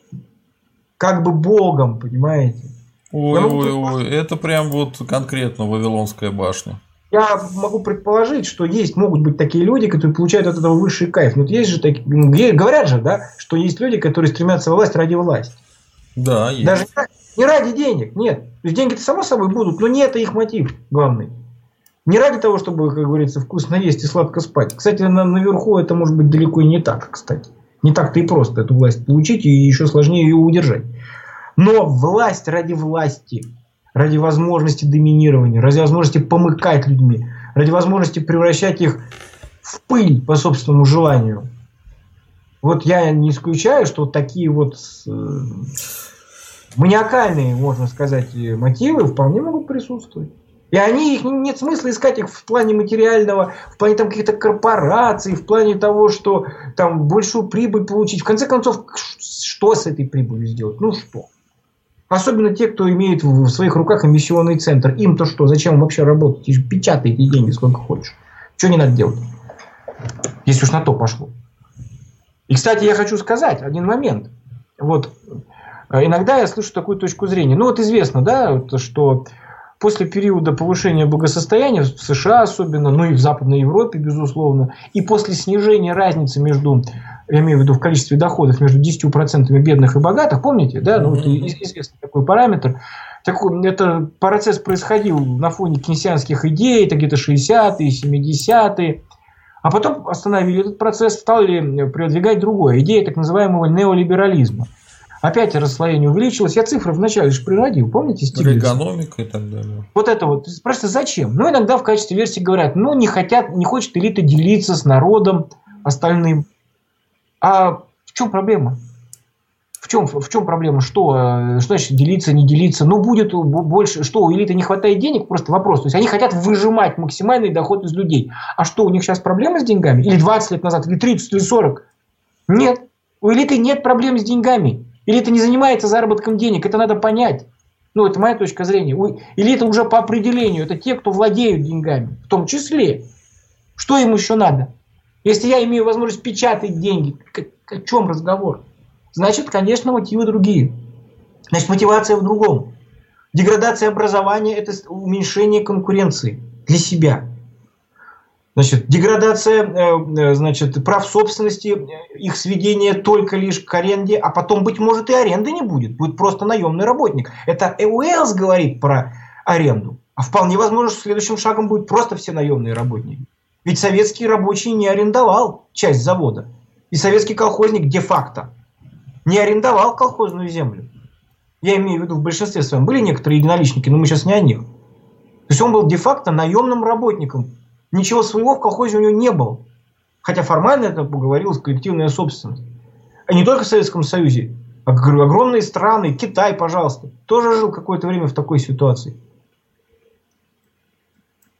как бы богом, понимаете? Ой, ой, ой, это прям вот конкретно Вавилонская башня. Я могу предположить, что есть, могут быть такие люди, которые получают от этого высший кайф. Но есть же такие, говорят же, да, что есть люди, которые стремятся во власть ради власти. Да, есть. Даже не ради денег, нет. То есть деньги-то само собой будут, но не это их мотив главный. Не ради того, чтобы, как говорится, вкусно есть и сладко спать. Кстати, на, наверху это может быть далеко и не так, кстати. Не так-то и просто эту власть получить, и еще сложнее ее удержать. Но власть ради власти, ради возможности доминирования, ради возможности помыкать людьми, ради возможности превращать их в пыль по собственному желанию. Вот я не исключаю, что такие вот э, маниакальные, можно сказать, мотивы вполне могут присутствовать. И они, их нет смысла искать их в плане материального, в плане там каких-то корпораций, в плане того, что там большую прибыль получить. В конце концов, что с этой прибылью сделать? Ну что? Особенно те, кто имеет в своих руках эмиссионный центр. Им-то что? Зачем им вообще работать? Печатай эти деньги сколько хочешь. Что не надо делать? Если уж на то пошло. И, кстати, я хочу сказать один момент. Вот иногда я слышу такую точку зрения. Ну, вот известно, да, что после периода повышения благосостояния в США особенно, ну и в Западной Европе, безусловно, и после снижения разницы между, я имею в виду в количестве доходов между десятью процентами бедных и богатых, помните, да, ну, это известный такой параметр. Такой, это процесс происходил на фоне кейнсианских идей, это где-то шестидесятые, семидесятые. А потом остановили этот процесс, стали продвигать другое. Идея так называемого неолиберализма. Опять расслоение увеличилось. Я цифры вначале же приводил, помните? Регономика и так далее. Вот это вот. Просто зачем? Ну, иногда в качестве версии говорят, ну, не хотят, не хочет элита делиться с народом остальным. А в чем проблема? В чем, в чем проблема? Что, что значит делиться, не делиться? Ну, будет больше... Что, у элиты не хватает денег? Просто вопрос. То есть, они хотят выжимать максимальный доход из людей. А что, у них сейчас проблемы с деньгами? Или двадцать лет назад, или тридцать, или сорок? Нет. У элиты нет проблем с деньгами. Элита не занимается заработком денег. Это надо понять. Ну, это моя точка зрения. Элита уже по определению. Это те, кто владеют деньгами. В том числе. Что им еще надо? Если я имею возможность печатать деньги, о чем разговор? Значит, конечно, мотивы другие. Значит, мотивация в другом. Деградация образования – это уменьшение конкуренции для себя. Значит, деградация значит, прав собственности, их сведение только лишь к аренде, а потом, быть может, и аренды не будет. Будет просто наемный работник. Это Уэллс говорит про аренду. А вполне возможно, что следующим шагом будут просто все наемные работники. Ведь советский рабочий не арендовал часть завода. И советский колхозник де-факто не арендовал колхозную землю. Я имею в виду, в большинстве своем были некоторые единоличники, но мы сейчас не о них. То есть он был де-факто наемным работником. Ничего своего в колхозе у него не было. Хотя формально это говорилось коллективная собственность. А не только в Советском Союзе. А огромные страны, Китай, пожалуйста, тоже жил какое-то время в такой ситуации.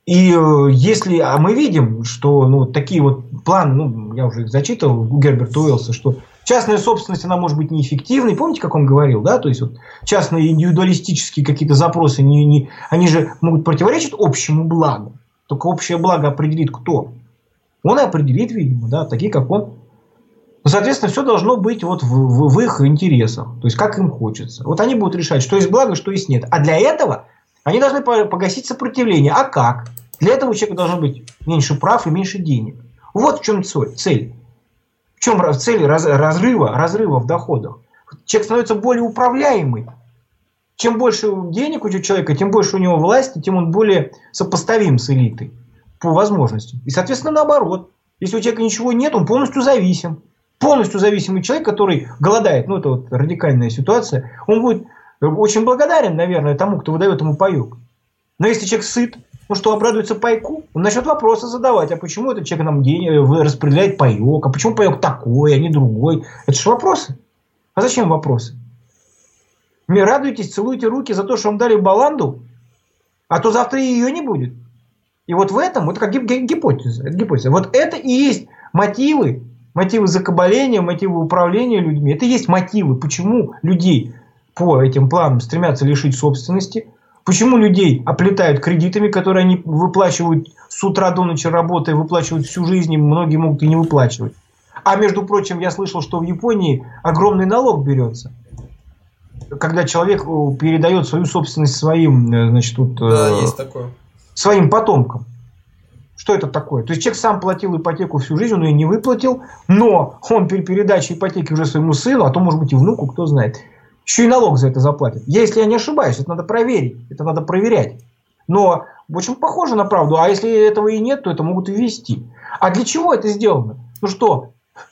И если, а мы видим, что ну, такие вот планы, ну, я уже их зачитывал у Герберта Уэллса, что частная собственность, она может быть неэффективной. Помните, как он говорил, да? То есть, вот, частные индивидуалистические какие-то запросы, не, не, они же могут противоречить общему благу. Только общее благо определит кто? Он и определит, видимо, да, такие, как он. Ну, соответственно, все должно быть вот в, в, в их интересах. То есть, как им хочется. Вот они будут решать, что есть благо, что есть нет. А для этого они должны погасить сопротивление. А как? Для этого у человека должно быть меньше прав и меньше денег. Вот в чем цель. В чем цель разрыва, разрыва в доходах? Человек становится более управляемый. Чем больше денег у человека, тем больше у него власти, тем он более сопоставим с элитой по возможностям. И, соответственно, наоборот. Если у человека ничего нет, он полностью зависим. Полностью зависимый человек, который голодает, ну это вот радикальная ситуация, он будет очень благодарен, наверное, тому, кто выдает ему паёк. Но если человек сыт, ну что, обрадуется пайку, он начнет вопросы задавать. А почему этот человек нам денег распределяет паёк? А почему паёк такой, а не другой? Это же вопросы. А зачем вопросы? Мне радуйтесь, целуйте руки за то, что вам дали баланду, а то завтра и ее не будет. И вот в этом, вот как гипотеза, это гипотеза. Вот это и есть мотивы, мотивы закабаления, мотивы управления людьми. Это и есть мотивы, почему людей по этим планам стремятся лишить собственности. Почему людей оплетают кредитами, которые они выплачивают с утра до ночи работая, выплачивают всю жизнь, и многие могут и не выплачивать. А между прочим, я слышал, что в Японии огромный налог берется, когда человек передает свою собственность своим, значит, тут, да, есть такое. Своим потомкам. Что это такое? То есть человек сам платил ипотеку всю жизнь, он ее не выплатил, но он при передаче ипотеки уже своему сыну, а то может быть и внуку, кто знает, еще и налог за это заплатит. Я, если я не ошибаюсь, это надо проверить, это надо проверять. Но очень похоже на правду. А если этого и нет, то это могут и ввести. А для чего это сделано? Ну что,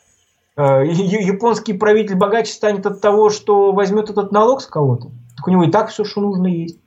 японский правитель богаче станет от того, что возьмет этот налог с кого-то? Так у него и так все, что нужно, есть.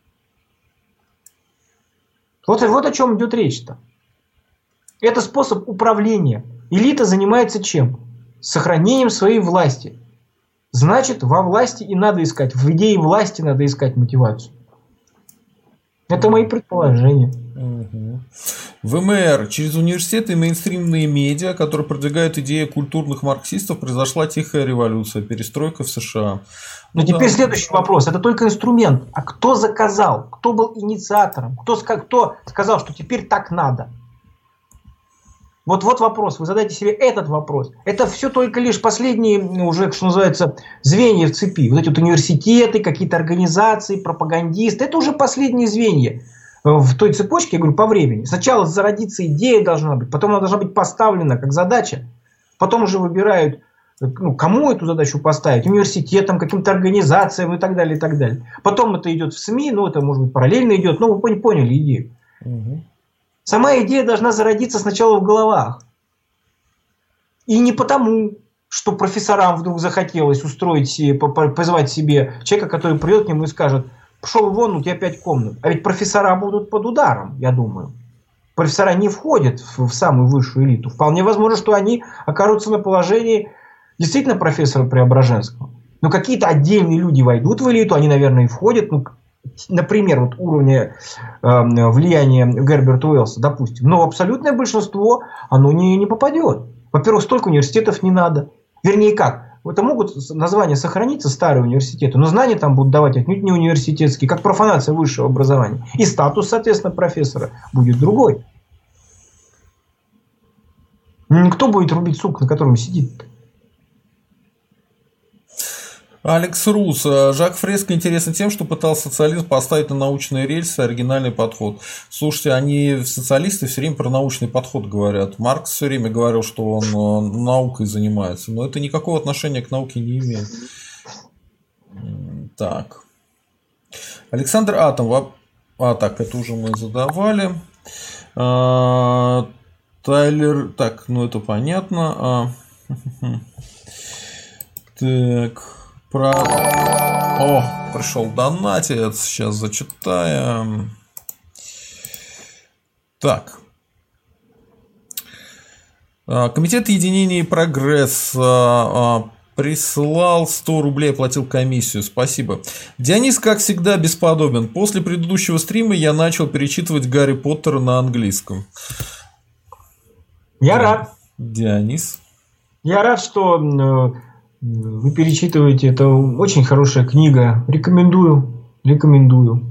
Вот, вот о чем идет речь-то. Это способ управления. Элита занимается чем? Сохранением своей власти. Значит, во власти и надо искать, в идее власти надо искать мотивацию. Это мои предположения. Угу. ВМР. Через университеты и мейнстримные медиа, которые продвигают идеи культурных марксистов, произошла тихая революция, перестройка в США. Но ну, теперь да. Следующий вопрос. Это только инструмент. А кто заказал? Кто был инициатором? Кто, кто сказал, что теперь так надо? Вот, вот вопрос. Вы задайте себе этот вопрос. Это все только лишь последние, уже, что называется, звенья в цепи. Вот эти вот университеты, какие-то организации, пропагандисты. Это уже последние звенья в той цепочке, я говорю, по времени. Сначала зародиться идея должна быть, потом она должна быть поставлена как задача. Потом уже выбирают, ну, кому эту задачу поставить. Университетам, каким-то организациям и так далее, и так далее. Потом это идет в СМИ, ну, это, может быть, параллельно идет. Ну, вы поняли идею. Угу. Сама идея должна зародиться сначала в головах. И не потому, что профессорам вдруг захотелось устроить себе, позвать себе человека, который придет к нему и скажет: пошел вон, у тебя пять комнат. А ведь профессора будут под ударом, я думаю. Профессора не входят в самую высшую элиту. Вполне возможно, что они окажутся на положении действительно профессора Преображенского. Но какие-то отдельные люди войдут в элиту, они, наверное, и входят. Ну, например, вот уровня э, влияния Герберта Уэллса, допустим. Но абсолютное большинство, оно не, не попадет. Во-первых, столько университетов не надо. Вернее, как? Это могут названия сохраниться, старые университеты, но знания там будут давать отнюдь не университетские, как профанация высшего образования. И статус, соответственно, профессора будет другой. Кто будет рубить сук, на котором сидит? Алекс Рус. Жак Фреско интересен тем, что пытался социализм поставить на научные рельсы, оригинальный подход. Слушайте, они социалисты все время про научный подход говорят. Маркс все время говорил, что он наукой занимается, но это никакого отношения к науке не имеет. Так. Александр Атом. А, так, это уже мы задавали. А, Тайлер. Так, ну это понятно. А, так. Про... О, пришел донатец. Сейчас зачитаем. Так. Комитет единения и прогресс прислал сто рублей, оплатил комиссию. Спасибо. Дионис, как всегда, бесподобен. После предыдущего стрима я начал перечитывать Гарри Поттера на английском. Я рад. Дионис. Я рад, что вы перечитываете. Это очень хорошая книга. Рекомендую. Рекомендую.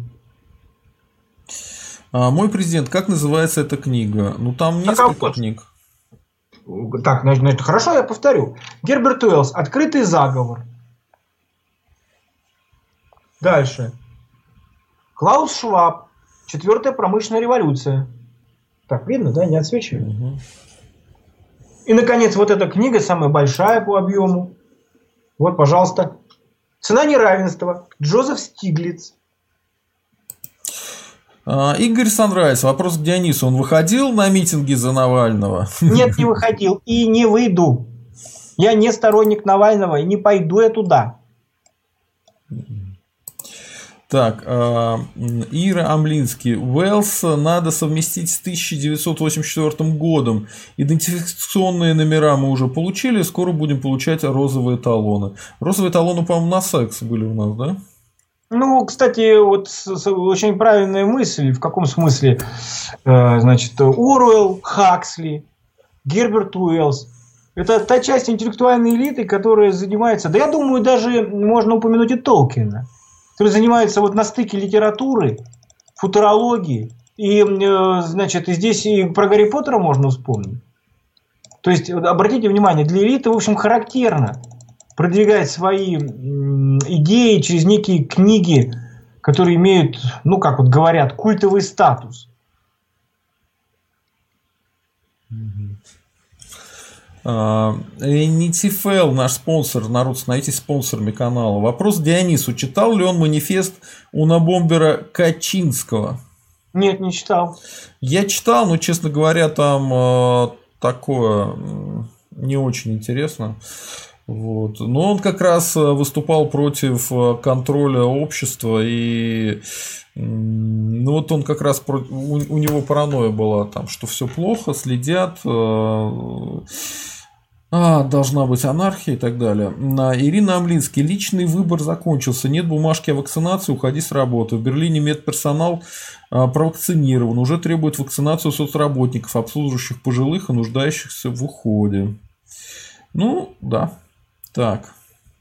А, мой президент, как называется эта книга? Ну, там несколько так, книг. Так, значит, хорошо, я повторю. Герберт Уэллс. Открытый заговор. Дальше. Клаус Шваб. Четвертая промышленная революция. Так, видно, да? Не отсвечиваю. Угу. И, наконец, вот эта книга, самая большая по объему. Вот, пожалуйста. «Цена неравенства». Джозеф Стиглиц. А, Игорь Санрайс. Вопрос к Дионису. Он выходил на митинги за Навального? Нет, не выходил. И не выйду. Я не сторонник Навального. И не пойду я туда. Так, Ира Амлинский. Уэллс надо совместить с тысяча девятьсот восемьдесят четвёртым годом. Идентификационные номера мы уже получили. Скоро будем получать розовые талоны. Розовые талоны, по-моему, на секс были у нас, да? Ну, кстати, вот очень правильная мысль. В каком смысле? Значит, Оруэлл, Хаксли, Герберт Уэллс. Это та часть интеллектуальной элиты, которая занимается... Да я думаю, даже можно упомянуть и Толкина. Который занимается вот на стыке литературы, футурологии. И, значит, и здесь и про Гарри Поттера можно вспомнить. То есть, обратите внимание, для элиты, в общем, характерно продвигать свои идеи через некие книги, которые имеют, ну, как вот говорят, культовый статус. Нитифел, наш спонсор, народ, становитесь спонсорами канала. Вопрос Дионису. Читал ли он манифест унабомбера Качинского? Нет, не читал. Я читал, но, честно говоря, там э, такое э, не очень интересно. Вот. Но он как раз выступал против контроля общества, и ну, вот он как раз у, у него паранойя была, там, что все плохо, следят, а, должна быть анархия и так далее. Ирина Амлинский. Личный выбор закончился. Нет бумажки о вакцинации, уходи с работы. В Берлине медперсонал провакцинирован. Уже требует вакцинацию соцработников, обслуживающих пожилых и нуждающихся в уходе. Ну, да. Так.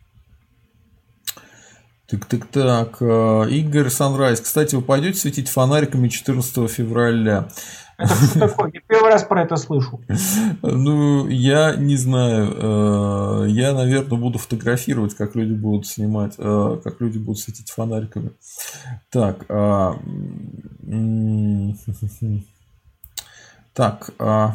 Так-так-так. Игорь Санрайс. Кстати, вы пойдете светить фонариками четырнадцатого февраля? Это что такое? Я первый раз про это слышу. Ну, я не знаю. Я, наверное, буду фотографировать, как люди будут снимать, как люди будут светить фонариками. Так. Так.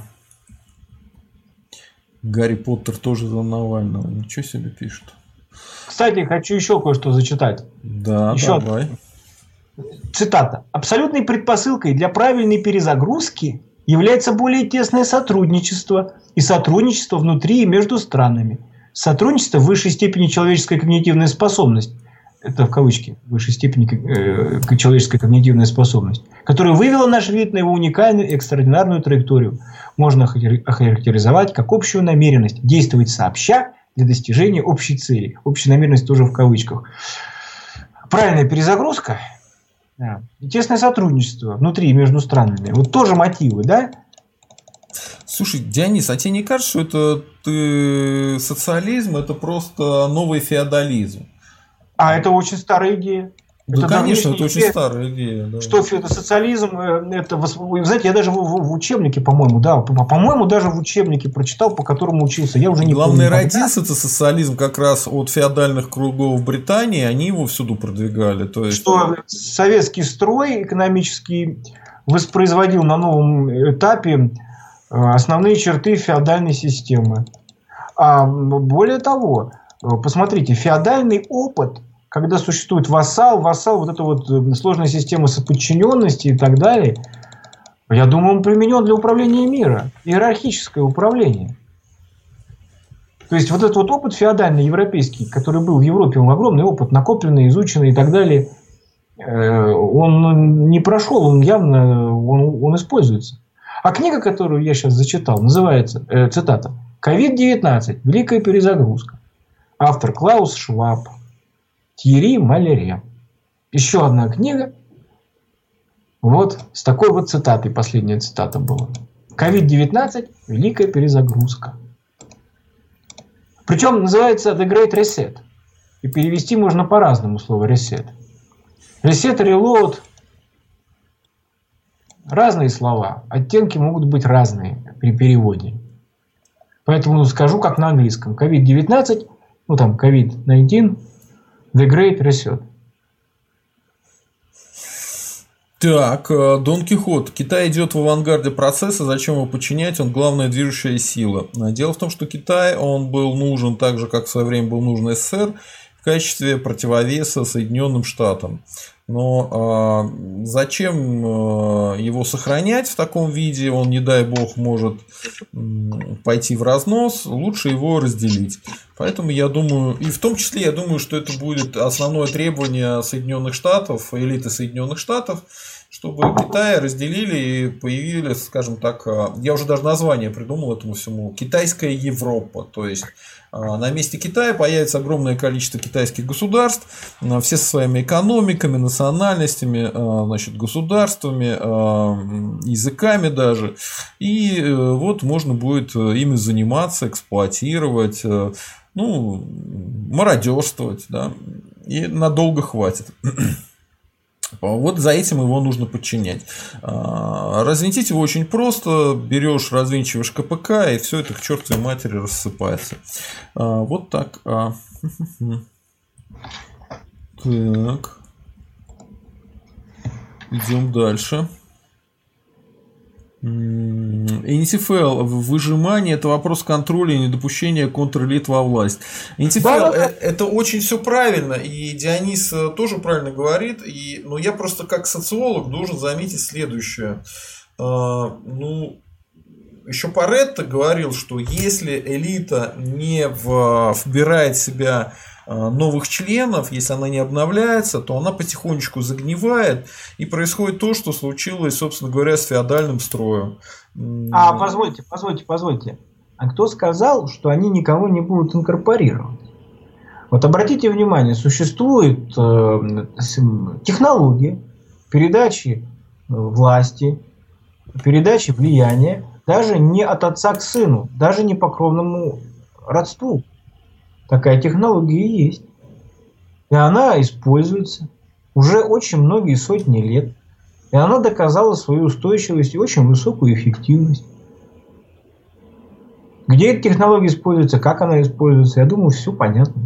Гарри Поттер тоже за Навального. Ничего себе пишут. Кстати, хочу еще кое-что зачитать. Да, еще давай. Цитата. «Абсолютной предпосылкой для правильной перезагрузки является более тесное сотрудничество и сотрудничество внутри и между странами. Сотрудничество в высшей степени человеческая когнитивная способность». Это в кавычки. В высшей степени э, человеческая когнитивная способность. Которая вывела наш вид на его уникальную и экстраординарную траекторию. Можно охарактеризовать как общую намеренность действовать сообща для достижения общей цели. Общая намеренность тоже в кавычках. Правильная перезагрузка. Да. И тесное сотрудничество внутри и между странами. Вот тоже мотивы, да? Слушай, Дионис, а тебе не кажется, что это ты, социализм это просто новый феодализм? А это очень старая идея. Да, это конечно, это идея, очень старая идея. Да. Что это социализм, это, вы знаете, я даже в, в, в учебнике, по-моему, да, по-моему, даже в учебнике прочитал, по которому учился. Я уже не Главное, помню. родился это социализм как раз от феодальных кругов Британии, они его всюду продвигали. То есть... Что советский строй экономический воспроизводил на новом этапе основные черты феодальной системы. А более того, посмотрите, феодальный опыт, когда существует вассал, вассал, вот эта вот сложная система соподчиненности и так далее, я думаю, он применен для управления мира. Иерархическое управление. То есть, вот этот вот опыт феодальный, европейский, который был в Европе, он огромный опыт, накопленный, изученный и так далее, он не прошел, он явно он, он используется. А книга, которую я сейчас зачитал, называется, э, цитата, «ковид девятнадцать. Великая перезагрузка». Автор Клаус Шваб. Тьерри Малере. Еще одна книга. Вот с такой вот цитатой, последняя цитата была. ковид девятнадцать – великая перезагрузка. Причем называется The Great Reset. И перевести можно по-разному слово reset. Reset и reload – разные слова. Оттенки могут быть разные при переводе. Поэтому скажу как на английском. ковид девятнадцать, ну там ковид девятнадцать, The Great Reset. Так, Дон Кихот. Китай идет в авангарде процесса, зачем его подчинять, он главная движущая сила. Дело в том, что Китай, он был нужен так же, как в свое время был нужен СССР, в качестве противовеса Соединенным Штатам. Но э, зачем э, его сохранять в таком виде, он, не дай бог, может э, пойти в разнос, лучше его разделить. Поэтому я думаю, и в том числе я думаю, что это будет основное требование Соединенных Штатов, элиты Соединенных Штатов, чтобы Китай разделили и появились, скажем так, я уже даже название придумал этому всему, китайская Европа. То есть на месте Китая появится огромное количество китайских государств, все со своими экономиками, национальностями, значит, государствами, языками даже. И вот можно будет ими заниматься, эксплуатировать, ну, мародерствовать, да, и надолго хватит. Вот за этим его нужно подчинять. Развинтить его очень просто. Берешь, развинчиваешь КПК, и все это к чертовой матери рассыпается. Вот так. Так. Идем дальше. эн эс эф эл, выжимание – это вопрос контроля и недопущения контрэлит во власть. эн эс эф эл да, – это очень все правильно, и Дионис тоже правильно говорит, и, но я просто как социолог должен заметить следующее. Ну, еще Паретто говорил, что если элита не вбирает в себя новых членов, если она не обновляется, то она потихонечку загнивает, и происходит то, что случилось, собственно говоря, с феодальным строем. А позвольте, позвольте, позвольте. А кто сказал, что они никого не будут инкорпорировать? Вот обратите внимание, существует э, технология передачи власти, передачи влияния, даже не от отца к сыну, даже не по кровному родству. Такая технология есть. И она используется уже очень многие сотни лет. И она доказала свою устойчивость и очень высокую эффективность. Где эта технология используется, как она используется, я думаю, все понятно.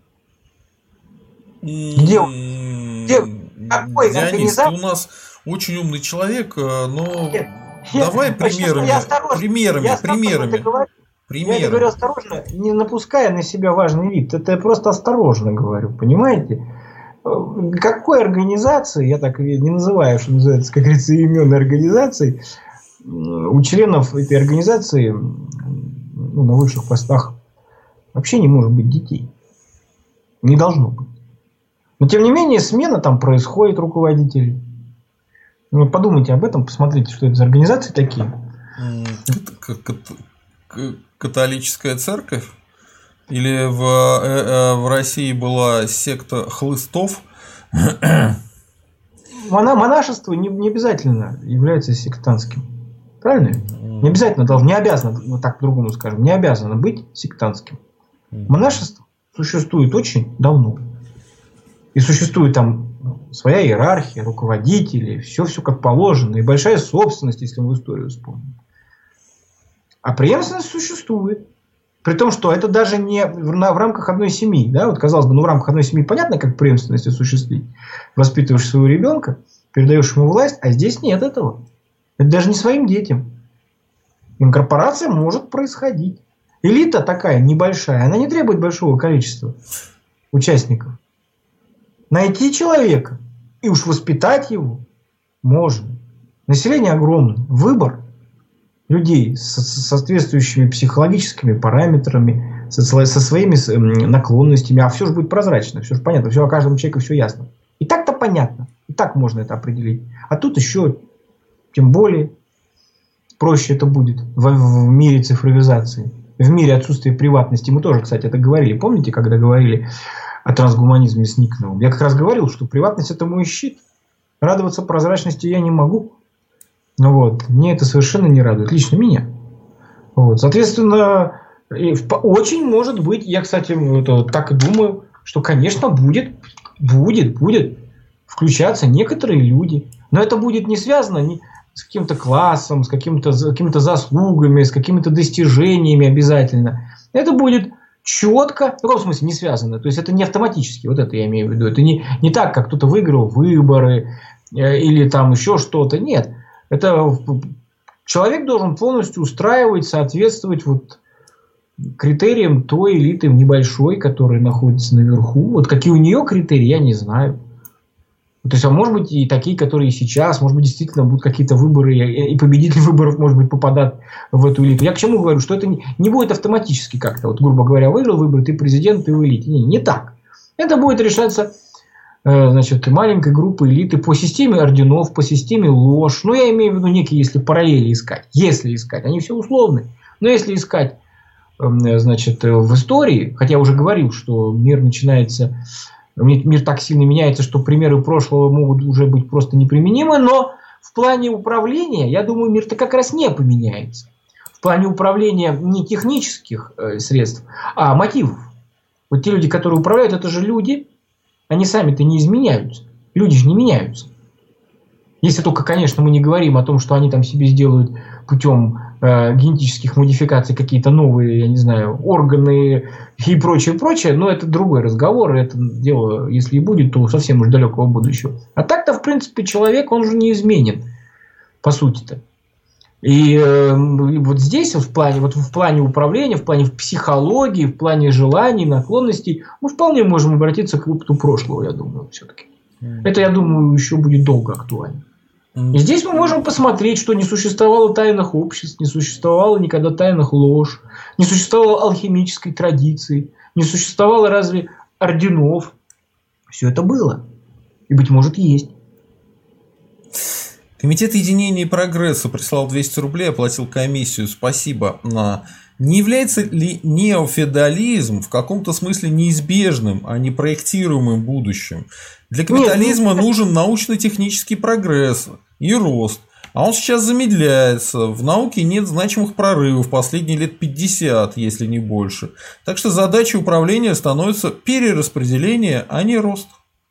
Где, где какой Дионис, ты у нас очень умный человек, но Нет, давай я, примерами, я примерами, я примерами. Примеры. Я говорю осторожно, не напуская на себя важный вид. Это я просто осторожно говорю, понимаете? Какой организации, я так не называю, что называется, как говорится, имен организаций, у членов этой организации, ну, на высших постах вообще не может быть детей. Не должно быть. Но тем не менее смена там происходит руководителей. Ну, подумайте об этом, посмотрите, что это за организации такие. Католическая церковь? Или в, э, в России была секта хлыстов? Монашество не, не обязательно является сектантским. Правильно? Не обязательно должно, не обязано, вот так по-другому скажем, не обязано быть сектантским. Монашество существует очень давно. И существует там своя иерархия, руководители, все-все как положено. И большая собственность, если мы историю вспомним. А преемственность существует. При том, что это даже не в, на, в рамках одной семьи. Да? Вот, казалось бы, ну в рамках одной семьи понятно, как преемственность осуществить. Воспитываешь своего ребенка, передаешь ему власть, а здесь нет этого. Это даже не своим детям. Инкорпорация может происходить. Элита такая небольшая, она не требует большого количества участников. Найти человека и уж воспитать его можно. Население огромное. Выбор людей с соответствующими психологическими параметрами, со, со своими наклонностями, а все же будет прозрачно, все же понятно, все о каждом человеке все ясно. И так-то понятно, и так можно это определить. А тут еще, тем более, проще это будет в, в мире цифровизации. в мире отсутствия приватности. Мы тоже, кстати, это говорили. Помните, когда говорили о трансгуманизме с Никоновым? Я как раз говорил, что приватность – это мой щит. Радоваться прозрачности я не могу. Ну вот. Мне это совершенно не радует. Лично меня. Вот. Соответственно, очень может быть, я, кстати, это, так и думаю, что, конечно, будет, будет, будет включаться некоторые люди. Но это будет не связано ни с каким-то классом, с каким-то, с какими-то заслугами, с какими-то достижениями обязательно. Это будет четко, в каком смысле не связано. То есть это не автоматически, вот это я имею в виду. Это не, не так, как кто-то выиграл выборы э, или там еще что-то. Нет. Это человек должен полностью устраивать, соответствовать вот критериям той элиты небольшой, которая находится наверху. Вот какие у нее критерии, я не знаю. То есть, а может быть, и такие, которые сейчас, может быть, действительно будут какие-то выборы, и победитель выборов, может быть, попадает в эту элиту. Я к чему говорю, что это не, не будет автоматически как-то. Вот, грубо говоря, выиграл выборы, ты президент, ты в элите. Не, не так. Это будет решаться, э, значит, маленькой группой элиты по системе орденов, по системе ложь. Ну, я имею в виду некие, если параллели искать. Если искать. Они все условны. Но если искать, э, значит, в истории, хотя я уже говорил, что мир начинается... Мир так сильно меняется, что примеры прошлого могут уже быть просто неприменимы, но в плане управления, я думаю, мир-то как раз не поменяется. В плане управления не технических э, средств, а мотивов. Вот те люди, которые управляют, это же люди, они сами-то не изменяются. Люди же не меняются. Если только, конечно, мы не говорим о том, что они там себе сделают путем э, генетических модификаций какие-то новые, я не знаю, органы и прочее, прочее, но это другой разговор, это дело, если и будет, то совсем уж далекого будущего. А так-то, в принципе, человек, он же неизменен, по сути-то. И э, вот здесь, вот в, плане, вот в плане управления, в плане психологии, в плане желаний, наклонностей, мы вполне можем обратиться к опыту прошлого, я думаю, все-таки. Mm. Это, я думаю, еще будет долго актуально. И здесь мы можем посмотреть, что не существовало тайных обществ, не существовало никогда тайных лож, не существовало алхимической традиции, не существовало разве орденов. Все это было. И, быть может, есть. Комитет единения и прогресса прислал двести рублей, оплатил комиссию. Спасибо. Не является ли неофеодализм в каком-то смысле неизбежным, а не проектируемым будущим? Для капитализма Нет, нужен научно-технический прогресс и рост. А он сейчас замедляется. В науке нет значимых прорывов последние лет пятьдесят, если не больше. Так что задачей управления становится перераспределение, а не рост.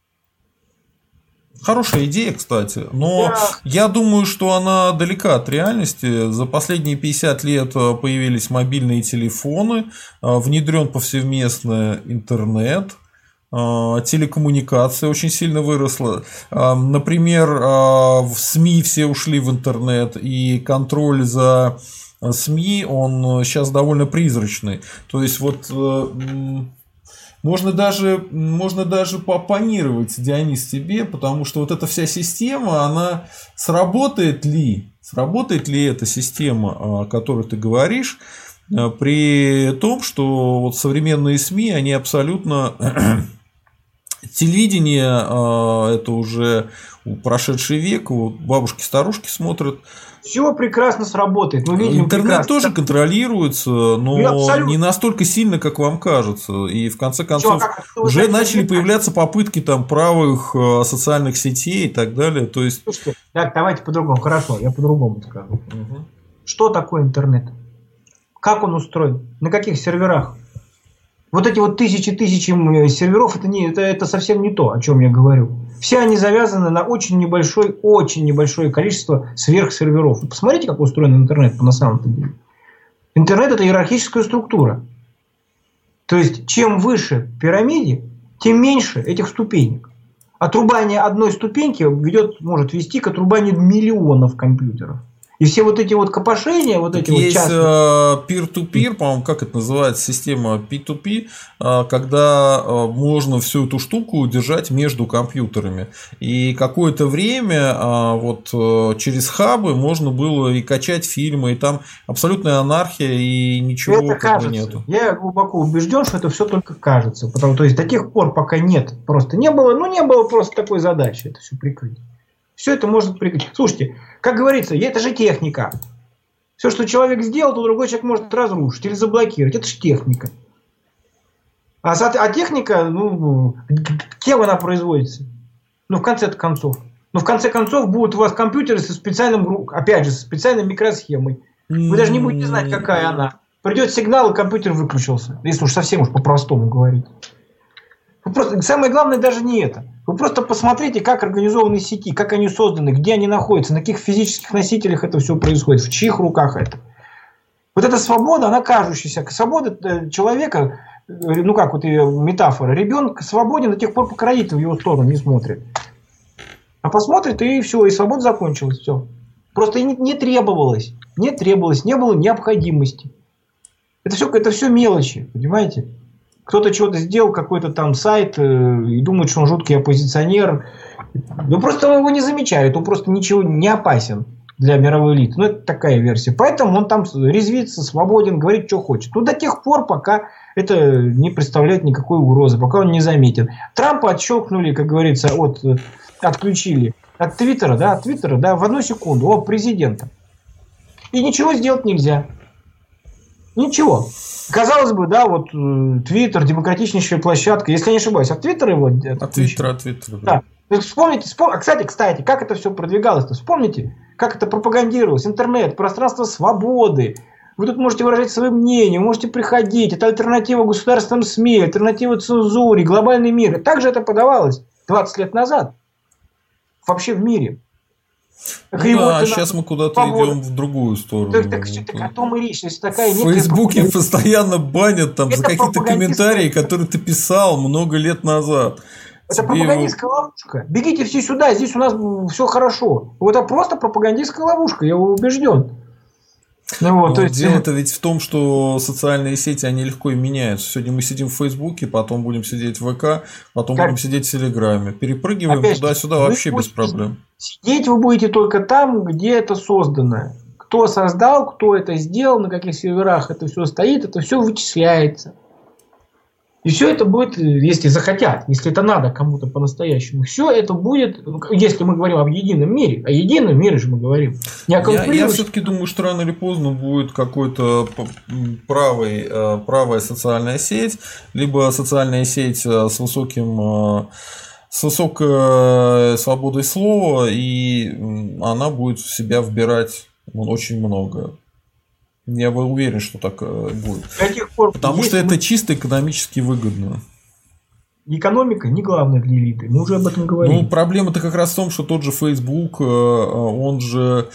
Хорошая идея, кстати, но да. Я думаю, что она далека от реальности. За последние пятьдесят лет появились мобильные телефоны, внедрен повсеместно интернет, телекоммуникация очень сильно выросла. Например, в СМИ все ушли в интернет, и контроль за СМИ, он сейчас довольно призрачный. То есть, вот... Можно даже, можно даже пооппонировать, Дионис, тебе, потому что вот эта вся система, она сработает ли, сработает ли эта система, о которой ты говоришь, при том, что вот современные СМИ, они абсолютно... Телевидение – это уже прошедший век, вот бабушки-старушки смотрят. Все прекрасно сработает. Мы видим Интернет прекрасно. тоже контролируется, но не настолько сильно, как вам кажется. И в конце концов Чё, уже начали появляться попытки там правых социальных сетей и так далее. То есть... Слушайте, так, давайте по-другому. Хорошо, я по-другому скажу. Угу. Что такое интернет? Как он устроен? На каких серверах? Вот эти вот тысячи-тысячи серверов, это, не, это, это совсем не то, о чем я говорю. Все они завязаны на очень небольшое, очень небольшое количество сверхсерверов. Вы посмотрите, как устроен интернет на самом деле. Интернет – это иерархическая структура. То есть, чем выше в пирамиде, тем меньше этих ступенек. Отрубание одной ступеньки ведет, может вести к отрубанию миллионов компьютеров. И все вот эти вот копошения, вот эти есть вот частные... peer-to-peer, по-моему, как это называется, система пи ту пи, когда можно всю эту штуку держать между компьютерами. И какое-то время вот через хабы можно было и качать фильмы, и там абсолютная анархия, и ничего это как кажется. бы нету. Я глубоко убежден, что это все только кажется. Потому, то есть до тех пор, пока нет, просто не было, ну не было просто такой задачи это все прикрыть. Все это может прикрыть. Слушайте, как говорится, это же техника. Все, что человек сделал, то другой человек может разрушить или заблокировать. Это же техника. А, а техника, ну, кем она производится? Ну, в конце-то концов. Ну, в конце концов, будут у вас компьютеры со специальным, опять же, со специальной микросхемой. Вы даже не будете знать, какая она. Придет сигнал, и компьютер выключился. Если уж совсем уж по-простому говорить. Вы просто, самое главное даже не это. Вы просто посмотрите, как организованы сети, как они созданы, где они находятся, на каких физических носителях это все происходит, в чьих руках это. Вот эта свобода, она кажущаяся. Свобода человека, ну как вот ее метафора, ребенок свободен до тех пор, пока родитель в его сторону не смотрит. А посмотрит, и все, и свобода закончилась, все. Просто не, не требовалось, не требовалось, не было необходимости. Это все, это все мелочи, понимаете? Кто-то чего-то сделал, какой-то там сайт, э, и думает, что он жуткий оппозиционер. Ну, просто его не замечают, он просто ничего не опасен для мировой элиты. Ну, это такая версия. Поэтому он там резвится, свободен, говорит, что хочет. Ну, до тех пор, пока это не представляет никакой угрозы, пока он не заметен. Трампа отщелкнули, как говорится, от, отключили от Твиттера, да, от Твиттера, да, в одну секунду, от президента. И ничего сделать нельзя. Ничего. Казалось бы, да, вот Твиттер, демократичнейшая площадка, если я не ошибаюсь, от Твиттера его... От Твиттера, от Твиттера. Да. да. Вспомните, вспом... кстати, кстати, как это все продвигалось-то? Вспомните, как это пропагандировалось. Интернет, пространство свободы. Вы тут можете выражать свое мнение, можете приходить. Это альтернатива государственным СМИ, альтернатива цензуре, глобальный мир. И также это подавалось двадцать лет назад. Вообще в мире. Так ну да, а сейчас мы куда-то свобода. Идем в другую сторону. Так, так, так, так о том и речь. Такая в Фейсбуке постоянно банят там за какие-то комментарии, которые ты писал много лет назад. Это Тебе пропагандистская его... ловушка. Бегите все сюда, здесь у нас все хорошо. Вот это просто пропагандистская ловушка, я убежден. Ну, вот, ну, то есть... Дело-то ведь в том, что социальные сети, они легко и меняются. Сегодня мы сидим в Фейсбуке, потом будем сидеть в ВК, потом как? будем сидеть в Телеграме. Перепрыгиваем Опять туда-сюда вообще без проблем. Сидеть вы будете только там, где это создано. Кто создал, кто это сделал, на каких серверах это все стоит, это все вычисляется. И все это будет, если захотят, если это надо кому-то по-настоящему, все это будет, если мы говорим об едином мире, о едином мире же мы говорим. Не о я, я все-таки думаю, что рано или поздно будет какой-то правый, правая социальная сеть, либо социальная сеть с высоким, с высокой свободой слова, и она будет в себя вбирать очень много. Я был уверен, что так будет. Пор, Потому что это мы... чисто экономически выгодно. Экономика не главное для элиты. Мы уже об этом говорили. Ну, проблема-то как раз в том, что тот же Facebook, он же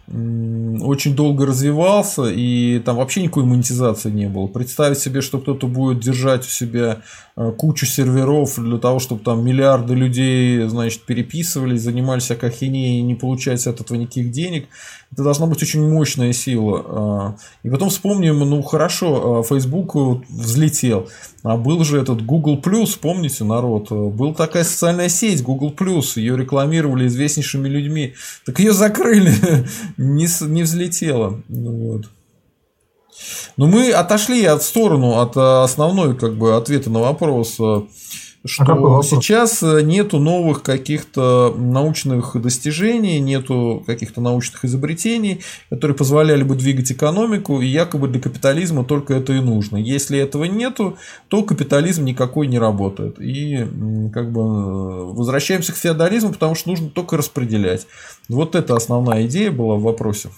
очень долго развивался, и там вообще никакой монетизации не было. Представить себе, что кто-то будет держать у себя кучу серверов для того, чтобы там миллиарды людей, значит, переписывались, занимались всякой ахинеей и не получать с этого никаких денег. Это должна быть очень мощная сила. И потом вспомним, ну хорошо, Facebook взлетел, а был же этот Google+, помните, народ, была такая социальная сеть Google+, ее рекламировали известнейшими людьми, так ее закрыли, не, не взлетела. Вот. Но мы отошли в сторону от основной как бы ответа на вопрос, что а сейчас нету новых каких-то научных достижений, нету каких-то научных изобретений, которые позволяли бы двигать экономику, и якобы для капитализма только это и нужно. Если этого нету, то капитализм никакой не работает. И как бы возвращаемся к феодализму, потому что нужно только распределять. Вот это основная идея была в вопросе.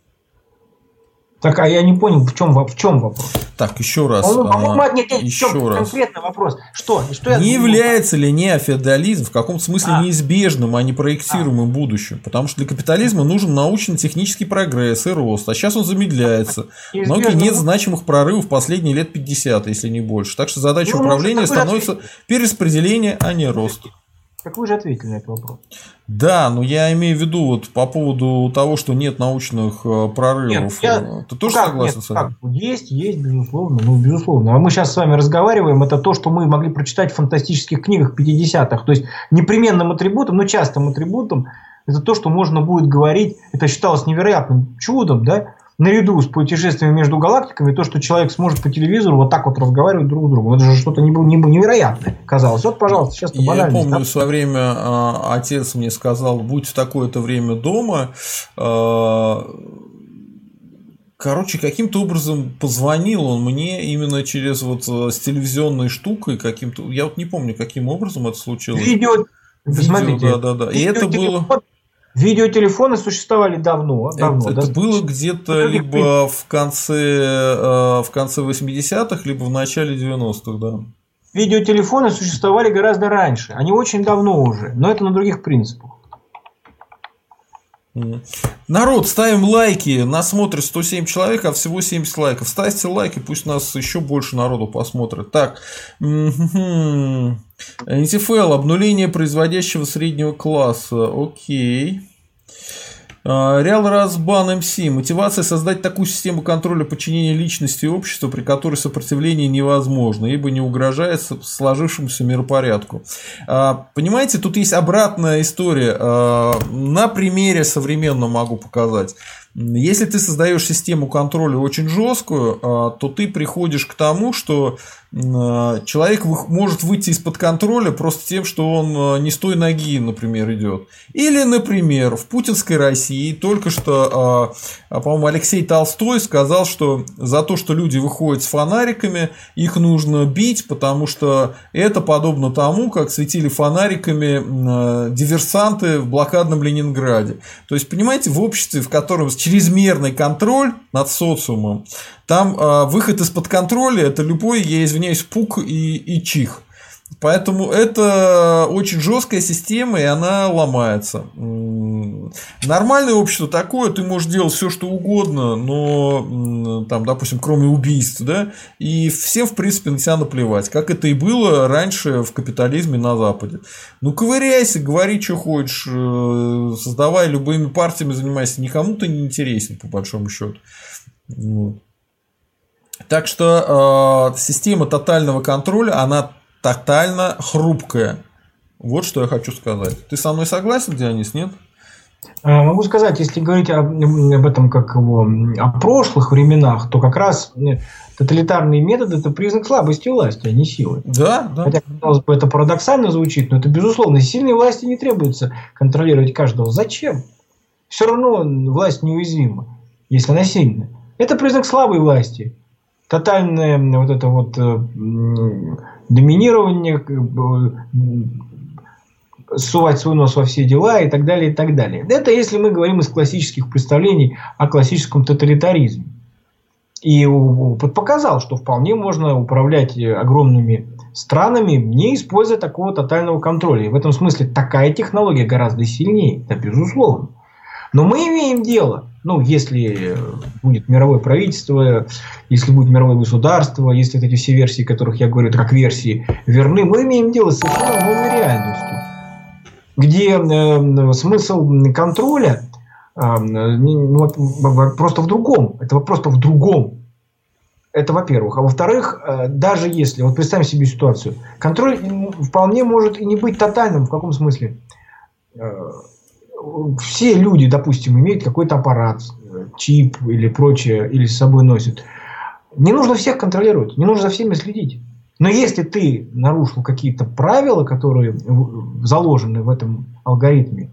Так, а я не понял, в чем, в чем вопрос? Так, еще раз. Ну, а, нет, нет, еще чем, раз. Конкретный вопрос. Что? что не я... является ли неофеодализм в каком-то смысле а. неизбежным, а не проектируемым а. будущим? Потому что для капитализма нужен научно-технический прогресс и рост. А сейчас он замедляется. В науке нет значимых прорывов последние лет пятьдесят, если не больше. Так что задача ну, управления становится ответить. перераспределение, а не рост. Как вы же ответили на этот вопрос? Да, но я имею в виду вот по поводу того, что нет научных прорывов. Нет, я... Ты тоже как, согласен нет, с этим? Как? Есть, есть, безусловно. Ну, безусловно. А мы сейчас с вами разговариваем, это то, что мы могли прочитать в фантастических книгах пятидесятых. То есть непременным атрибутом, но частым атрибутом, это то, что можно будет говорить, это считалось невероятным чудом, да? Наряду с путешествиями между галактиками, то, что человек сможет по телевизору вот так вот разговаривать друг с другом. Это же что-то невероятное казалось. Вот, пожалуйста, сейчас Я банально. Я помню, в свое время а, отец мне сказал, будь в такое-то время дома, а, короче, каким-то образом позвонил он мне именно через вот с телевизионной штукой каким-то. Я вот не помню, каким образом это случилось. Видео, Видео, смотрите, да, да, да. И это было. Видеотелефоны существовали давно. давно это, это было где-то либо в конце, в конце восьмидесятых, либо в начале девяностых, да. Видеотелефоны существовали гораздо раньше. Они очень давно уже, но это на других принципах. Народ, ставим лайки. Нас смотрит сто семь человек, а всего семьдесят лайков. Ставьте лайки, пусть нас еще больше народу посмотрит. Так. эн ти эф эл. Обнуление производящего среднего класса. Окей. Реал Разбан эм си. Мотивация создать такую систему контроля подчинения личности и общества, при которой сопротивление невозможно, ибо не угрожает сложившемуся миропорядку. Понимаете, тут есть обратная история. На примере современном могу показать. Если ты создаешь систему контроля очень жесткую, то ты приходишь к тому, что человек может выйти из-под контроля просто тем, что он не с той ноги, например, идет. Или, например, в путинской России только что, по-моему, Алексей Толстой сказал, что за то, что люди выходят с фонариками, их нужно бить, потому что это подобно тому, как светили фонариками диверсанты в блокадном Ленинграде. То есть, понимаете, в обществе, в котором чрезмерный контроль над социумом, там э, выход из-под контроля – это любой, я извиняюсь, пук и, и чих. Поэтому это очень жесткая система, и она ломается. Нормальное общество такое, ты можешь делать все, что угодно, но, там, допустим, кроме убийств, да, и всем, в принципе, на тебя наплевать, как это и было раньше в капитализме на Западе. Ну, ковыряйся, говори, что хочешь, создавай любыми партиями, занимайся, никому ты не интересен, по большому счету. Так что э, система тотального контроля, она тотально хрупкая. Вот что я хочу сказать. Ты со мной согласен, Дионис, нет? Могу сказать, если говорить об, об этом как его, о прошлых временах, то как раз тоталитарные методы – это признак слабости власти, а не силы. Да, да. Хотя, казалось бы, это парадоксально звучит, но это безусловно. Сильной власти не требуется контролировать каждого. Зачем? Все равно власть неуязвима, если она сильная. Это признак слабой власти. Тотальное вот это вот э, доминирование, э, сувать свой нос во все дела и так далее, и так далее. Это если мы говорим из классических представлений о классическом тоталитаризме. И опыт показал, что вполне можно управлять огромными странами, не используя такого тотального контроля. И в этом смысле такая технология гораздо сильнее, это безусловно. Но мы имеем дело, ну, если будет мировое правительство, если будет мировое государство, если эти все версии, о которых я говорю, как версии, верны, мы имеем дело с совершенно новой реальностью, где э, смысл контроля э, ну, просто в другом. Это просто в другом. Это во-первых. А во-вторых, э, даже если, вот представим себе ситуацию, контроль вполне может и не быть тотальным. В каком смысле? Э, Все люди, допустим, имеют какой-то аппарат, чип или прочее, или с собой носят. Не нужно всех контролировать, не нужно за всеми следить. Но если ты нарушил какие-то правила, которые заложены в этом алгоритме,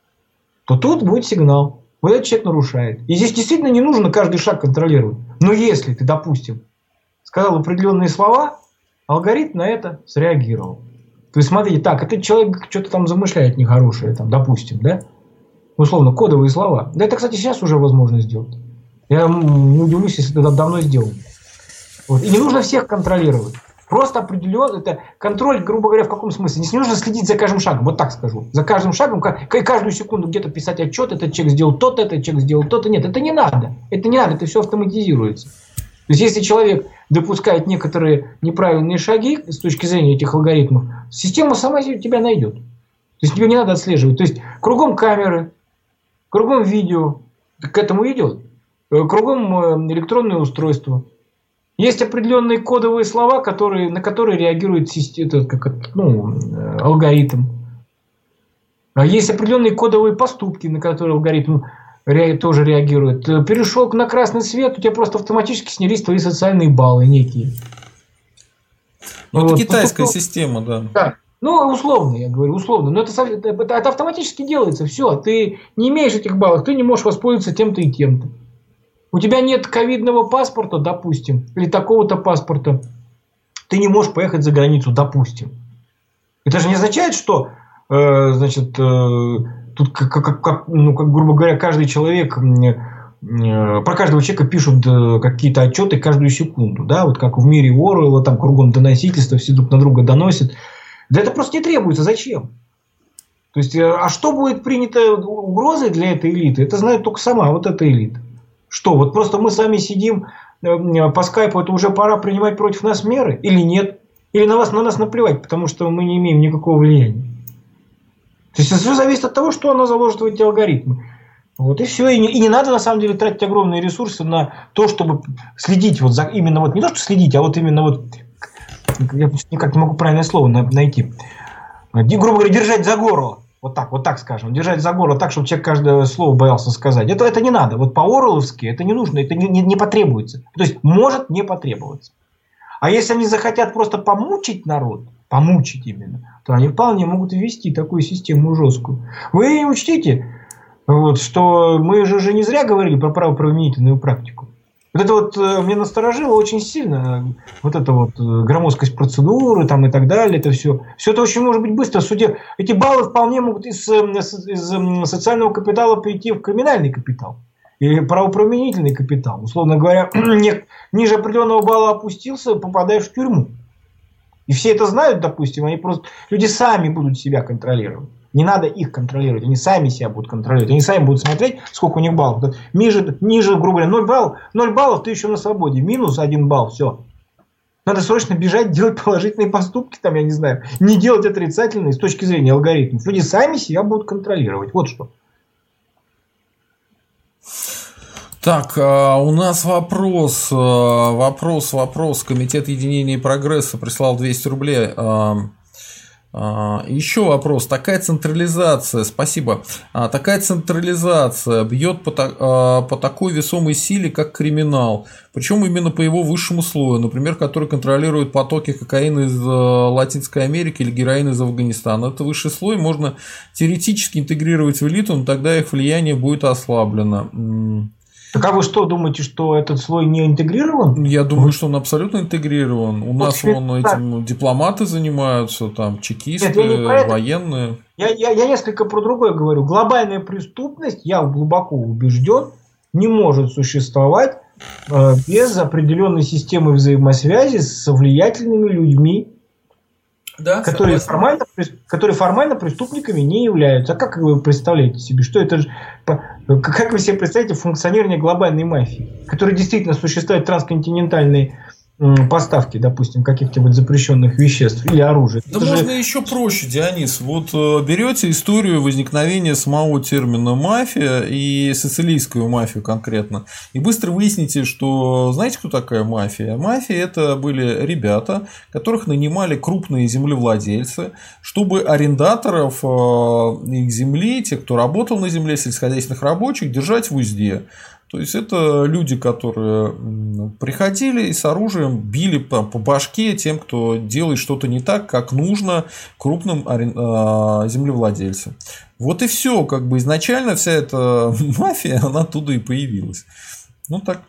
то тут будет сигнал. Вот этот человек нарушает. И здесь действительно не нужно каждый шаг контролировать. Но если ты, допустим, сказал определенные слова, алгоритм на это среагировал. То есть, смотрите, так, этот человек что-то там замышляет нехорошее, там, допустим, да? Условно, кодовые слова. Да это, кстати, сейчас уже возможно сделать. Я не удивлюсь, если это давно сделано. Вот. И не нужно всех контролировать. Просто определенно, это контроль, грубо говоря, в каком смысле? Не нужно следить за каждым шагом, вот так скажу. За каждым шагом, каждую секунду где-то писать отчет, этот человек сделал то-то, этот человек сделал то-то. Нет, это не надо. Это не надо, это все автоматизируется. То есть, если человек допускает некоторые неправильные шаги с точки зрения этих алгоритмов, система сама тебя найдет. То есть, тебе не надо отслеживать. То есть, кругом камеры, кругом видео, к этому идет. Кругом электронное устройство. Есть определенные кодовые слова, которые, на которые реагирует система, как, ну, алгоритм. А есть определенные кодовые поступки, на которые алгоритм тоже реагирует. Перешел на красный свет, у тебя просто автоматически снялись твои социальные баллы некие. Ну, вот. Это китайская Поступал... система, да. Да. Ну, условно, я говорю, условно. Но это, это, это автоматически делается. Все, ты не имеешь этих баллов, ты не можешь воспользоваться тем-то и тем-то. У тебя нет ковидного паспорта, допустим, или такого-то паспорта, ты не можешь поехать за границу, допустим. Это же не означает, что, э, значит, э, тут, как, как, как, ну, как, грубо говоря, каждый человек, э, про каждого человека пишут э, какие-то отчеты каждую секунду, да, вот как в мире Оруэлла, там кругом доносительство, все друг на друга доносят. Да это просто не требуется. Зачем? То есть, а что будет принято угрозой для этой элиты, это знает только сама вот эта элита. Что, вот просто мы с вами сидим по скайпу, это уже пора принимать против нас меры? Или нет? Или на вас, на нас наплевать, потому что мы не имеем никакого влияния? То есть, все зависит от того, что она заложит в эти алгоритмы. Вот и все. И не, и не надо, на самом деле, тратить огромные ресурсы на то, чтобы следить вот за... Именно вот не то, что следить, а вот именно вот... Я никак не могу правильное слово найти. Грубо говоря, держать за горло. Вот так, вот так скажем. Держать за горло так, чтобы человек каждое слово боялся сказать. Это, это не надо. Вот по-оруэлловски это не нужно, это не, не, не потребуется. То есть, может не потребоваться. А если они захотят просто помучить народ, помучить именно, то они вполне могут ввести такую систему жесткую. Вы учтите, вот, что мы же, же не зря говорили про правоприменительную практику. Вот это вот э, меня насторожило очень сильно. Вот это вот э, громоздкость процедуры там, и так далее. Это все. Все это очень может быть быстро. Судя, эти баллы вполне могут из, из, из социального капитала перейти в криминальный капитал. Или правоприменительный капитал. Условно говоря, не, ниже определенного балла опустился, попадаешь в тюрьму. И все это знают, допустим. Они просто, люди сами будут себя контролировать. Не надо их контролировать, они сами себя будут контролировать. Они сами будут смотреть, сколько у них баллов. Ниже, ниже грубо говоря, ноль баллов, ноль баллов, ты еще на свободе. Минус один балл, все. Надо срочно бежать, делать положительные поступки, там, я не знаю. Не делать отрицательные с точки зрения алгоритмов. Люди сами себя будут контролировать. Вот что. Так, у нас вопрос, вопрос, вопрос. Комитет единения и прогресса прислал двести рублей. Еще вопрос. Такая централизация, спасибо, такая централизация бьет по, по такой весомой силе, как криминал, причем именно по его высшему слою, например, который контролирует потоки кокаина из Латинской Америки или героина из Афганистана. Это высший слой можно теоретически интегрировать в элиту, но тогда их влияние будет ослаблено. Так а вы что, думаете, что этот слой не интегрирован? Я думаю, что он абсолютно интегрирован. У вот нас вон этим дипломаты занимаются, там, чекисты, Нет, военные. Я, я, я несколько про другое говорю. Глобальная преступность, я глубоко убежден, не может существовать э, без определенной системы взаимосвязи с влиятельными людьми, да, которые, формально, которые формально преступниками не являются. А как вы представляете себе, что это же... Как вы себе представляете функционирование глобальной мафии, которая действительно существует трансконтинентальные поставки, допустим, каких-то вот запрещенных веществ или оружия? Да это можно же... еще проще, Дионис. Вот берете историю возникновения самого термина мафия и сицилийскую мафию конкретно, и быстро выясните, что знаете, кто такая мафия? Мафия — это были ребята, которых нанимали крупные землевладельцы, чтобы арендаторов их земли, тех, кто работал на земле, сельскохозяйственных рабочих, держать в узде. То есть это люди, которые приходили и с оружием били по башке тем, кто делает что-то не так, как нужно крупным землевладельцам. Вот и все. Как бы изначально вся эта мафия, она оттуда и появилась. Ну так.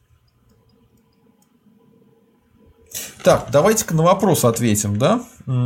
Так, давайте-ка на вопрос ответим, да?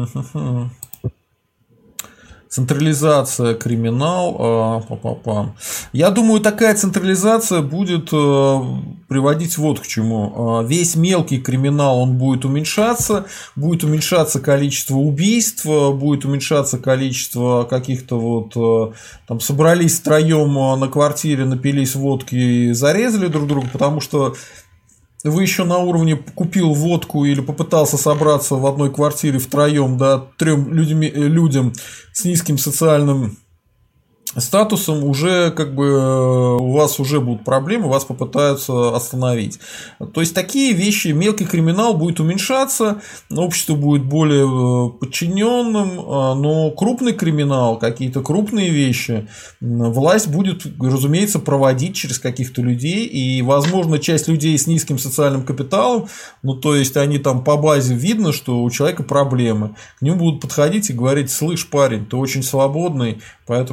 Централизация, криминал. Па-па-па. Я думаю, такая централизация будет приводить вот к чему. Весь мелкий криминал, он будет уменьшаться, будет уменьшаться количество убийств, будет уменьшаться количество каких-то вот там собрались втроем на квартире, напились водки и зарезали друг друга, потому что вы еще на уровне купил водку или попытался собраться в одной квартире втроем, да, трем людьми, людям с низким социальным статусом, уже как бы у вас уже будут проблемы, вас попытаются остановить. То есть такие вещи, мелкий криминал будет уменьшаться, общество будет более подчиненным, но крупный криминал, какие-то крупные вещи власть будет, разумеется, проводить через каких-то людей, и, возможно, часть людей с низким социальным капиталом, ну, то есть они там по базе видно, что у человека проблемы, к нему будут подходить и говорить: слышь, парень, ты очень свободный, поэтому я дам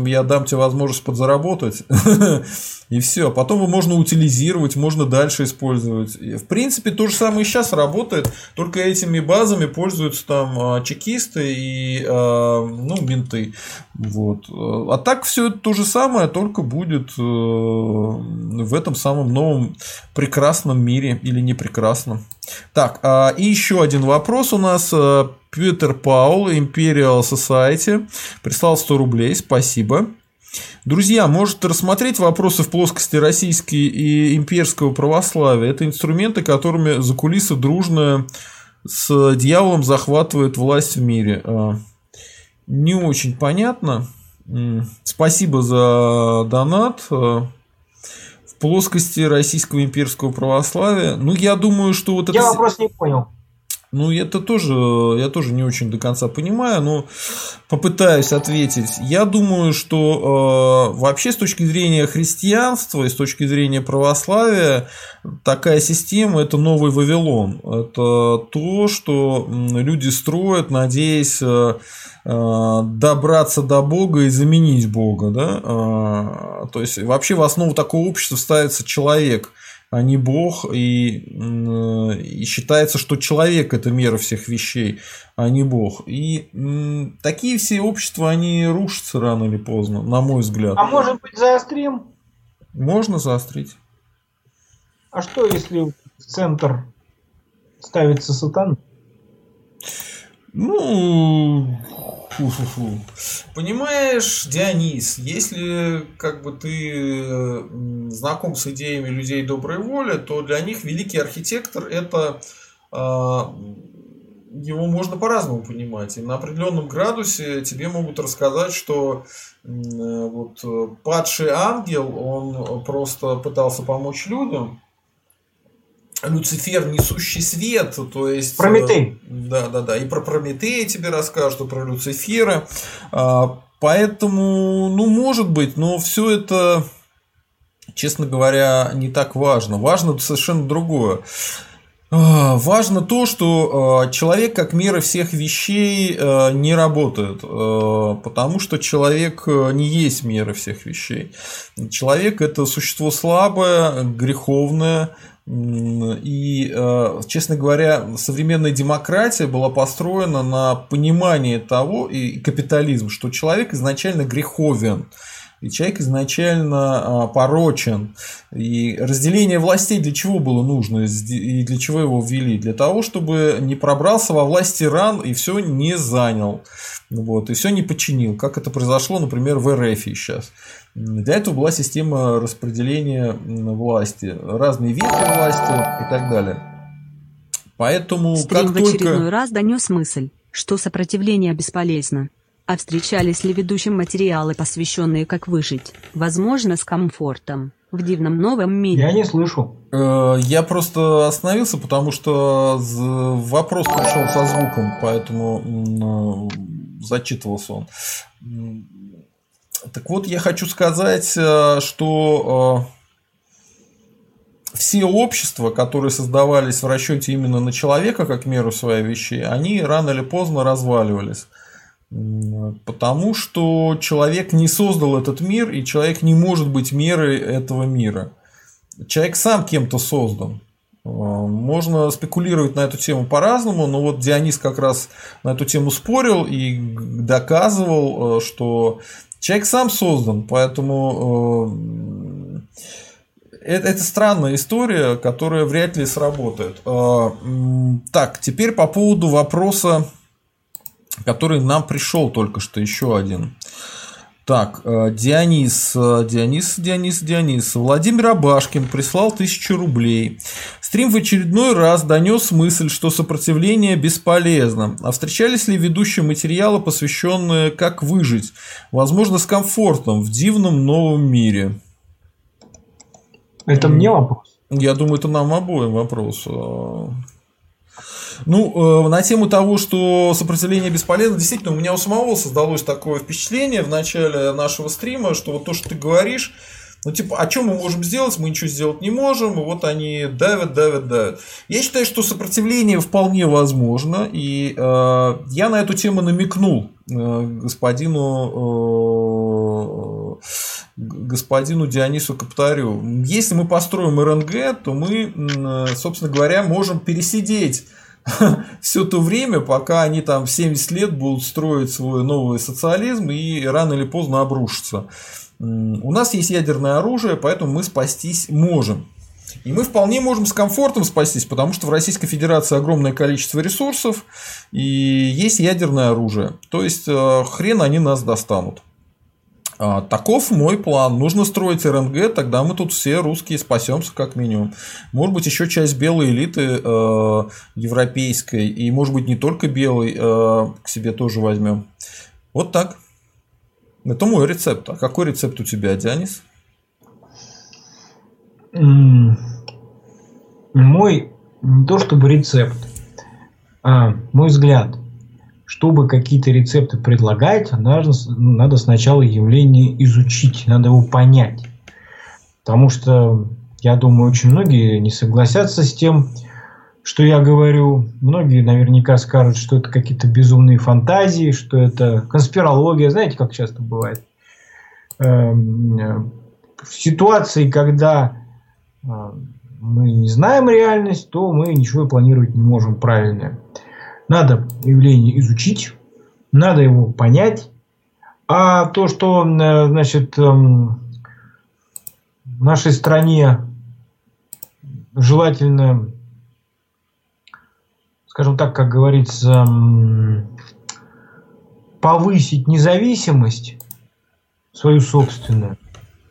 тебе возможность подзаработать, и все. Потом его можно утилизировать, можно дальше использовать. В принципе, то же самое и сейчас работает, только этими базами пользуются там чекисты и ну, менты. Вот. А так все это то же самое, только будет в этом самом новом прекрасном мире или не прекрасном. Так, и еще один вопрос у нас. Питер Паул, Imperial Society, прислал сто рублей, спасибо. Друзья, можете рассмотреть вопросы в плоскости российского и имперского православия. Это инструменты, которыми за кулисы дружно с дьяволом захватывает власть в мире. Не очень понятно. Спасибо за донат. В плоскости российского имперского православия. Ну, я думаю, что вот я это... Я вопрос не понял. Ну, это тоже, я тоже не очень до конца понимаю, но попытаюсь ответить. Я думаю, что э, вообще с точки зрения христианства и с точки зрения православия такая система – это новый Вавилон. Это то, что люди строят, надеясь э, добраться до Бога и заменить Бога. Да? Э, то есть, вообще в основу такого общества ставится человек, а не Бог, и, и считается, что человек – это мера всех вещей, а не Бог. И м, такие все общества, они рушатся рано или поздно, на мой взгляд. А может быть, заострим? Можно заострить. А что, если в центр ставится сатана? Ну... Фу-фу-фу. Понимаешь, Дионис, если как бы ты знаком с идеями людей доброй воли, то для них великий архитектор – это его можно по-разному понимать. И на определенном градусе тебе могут рассказать, что вот падший ангел, он просто пытался помочь людям. Люцифер, несущий свет, то есть... Прометей. Да, да, да. И про Прометея тебе расскажут, и про Люцифера. Поэтому, ну, может быть, но все это, честно говоря, не так важно. Важно совершенно другое. Важно то, что человек как мера всех вещей не работает, потому что человек не есть мера всех вещей. Человек – это существо слабое, греховное. И, честно говоря, современная демократия была построена на понимании того, и капитализм, что человек изначально греховен, и человек изначально порочен. И разделение властей для чего было нужно и для чего его ввели? Для того, чтобы не пробрался во власть тиран и все не занял, вот, и все не подчинил, как это произошло, например, в эр эф сейчас. Для этого была система распределения власти, разные ветви власти и так далее. Поэтому Стрим как в очередной только... раз донес мысль, что сопротивление бесполезно. А встречались ли ведущим материалы, посвященные «Как выжить», возможно, с комфортом, в дивном новом мире? Я не слышу. Я просто остановился, потому что вопрос пришел со звуком, поэтому зачитывался он. Так вот, я хочу сказать, что все общества, которые создавались в расчете именно на человека как меру своих вещей, они рано или поздно разваливались. Потому что человек не создал этот мир, и человек не может быть мерой этого мира. Человек сам кем-то создан. Можно спекулировать на эту тему по-разному, но вот Дионис как раз на эту тему спорил и доказывал, что человек сам создан, поэтому это, это странная история, которая вряд ли сработает. Так, теперь по поводу вопроса, который нам пришел только что, еще один. Так, Дионис, Дионис, Дионис, Дионис. Владимир Абашкин прислал тысячу рублей. Стрим в очередной раз донес мысль, что сопротивление бесполезно. А встречались ли ведущие материалы, посвященные «Как выжить», возможно, с комфортом в дивном новом мире? Это мне вопрос? Я думаю, это нам обоим вопрос. Ну, на тему того, что сопротивление бесполезно, действительно, у меня у самого создалось такое впечатление в начале нашего стрима, что вот то, что ты говоришь, ну, типа, а что мы можем сделать? Мы ничего сделать не можем, и вот они давят, давят, давят. Я считаю, что сопротивление вполне возможно, и э, я на эту тему намекнул э, господину э, господину Дионису Каптарю. Если мы построим РНГ, то мы, собственно говоря, можем пересидеть все то время, пока они там в семьдесят лет будут строить свой новый социализм и рано или поздно обрушатся. У нас есть ядерное оружие, поэтому мы спастись можем. И мы вполне можем с комфортом спастись, потому что в Российской Федерации огромное количество ресурсов и есть ядерное оружие. То есть хрен они нас достанут. Таков мой план. Нужно строить РНГ, тогда мы тут все русские спасемся как минимум. Может быть, еще часть белой элиты э, европейской, и может быть не только белой, э, к себе тоже возьмем. Вот так. Это мой рецепт. А какой рецепт у тебя, Дионис? Мой не то чтобы рецепт, а мой взгляд. Чтобы какие-то рецепты предлагать, надо, надо сначала явление изучить, надо его понять. Потому что, я думаю, очень многие не согласятся с тем, что я говорю. Многие наверняка скажут, что это какие-то безумные фантазии, что это конспирология. Знаете, как часто бывает? В ситуации, когда мы не знаем реальность, то мы ничего планировать не можем правильно. Надо явление изучить, надо его понять. А то, что, значит, в нашей стране желательно, скажем так, как говорится, повысить независимость свою собственную,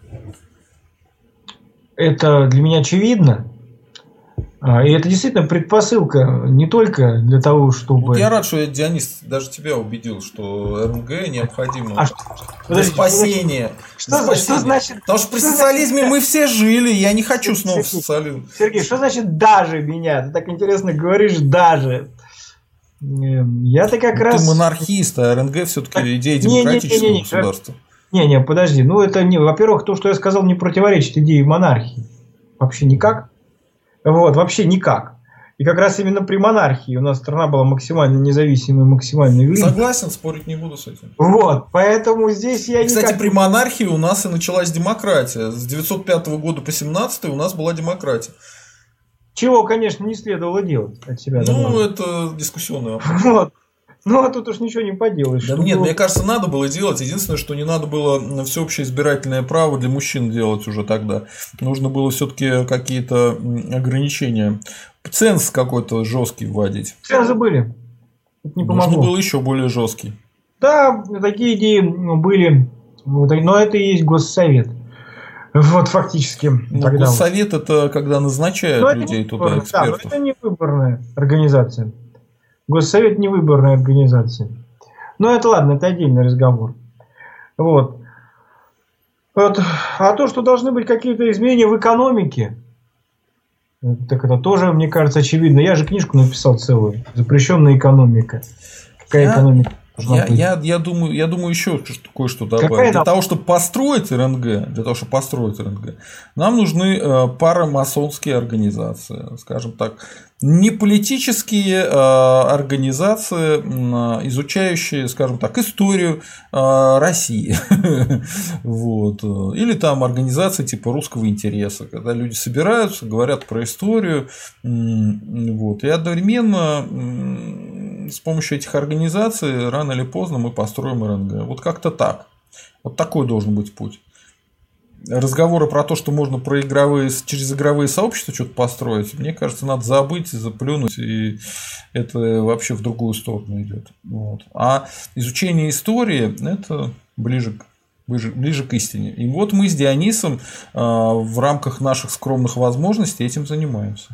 это для меня очевидно. И это действительно предпосылка не только для того, чтобы... Вот я рад, что Дионис даже тебя убедил, что РНГ необходимо а для спасения. Что, что, что значит... Потому что при социализме значит... мы все жили, я не хочу снова в социализм. Сергей, что значит даже меня? Ты так интересно говоришь «даже». Я-то как ну, раз... Ты монархист, а РНГ все-таки идея демократического не, не, не, не, государства. Не-не, подожди. Ну, это не... Во-первых, то, что я сказал, не противоречит идее монархии. Вообще никак. Вот, вообще никак. И как раз именно при монархии у нас страна была максимально независимой, максимально великой. Согласен, спорить не буду с этим. Вот, поэтому здесь я и, кстати, никак... при монархии у нас и началась демократия. С девятьсот пятого года по семнадцатый у нас была демократия. Чего, конечно, не следовало делать от себя. Ну, домой. это дискуссионный вопрос. Вот. Ну, а тут уж ничего не поделаешь. Да нет, было... мне кажется, надо было делать. Единственное, что не надо было всеобщее избирательное право для мужчин делать уже тогда. Нужно было все-таки какие-то ограничения. Ценз какой-то жесткий вводить. Цензы были. Это не помогло. Нужно было еще более жесткий. Да, такие идеи были. Но это и есть Госсовет. Вот фактически. Ну, Госсовет это когда назначают но людей туда, экспертов. Да, но это не выборная организация. Госсовет не выборная организация. Но это ладно, это отдельный разговор. Вот. Вот. А то, что должны быть какие-то изменения в экономике, так это тоже, мне кажется, очевидно. Я же книжку написал целую. Запрещенная экономика. Какая я, экономика должна я, быть? Я, я, думаю, я думаю, еще кое-что добавить. Какая для она... того, чтобы построить РНГ, для того, чтобы построить РНГ, нам нужны э, парамасонские организации, скажем так. Не политические э, организации, э, изучающие, скажем так, историю э, России. Вот. Или там организации типа русского интереса, когда люди собираются, говорят про историю. Вот. И одновременно с помощью этих организаций рано или поздно мы построим РНГ. Вот как-то так. Вот такой должен быть путь. Разговоры про то, что можно про игровые, через игровые сообщества что-то построить, мне кажется, надо забыть, заплюнуть, и это вообще в другую сторону идет. Вот. А изучение истории это ближе к Ближе, ближе к истине. И вот мы с Дионисом э, в рамках наших скромных возможностей этим занимаемся.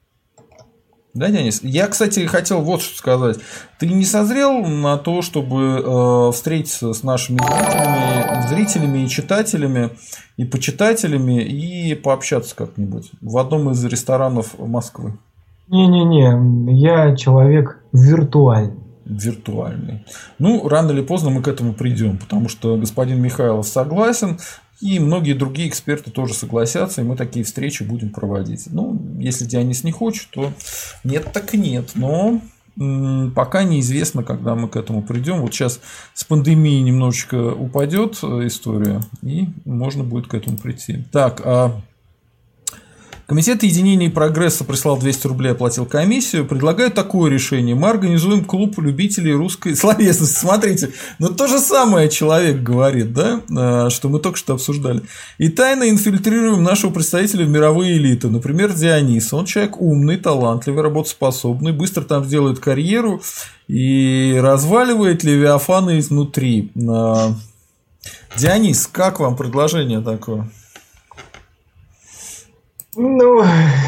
Да, Дионис? Я, кстати, хотел вот что сказать. Ты не созрел на то, чтобы э, встретиться с нашими зрителями, зрителями и читателями, и почитателями, и пообщаться как-нибудь в одном из ресторанов Москвы? Не-не-не, я человек виртуальный. Виртуальный. Ну, рано или поздно мы к этому придем, потому что господин Михайлов согласен, и многие другие эксперты тоже согласятся, и мы такие встречи будем проводить. Ну, если Дионис не хочет, то нет, так нет. Но пока неизвестно, когда мы к этому придем. Вот сейчас с пандемией немножечко упадет история, и можно будет к этому прийти. Так, а Комитет единения и прогресса прислал двести рублей, оплатил комиссию. Предлагаю такое решение. Мы организуем клуб любителей русской словесности. Смотрите, ну то же самое человек говорит, да, что мы только что обсуждали. И тайно инфильтрируем нашего представителя в мировые элиты. Например, Дионис. Он человек умный, талантливый, работоспособный, быстро там делает карьеру и разваливает Левиафана изнутри. Дионис, как вам предложение такое? Ну,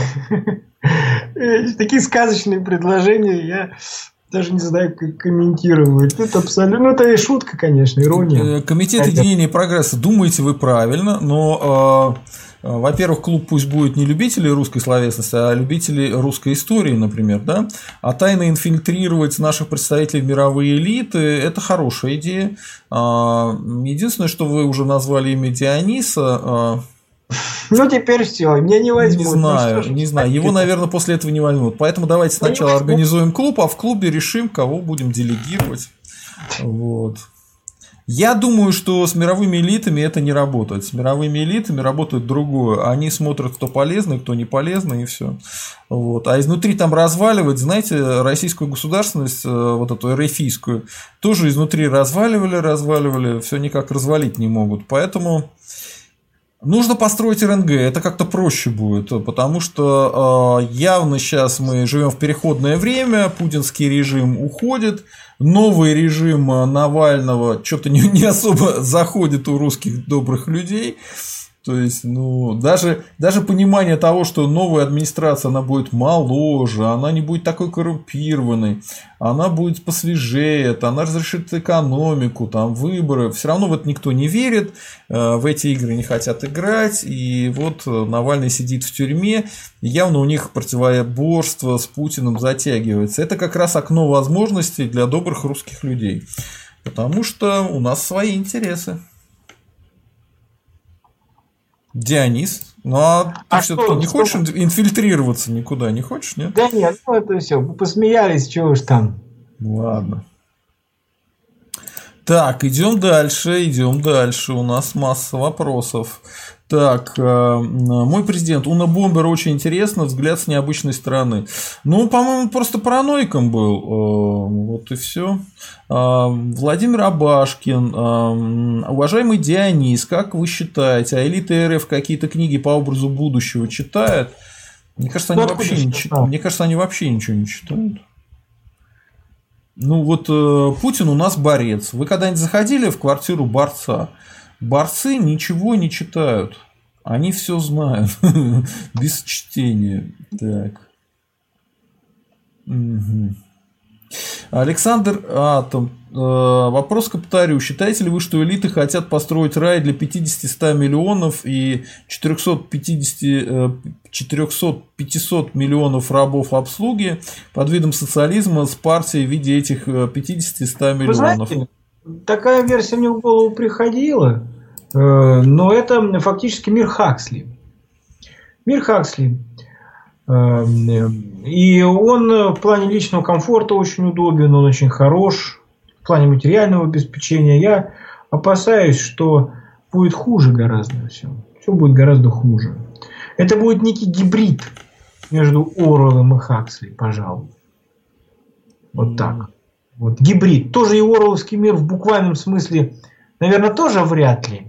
такие сказочные предложения я даже не знаю, как комментировать. Это абсолютно... Ну, это и шутка, конечно, ирония. Комитет единения и прогресса. Думаете вы правильно, но, э, во-первых, клуб пусть будет не любителей русской словесности, а любителей русской истории, например, да? А тайно инфильтрировать наших представителей в мировые элиты – это хорошая идея. Единственное, что вы уже назвали имя Диониса. Ну, теперь все, меня не возьмут. Не знаю, ну, не знаю. Его, наверное, после этого не возьмут. Поэтому давайте сначала организуем клуб, а в клубе решим, кого будем делегировать. Вот. Я думаю, что с мировыми элитами это не работает. С мировыми элитами работает другое. Они смотрят, кто полезный, кто не полезный, и все. Вот. А изнутри там разваливать, знаете, российскую государственность, вот эту эрефийскую, тоже изнутри разваливали, разваливали, все никак развалить не могут. Поэтому нужно построить эр эн гэ, это как-то проще будет, потому что э, явно сейчас мы живем в переходное время, путинский режим уходит, новый режим Навального что-то не, не особо заходит у русских добрых людей. То есть, ну, даже, даже понимание того, что новая администрация, она будет моложе, она не будет такой коррумпированной, она будет посвежее, она разрешит экономику, там, выборы, все равно в это никто не верит, в эти игры не хотят играть, и вот Навальный сидит в тюрьме, и явно у них противоборство с Путиным затягивается. Это как раз окно возможностей для добрых русских людей, потому что у нас свои интересы. Дионис, ну а ты а все-таки что, не что? Хочешь инфильтрироваться никуда, не хочешь, нет? Да нет, ну это все, посмеялись, чего уж там. Ладно. Так, идем дальше, идем дальше, у нас масса вопросов. Так, мой президент, Уна Бомбер очень интересно, взгляд с необычной стороны. Ну, по-моему, просто параноиком был, вот и все. Владимир Абашкин, уважаемый Дионис, как вы считаете, а элита эр эф какие-то книги по образу будущего читает? Мне кажется, они, вообще, не читают. Мне кажется, они вообще ничего не читают. Ну, вот Путин у нас борец. Вы когда-нибудь заходили в квартиру борца? Борцы ничего не читают. Они все знают. Без чтения. Так. Угу. Александр Атом. Вопрос к Каптарю. Считаете ли вы, что элиты хотят построить рай для пятьдесят-сто миллионов и четыреста-пятьсот миллионов рабов обслуги под видом социализма с партией в виде этих пятьдесят-сто миллионов? Вы знаете, такая версия мне в голову приходила, но это фактически мир Хаксли. Мир Хаксли. И он в плане личного комфорта очень удобен, он очень хорош. В плане материального обеспечения я опасаюсь, что будет хуже гораздо все. Все будет гораздо хуже. Это будет некий гибрид между Оруэллом и Хаксли, пожалуй. Вот так. Вот гибрид. Тоже и Оруэлловский мир в буквальном смысле, наверное, тоже вряд ли.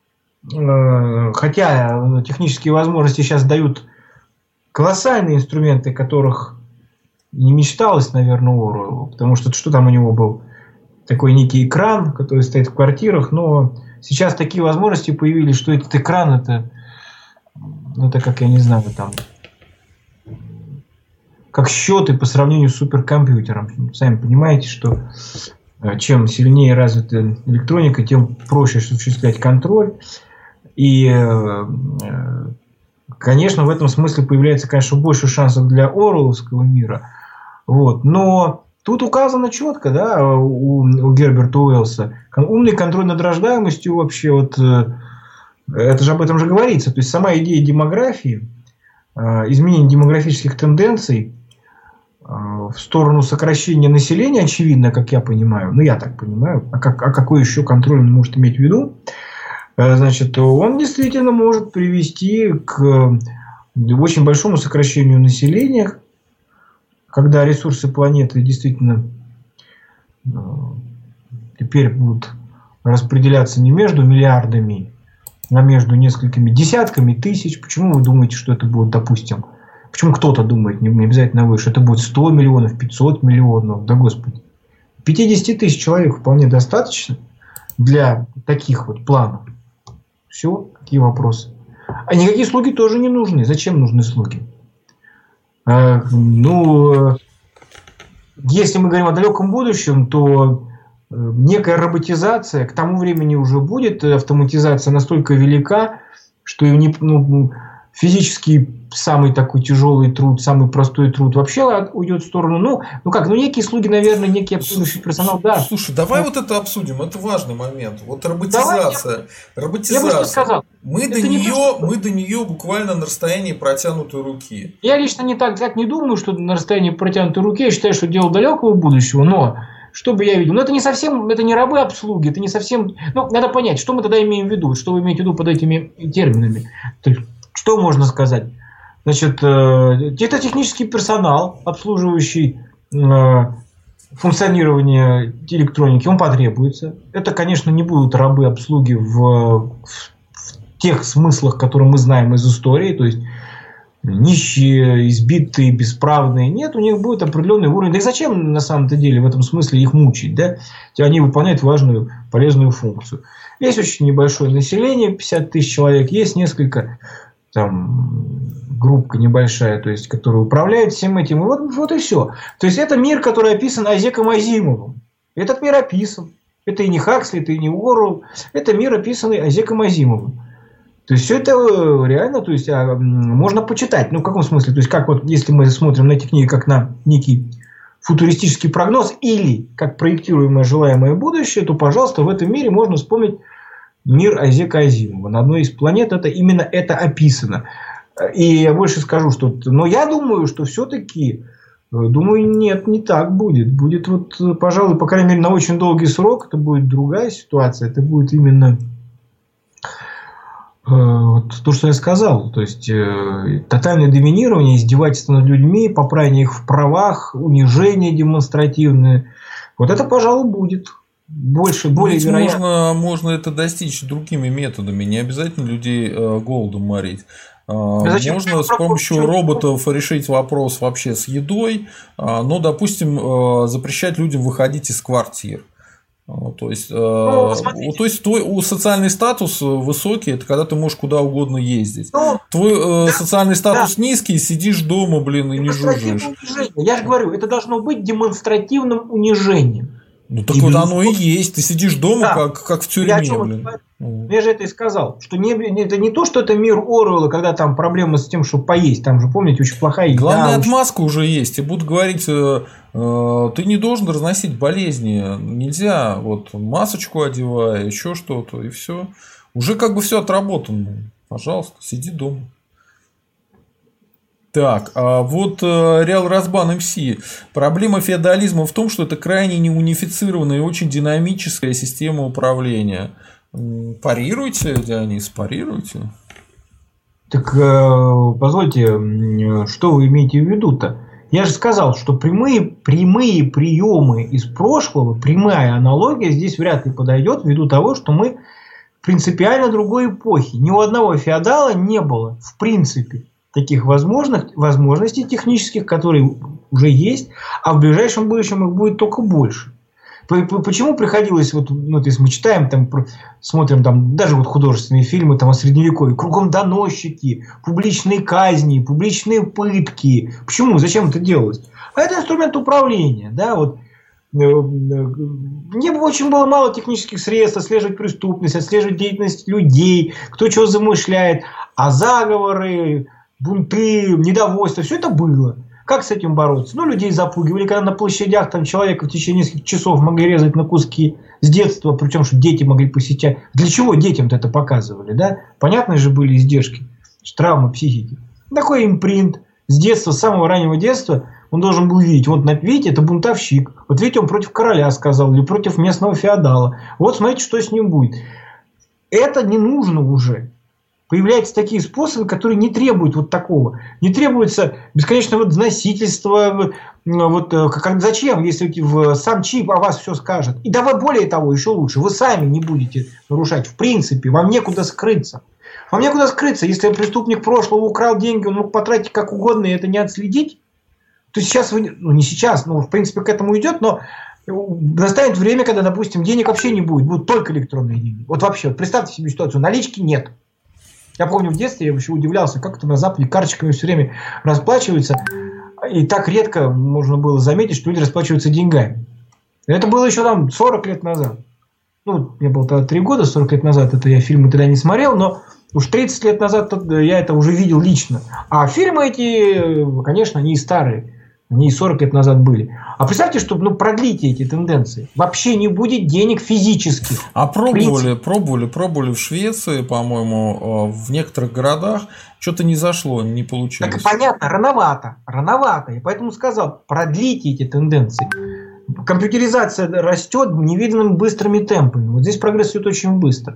Хотя технические возможности сейчас дают колоссальные инструменты, которых не мечталось, наверное, Оруэллу. Потому что что там у него был? Такой некий экран, который стоит в квартирах. Но сейчас такие возможности появились, что этот экран, это, это как, я не знаю, там, как счеты по сравнению с суперкомпьютером. Сами понимаете, что чем сильнее развита электроника, тем проще осуществлять контроль. И, конечно, в этом смысле появляется, конечно, больше шансов для Оруэлловского мира. Вот. Но тут указано четко, да, у, у Герберта Уэллса, умный контроль над рождаемостью вообще, вот, это же об этом же говорится. То есть сама идея демографии, изменение демографических тенденций, в сторону сокращения населения, очевидно, как я понимаю, ну я так понимаю, а, как, а какой еще контроль он может иметь в виду, значит, он действительно может привести к очень большому сокращению населения, когда ресурсы планеты действительно теперь будут распределяться не между миллиардами, а между несколькими десятками тысяч. Почему вы думаете, что это будет, допустим, почему кто-то думает, не обязательно вы, что это будет сто миллионов, пятьсот миллионов, да господи. пятьдесят тысяч человек вполне достаточно для таких вот планов. Все, какие вопросы? А никакие слуги тоже не нужны. Зачем нужны слуги? А, ну, если мы говорим о далеком будущем, то некая роботизация к тому времени уже будет. Автоматизация настолько велика, что и не, ну, физически самый такой тяжелый труд, самый простой труд вообще уйдет в сторону. Ну, ну как, ну некие слуги, наверное, некий обслуживающий персонал, да. Слушай, давай вот это обсудим, это важный момент. Вот роботизация. Давай, роботизация. Я бы сказал. Мы до, нее, то, мы до нее буквально на расстоянии протянутой руки. Я лично не так, так не думаю, что на расстоянии протянутой руки. Я считаю, что дело далекого будущего, но что бы я видел? Ну, это не совсем, это не рабы обслуги, это не совсем. Ну, надо понять, что мы тогда имеем в виду, что вы имеете в виду под этими терминами. Что можно сказать? Значит, это технический персонал, обслуживающий функционирование электроники, он потребуется. Это, конечно, не будут рабы обслуги в, в тех смыслах, которые мы знаем из истории, то есть нищие, избитые, бесправные. Нет, у них будет определенный уровень. Да и зачем на самом-то деле в этом смысле их мучить? Да? Они выполняют важную, полезную функцию. Есть очень небольшое население, пятьдесят тысяч человек, есть несколько там группка небольшая, то есть, которая управляет всем этим. И вот, вот и все. То есть, это мир, который описан Айзеком Азимовым. Этот мир описан. Это и не Хаксли, это и не Уоррелл. Это мир, описанный Айзеком Азимовым. То есть, все это реально, то есть, можно почитать. Ну, в каком смысле? То есть, как вот, если мы смотрим на эти книги как на некий футуристический прогноз или как проектируемое желаемое будущее, то, пожалуйста, в этом мире можно вспомнить мир Айзека Азимова. На одной из планет это именно это описано. И я больше скажу, что... Но я думаю, что все-таки... Думаю, нет, не так будет. Будет вот, пожалуй, по крайней мере, на очень долгий срок это будет другая ситуация. Это будет именно э, вот то, что я сказал. То есть, э, тотальное доминирование, издевательство над людьми, попрание их в правах, унижение демонстративное. Вот это, пожалуй, будет. Больше, более Можно, вероятно. можно это достичь другими методами. Не обязательно людей э, голодом морить. Зачем? Можно с помощью роботов решить вопрос вообще с едой, но, допустим, запрещать людям выходить из квартир. То есть, ну, то есть твой социальный статус высокий, это когда ты можешь куда угодно ездить. Ну, твой да, социальный статус да. низкий, сидишь дома, блин, и не жужжишь. Я же говорю, это должно быть демонстративным унижением. Ну так и вот оно и есть. Ты сидишь дома, да. как, как в тюрьме. Я, блин. Я же это и сказал. Что не, это не то, что это мир Оруэлла, когда там проблемы с тем, чтобы поесть. Там же, помните, очень плохая еда. Главная отмазка уже есть. И будут говорить, э, э, ты не должен разносить болезни. Нельзя. Вот масочку одевай, еще что-то, и все. Уже как бы все отработано. Пожалуйста, сиди дома. Так, а вот Реал Разбан эм си. Проблема феодализма в том, что это крайне неунифицированная и очень динамическая система управления. Парируйте, Дионис, парируйте. Так, позвольте, что вы имеете в виду-то? Я же сказал, что прямые, прямые приемы из прошлого, прямая аналогия здесь вряд ли подойдет, ввиду того, что мы в принципиально другой эпохи. Ни у одного феодала не было, в принципе, таких возможных, возможностей технических, которые уже есть, а в ближайшем будущем их будет только больше. Почему приходилось, вот, ну, если мы читаем, там, смотрим там, даже вот художественные фильмы там, о средневековье, кругом доносчики, публичные казни, публичные пытки. Почему? Зачем это делалось? А это инструмент управления. Да? Вот, не очень было мало технических средств отслеживать преступность, отслеживать деятельность людей, кто что замышляет, а заговоры, бунты, недовольство, все это было. Как с этим бороться? Ну, людей запугивали, когда на площадях там человека в течение нескольких часов могли резать на куски с детства, причем, что дети могли посещать. Для чего детям-то это показывали, да? Понятно же были издержки, травмы психики. Такой импринт. С детства, с самого раннего детства он должен был видеть. Вот, видите, это бунтовщик. Вот видите, он против короля сказал или против местного феодала. Вот смотрите, что с ним будет. Это не нужно уже. Появляются такие способы, которые не требуют вот такого. Не требуется бесконечного доносительства. Вот, как, зачем, если в, сам чип о вас все скажет. И давай более того, еще лучше. Вы сами не будете нарушать. В принципе, вам некуда скрыться. Вам некуда скрыться. Если преступник прошлого украл деньги, он мог потратить как угодно и это не отследить. То сейчас вы, ну не сейчас, но в принципе к этому идет, но настанет время, когда, допустим, денег вообще не будет. Будут только электронные деньги. Вот вообще, вот представьте себе ситуацию. Налички нет. Я помню, в детстве я вообще удивлялся, как это на Западе карточками все время расплачиваются. И так редко можно было заметить, что люди расплачиваются деньгами. Это было еще там сорок лет назад. Ну, мне было тогда три года, сорок лет назад. Это я фильмы тогда не смотрел, но уж тридцать лет назад я это уже видел лично. А фильмы эти, конечно, они и старые. Они и сорок лет назад были. А представьте, что ну, продлите эти тенденции. Вообще не будет денег физических. А пробовали, пробовали, пробовали в Швеции, по-моему, в некоторых городах. Что-то не зашло, не получилось. Так понятно, рановато. Рановато. И поэтому сказал, продлите эти тенденции. Компьютеризация растет невиданными быстрыми темпами. Вот здесь прогресс идет очень быстро.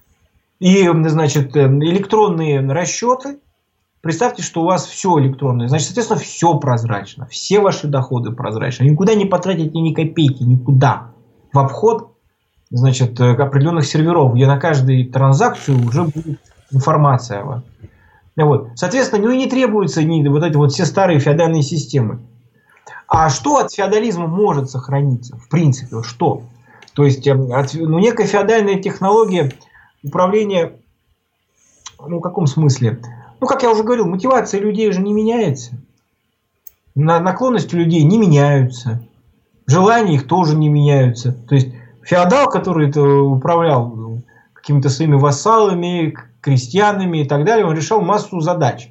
И, значит, электронные расчеты. Представьте, что у вас все электронное. Значит, соответственно, все прозрачно. Все ваши доходы прозрачны. Никуда не потратите ни копейки, никуда. В обход, значит, определенных серверов, где на каждой транзакции уже будет информация о вас. Вот. Соответственно, ну и не требуются ни вот эти вот все старые феодальные системы. А что от феодализма может сохраниться? В принципе, что? То есть, от, ну, некая феодальная технология управления, ну, в каком смысле? Ну, как я уже говорил, мотивация людей же не меняется. Наклонности людей не меняются. Желания их тоже не меняются. То есть, феодал, который это управлял какими-то своими вассалами, крестьянами и так далее, он решал массу задач,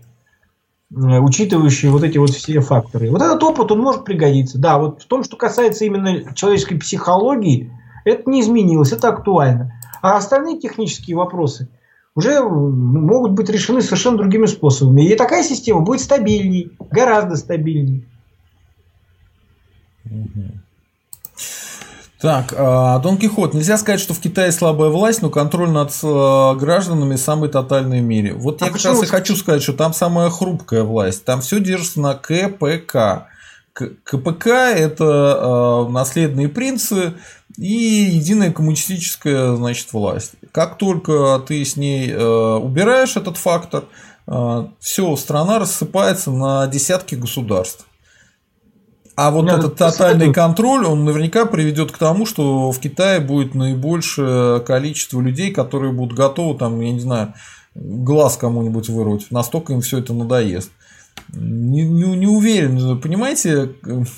учитывающие вот эти вот все факторы. Вот этот опыт, он может пригодиться. Да, вот в том, что касается именно человеческой психологии, это не изменилось, это актуально. А остальные технические вопросы уже могут быть решены совершенно другими способами. И такая система будет стабильней, гораздо стабильней. Так, Дон Кихот. Нельзя сказать, что в Китае слабая власть, но контроль над гражданами самый тотальный в мире. Вот а я как раз и хочу сказать, что там самая хрупкая власть. Там все держится на ка пэ ка. ка пэ ка – это наследные принцы и единая коммунистическая, значит, власть. Как только ты с ней убираешь этот фактор, все, страна рассыпается на десятки государств. А вот Нет, этот тотальный контроль, он наверняка приведет к тому, что в Китае будет наибольшее количество людей, которые будут готовы, там, я не знаю, глаз кому-нибудь вырвать. Настолько им все это надоест. Не, не, не уверен, понимаете,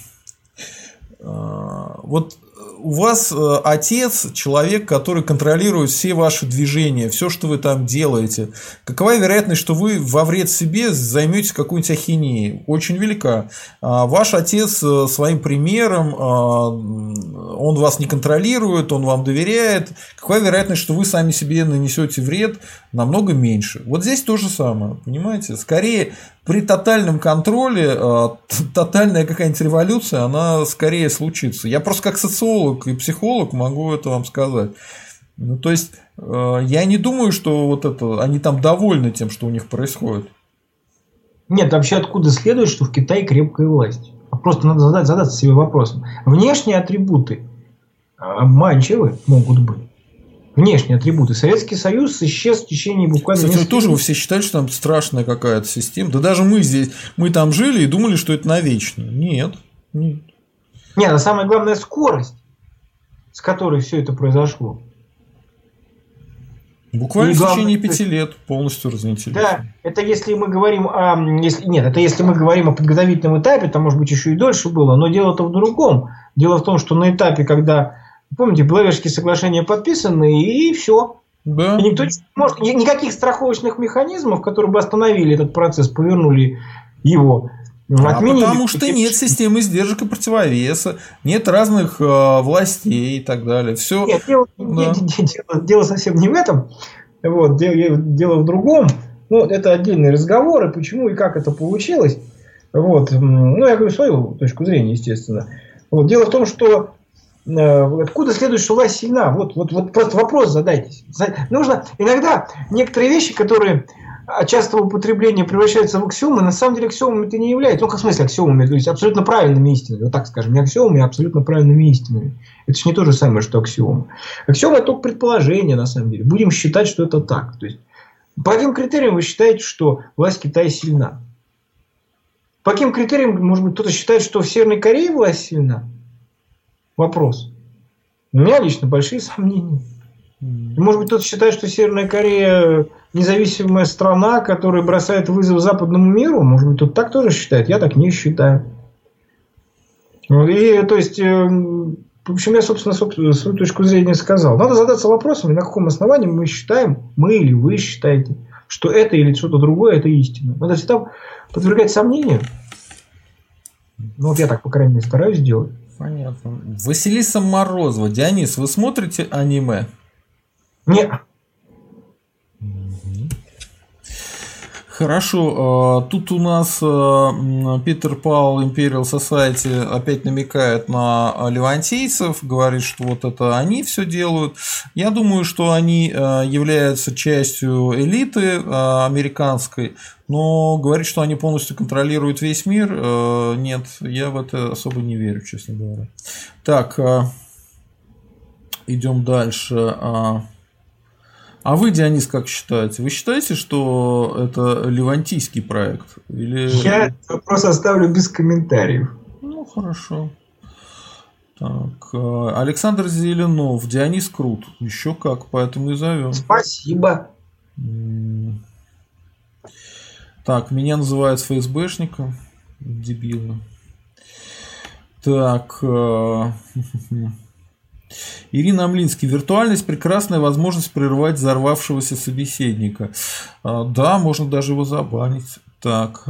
вот у вас отец человек, который контролирует все ваши движения, все, что вы там делаете. Какова вероятность, что вы во вред себе займетесь какой-нибудь ахинеей? Очень велика. Ваш отец своим примером, он вас не контролирует, он вам доверяет. Какова вероятность, что вы сами себе нанесете вред? Намного меньше. Вот здесь то же самое, понимаете? Скорее, при тотальном контроле тотальная какая-нибудь революция, она скорее случится. Я просто как социолог и психолог могу это вам сказать. Ну, то есть, я не думаю, что вот это, они там довольны тем, что у них происходит. Нет, вообще откуда следует, что в Китае крепкая власть? Просто надо задать, задаться себе вопросом. Внешние атрибуты обманчивы могут быть. Внешние атрибуты. Советский Союз исчез в течение буквально... Кстати, вы тоже вы все считали, что там страшная какая-то система. Да даже мы здесь, мы там жили и думали, что это навечно. Нет. Нет, Нет, а самое главное скорость, с которой все это произошло. Буквально и в главное, течение пяти лет полностью разнеслись. Да, это если мы говорим о... Если, нет, это если мы говорим о подготовительном этапе, то, может быть, еще и дольше было. Но дело-то в другом. Дело в том, что на этапе, когда... Помните, Беловежские соглашения подписаны, и все. Да. И никто не может, никаких страховочных механизмов, которые бы остановили этот процесс, повернули его, отменили. А потому что нет системы сдержек и противовеса, нет разных э, властей и так далее. Все. Нет, дело, да. дело, дело совсем не в этом. Вот, дело, дело в другом. Ну, это отдельный разговор, и почему и как это получилось. Вот. Ну, я говорю свою точку зрения, естественно. Вот. Дело в том, что э, откуда следует, что власть сильна? Вот, вот, вот просто вопрос задайтесь. Нужно иногда некоторые вещи, которые от частого употребления превращаются в аксиомы, на самом деле аксиомами это не является. Ну, как в смысле аксиомами? То есть абсолютно правильными истинами. Вот так скажем, не аксиомами, а абсолютно правильными истинами. Это же не то же самое, что аксиомы. Аксиомы это только предположение, на самом деле. Будем считать, что это так. То есть, по каким критериям вы считаете, что власть Китая сильна? По каким критериям, может быть, кто-то считает, что в Северной Корее власть сильна? Вопрос. У меня лично большие сомнения. Может быть, кто-то считает, что Северная Корея независимая страна, которая бросает вызов западному миру. Может быть, кто-то так тоже считает. Я так не считаю. И, то есть, в общем, я, собственно, свою точку зрения сказал. Надо задаться вопросом, на каком основании мы считаем, мы или вы считаете, что это или что-то другое, это истина. Надо всегда подвергать сомнению. Ну, вот я так, по крайней мере, стараюсь делать. Понятно. Василиса Морозова. Дионис, вы смотрите аниме? Нет. Хорошо, тут у нас Питер Паул Imperial Society опять намекает на левантийцев, говорит, что вот это они все делают. Я думаю, что они являются частью элиты американской, но говорит, что они полностью контролируют весь мир, нет, я в это особо не верю, честно говоря. Так, идем дальше. А вы, Дионис, как считаете? Вы считаете, что это левантийский проект? Или... Я вопрос оставлю без комментариев. Ну, хорошо. Так, Александр Зеленов. Дионис крут. Еще как, поэтому и зовем. Спасибо. Так, меня называют ФСБшником. Дебилы. Так... Ирина Амлинский. Виртуальность – прекрасная возможность прервать взорвавшегося собеседника. Да, можно даже его забанить. Так.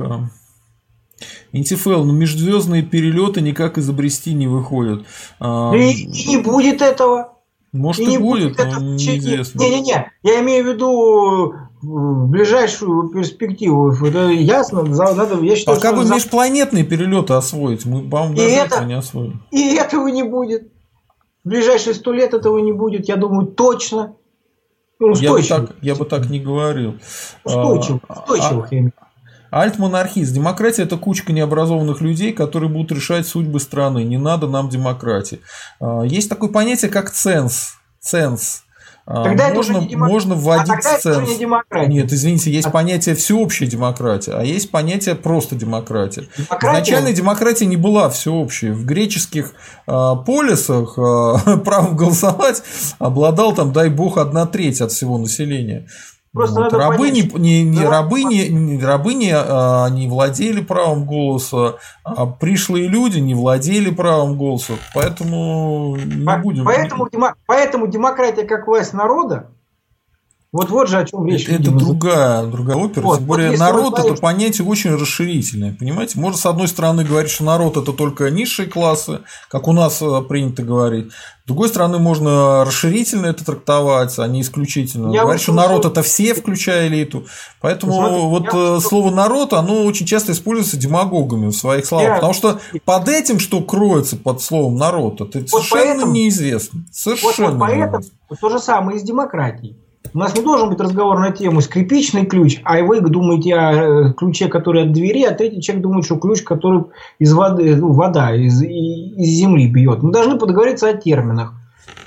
Интифел. Но межзвездные перелеты никак изобрести не выходят. И, и не будет этого. Может и, и будет, будет но неизвестно. Не-не-не. Я имею в виду ближайшую перспективу. Это ясно. Надо, я считаю, пока бы за... межпланетные перелеты освоить. Мы, по-моему, даже это... этого не освоим. И этого не будет. В ближайшие сто лет этого не будет, я думаю, точно. Ну, я, бы так, я бы так не говорил. Устойчиво, устойчивых, я имею в виду. Альтмонархист. Демократия – это кучка необразованных людей, которые будут решать судьбы страны. Не надо нам демократии. Есть такое понятие, как ценз. Ценз. Тогда можно, это демок... можно вводить а тогда ценз. Это не демократия. Нет, извините, есть а... понятие всеобщая демократия, а есть понятие просто демократия. демократия. Изначально демократия не была всеобщей. В греческих э, полисах э, право голосовать обладал, там, дай бог, одна треть от всего населения. Вот. Рабы, не, не, не, да, рабы, не, не, рабы не, а, не владели правом голоса, а пришлые люди не владели правом голоса. Поэтому не По, будем... Поэтому, поэтому демократия как власть народа, вот, вот же о чем речь. Это, это другая, другая опера. Вот, Тем более, вот народ – это говорите... понятие очень расширительное. Понимаете? Можно, с одной стороны, говорить, что народ – это только низшие классы, как у нас принято говорить. С другой стороны, можно расширительно это трактовать, а не исключительно. Я говорить, что народ – это все, включая элиту. Поэтому Смотри, вот я... слово «народ», оно очень часто используется демагогами в своих словах. Я... Потому что под этим, что кроется под словом «народ», это вот совершенно поэтому... неизвестно. Совершенно вот, вот поэтому неизвестно. То же самое и с демократией. У нас не должен быть разговор на тему скрипичный ключ, а вы думаете о ключе, который от двери, а третий человек думает, что ключ, который из воды, ну, вода из, из земли бьет. Мы должны поговориться о терминах.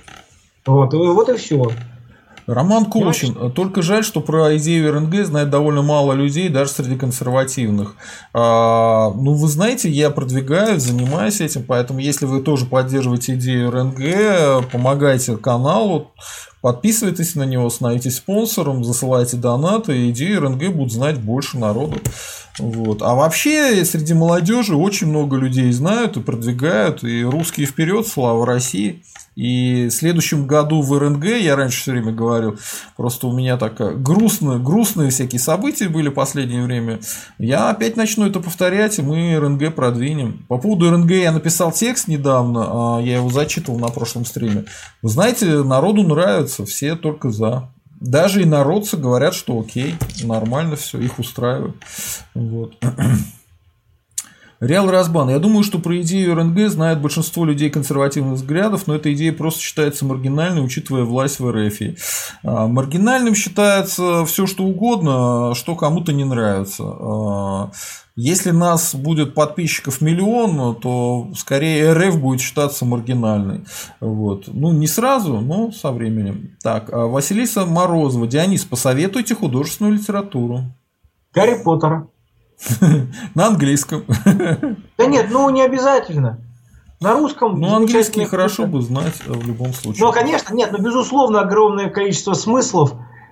Вот, вот и все. Роман Колчин. Понимаете? Только жаль, что про идею РНГ знает довольно мало людей, даже среди консервативных. А, ну, вы знаете, я продвигаю, занимаюсь этим, поэтому если вы тоже поддерживаете идею РНГ, помогайте каналу, подписывайтесь на него, становитесь спонсором, засылайте донаты, и идею РНГ будут знать больше народу. Вот. А вообще среди молодежи очень много людей знают и продвигают, и русские вперед, слава России. И в следующем году в РНГ, я раньше все время говорил, просто у меня такая грустная, грустные всякие события были в последнее время. Я опять начну это повторять, и мы РНГ продвинем. По поводу РНГ я написал текст недавно, я его зачитывал на прошлом стриме. Вы знаете, народу нравится, все только за. Даже инородцы говорят, что окей, нормально все, их устраивает. Вот. Реал Разбан. Я думаю, что про идею эр эн гэ знает большинство людей консервативных взглядов, но эта идея просто считается маргинальной, учитывая власть в эр эф. Маргинальным считается все, что угодно, что кому-то не нравится. Если нас будет подписчиков миллион, то скорее эр эф будет считаться маргинальной. Вот. Ну, не сразу, но со временем. Так, Василиса Морозова. Дионис, посоветуйте художественную литературу. Гарри Поттера. На английском. Да нет, ну не обязательно. На русском. Ну, английский хорошо бы знать в любом случае. Ну, конечно, нет, но безусловно огромное количество смыслов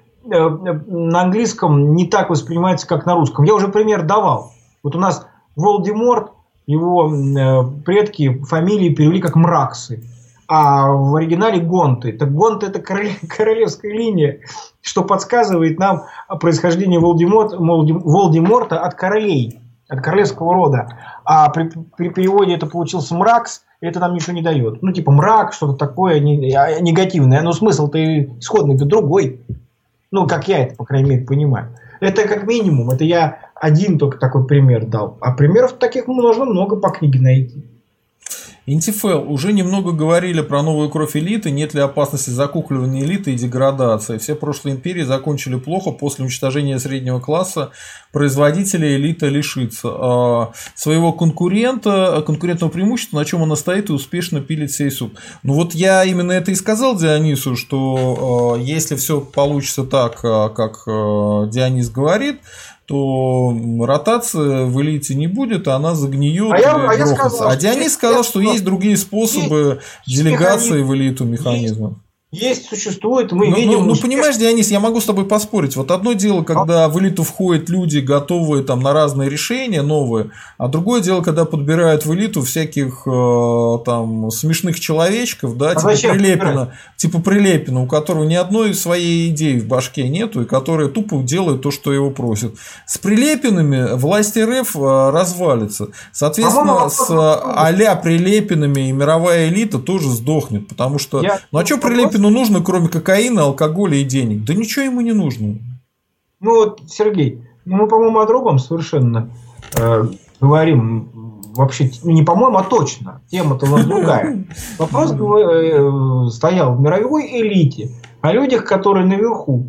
на английском не так воспринимается, как на русском. Я уже пример давал. Вот у нас Волдеморт, его предки фамилии перевели как Мраксы, а в оригинале Гонты. Так Гонты — это королевская линия, что подсказывает нам о происхождении Волдеморта, Волдеморта от королей, от королевского рода. А при, при переводе это получился Мракс, и это нам ничего не дает. Ну, типа мрак, что-то такое негативное. Но смысл-то исходный-то другой. Ну, как я это, по крайней мере, понимаю. Это как минимум. Это я один только такой пример дал. А примеров таких можно много по книге найти. Интифел. Уже немного говорили про новую кровь элиты. Нет ли опасности закукливания элиты и деградации? Все прошлые империи закончили плохо. После уничтожения среднего класса производителя элита лишится а, своего конкурента, конкурентного преимущества, на чем она стоит и успешно пилит сей суп. Ну вот я именно это и сказал Дионису, что а, если все получится так, как а, Дионис говорит, то ротация в элите не будет, а она загниет а и я, а я сказал, а Дионис сказал, что есть другие способы есть делегации механизм. В элиту механизма. Есть, есть существует, мы ну, видим... Ну, ну понимаешь, Дионис, я могу с тобой поспорить. Вот одно дело, когда а? в элиту входят люди, готовые там на разные решения новые, а другое дело, когда подбирают в элиту всяких э, там смешных человечков, да, а типа Прилепина, типа Прилепина, у которого ни одной своей идеи в башке нету, и который тупо делает то, что его просят. С Прилепинами власть эр эф развалится. Соответственно, с а-ля Прилепинами и мировая элита тоже сдохнет, потому что... Я... Ну а что Прилепину нужно, кроме кокаина, алкоголя и денег? Да ничего ему не нужно. Ну вот, Сергей, ну, мы, по-моему, о другом совершенно э, говорим. Вообще, ну, не по-моему, а точно. Тема-то у нас другая. Вопрос э, стоял в мировой элите, о людях, которые наверху.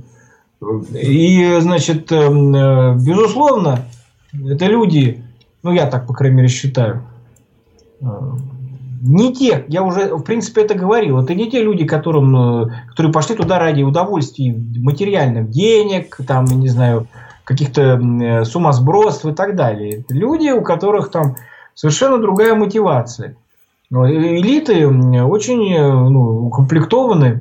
И, значит, э, безусловно, это люди, ну, я так, по крайней мере, считаю, э, не те, я уже, в принципе, это говорил, это не те люди, которым, которые пошли туда ради удовольствий материальных, денег, там, не знаю, каких-то сумасбродств и так далее. Это люди, у которых там совершенно другая мотивация. Элиты очень, ну, укомплектованы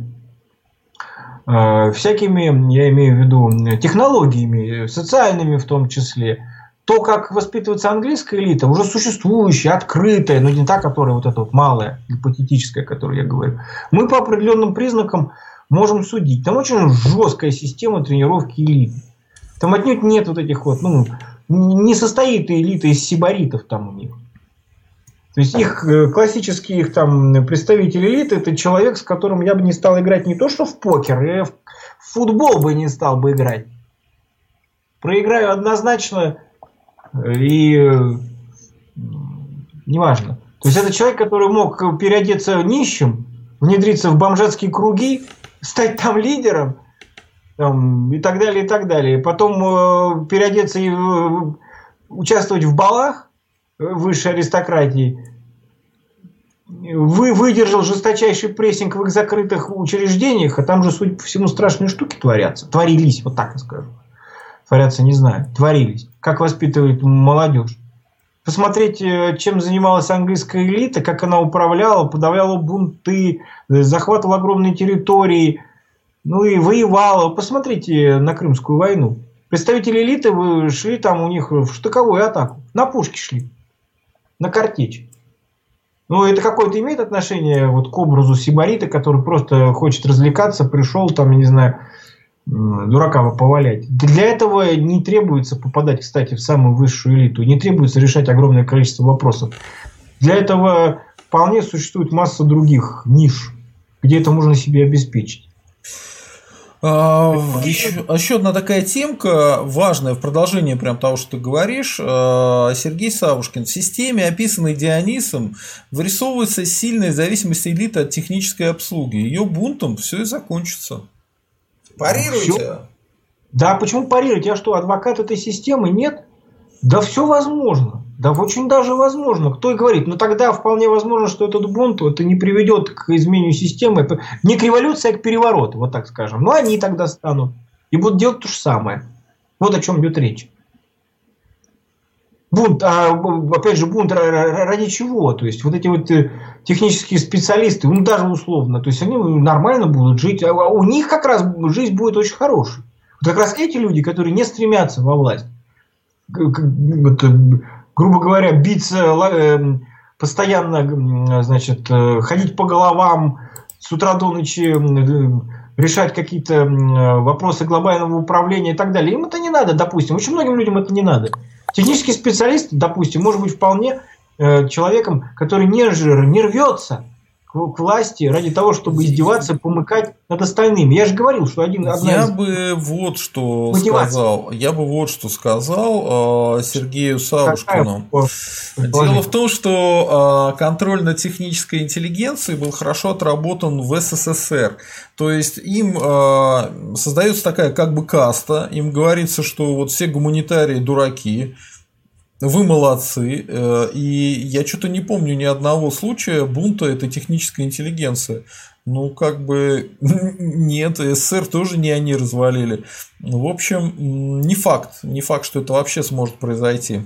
э, всякими, я имею в виду, технологиями, социальными в том числе. То, как воспитывается английская элита, уже существующая, открытая, но не та, которая вот эта вот малая, гипотетическая, о которой я говорю. Мы по определенным признакам можем судить. Там очень жесткая система тренировки элиты. Там отнюдь нет вот этих вот, ну, не состоит элита из сибаритов там у них. То есть их классический их там представитель элиты — это человек, с которым я бы не стал играть не то что в покер, я в футбол бы не стал бы играть. Проиграю однозначно. И неважно. То есть это человек, который мог переодеться нищим, внедриться в бомжатские круги, стать там лидером, там, и так далее, и так далее. Потом э, переодеться и э, участвовать в балах высшей аристократии. Вы выдержал жесточайший прессинг в их закрытых учреждениях, а там же, судя по всему, страшные штуки творятся. Творились, вот так я скажу. Творятся, не знаю, творились. Как воспитывает молодежь. Посмотреть, чем занималась английская элита, как она управляла, подавляла бунты, захватывала огромные территории, ну и воевала. Посмотрите на Крымскую войну. Представители элиты шли там у них в штыковую атаку. На пушки шли. На картечь. Ну, это какое-то имеет отношение вот к образу сибарита, который просто хочет развлекаться, пришел там, я не знаю, дурака повалять. Для этого не требуется попадать, кстати, в самую высшую элиту. Не требуется решать огромное количество вопросов. Для этого вполне существует масса других ниш, где это можно себе обеспечить. А, еще, еще одна такая темка важная в продолжение прям того, что ты говоришь. Сергей Савушкин. В системе, описанной Дионисом, вырисовывается сильная зависимость элиты от технической обслуги. Ее бунтом все и закончится. Парируйте. Все. Да, почему парировать? Я что, адвокат этой системы? Нет? Да все возможно. Да очень даже возможно. Кто и говорит, ну тогда вполне возможно, что этот бунт это не приведет к изменению системы. Это не к революции, а к перевороту, вот так скажем. Но они тогда станут и будут делать то же самое. Вот о чем идет речь. Бунт, а, опять же, бунт ради чего? То есть, вот эти вот технические специалисты, ну даже условно, то есть они нормально будут жить, а у них как раз жизнь будет очень хорошей. Вот как раз эти люди, которые не стремятся во власть, грубо говоря, биться постоянно, значит, ходить по головам с утра до ночи, решать какие-то вопросы глобального управления и так далее. Им это не надо, допустим. Очень многим людям это не надо. Технический специалист, допустим, может быть вполне человеком, который не, жир, не рвется к власти ради того, чтобы издеваться, помыкать над остальными. Я же говорил, что один... Одна Я из... бы вот что мотивация. сказал. Я бы вот что сказал э, Сергею Савушкину. Дело в том, что э, контроль над технической интеллигенцией был хорошо отработан в СССР. То есть им э, создается такая как бы каста, им говорится, что вот все гуманитарии дураки. Вы молодцы, и я что-то не помню ни одного случая бунта этой технической интеллигенции. Ну, как бы нет, СССР тоже не они развалили. В общем, не факт, не факт, что это вообще сможет произойти.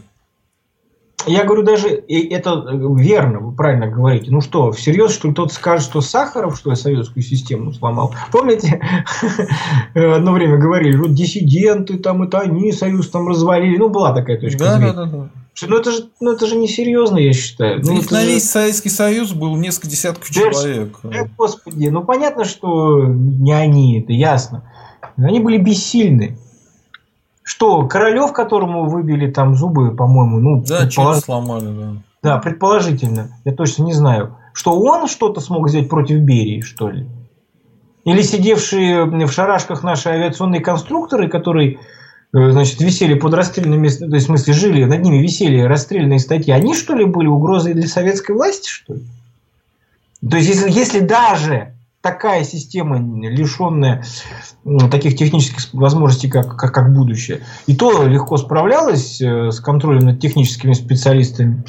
Я говорю, даже это верно, вы правильно говорите. Ну что, всерьез, что кто-то скажет, что Сахаров, что ли, советскую систему сломал? Помните, одно время говорили, вот диссиденты, там это они союз там развалили. Ну, была такая точка да, зрения. Да, да, да. Ну это же, ну, это же несерьезно, я считаю. Ну, их на весь же... Советский Союз был несколько десятков человек. Да, господи, ну понятно, что не они, это ясно. Они были бессильны. Что, Королев, которому выбили там зубы, по-моему, ну, да, предполож... сломали, да. Да, предположительно, я точно не знаю, что он что-то смог сделать против Берии, что ли? Или сидевшие в шарашках наши авиационные конструкторы, которые, значит, висели под расстрельными, то есть, в смысле, жили, над ними висели расстрельные статьи, они, что ли, были угрозой для советской власти, что ли? То есть, если, если даже такая система, лишенная ну, таких технических возможностей, как, как, как будущее, и то легко справлялась э, с контролем над техническими специалистами,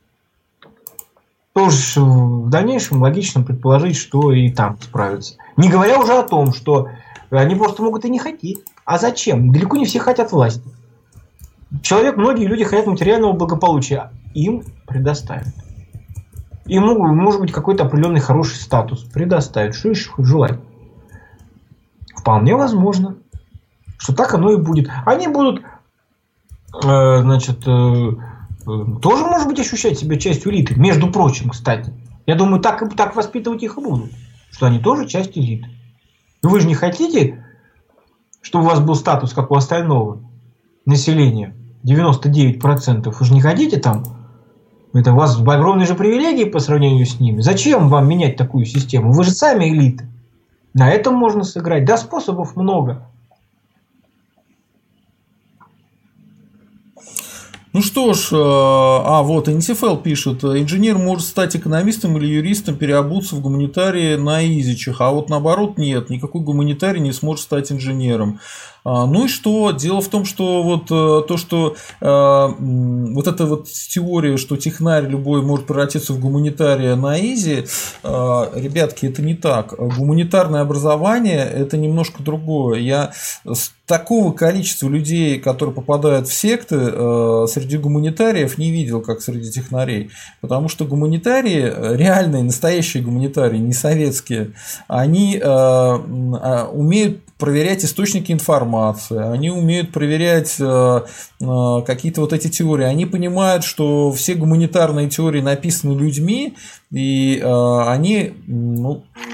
то уж в дальнейшем логично предположить, что и там справятся. Не говоря уже о том, что они просто могут и не хотеть. А зачем? Далеко не все хотят власти. Человек, многие люди хотят материального благополучия. Им предоставят. Им могут, может быть какой-то определенный хороший статус предоставят. Что еще желать? Вполне возможно, что так оно и будет. Они будут, э, значит, э, э, тоже, может быть, ощущать себя частью элиты. Между прочим, кстати. Я думаю, так, так воспитывать их и будут. Что они тоже часть элиты. Но вы же не хотите, чтобы у вас был статус, как у остального населения. девяносто девять процентов. Вы же не хотите там... Это у вас огромные же привилегии по сравнению с ними. Зачем вам менять такую систему? Вы же сами элита. На этом можно сыграть. Да, способов много. Ну что ж, а вот эн ти эф эл пишет, инженер может стать экономистом или юристом, переобуться в гуманитарии на изичах, а вот наоборот нет, никакой гуманитарий не сможет стать инженером. Ну и что? Дело в том, что вот то, что э, вот эта вот теория, что технарь любой может превратиться в гуманитария на изи, э, ребятки, это не так. Гуманитарное образование – это немножко другое. Я с такого количества людей, которые попадают в секты, э, среди гуманитариев не видел, как среди технарей. Потому что гуманитарии, реальные, настоящие гуманитарии, не советские, они э, умеют проверять источники информации, они умеют проверять э, э, какие-то вот эти теории, они понимают, что все гуманитарные теории написаны людьми, и э, они, ну,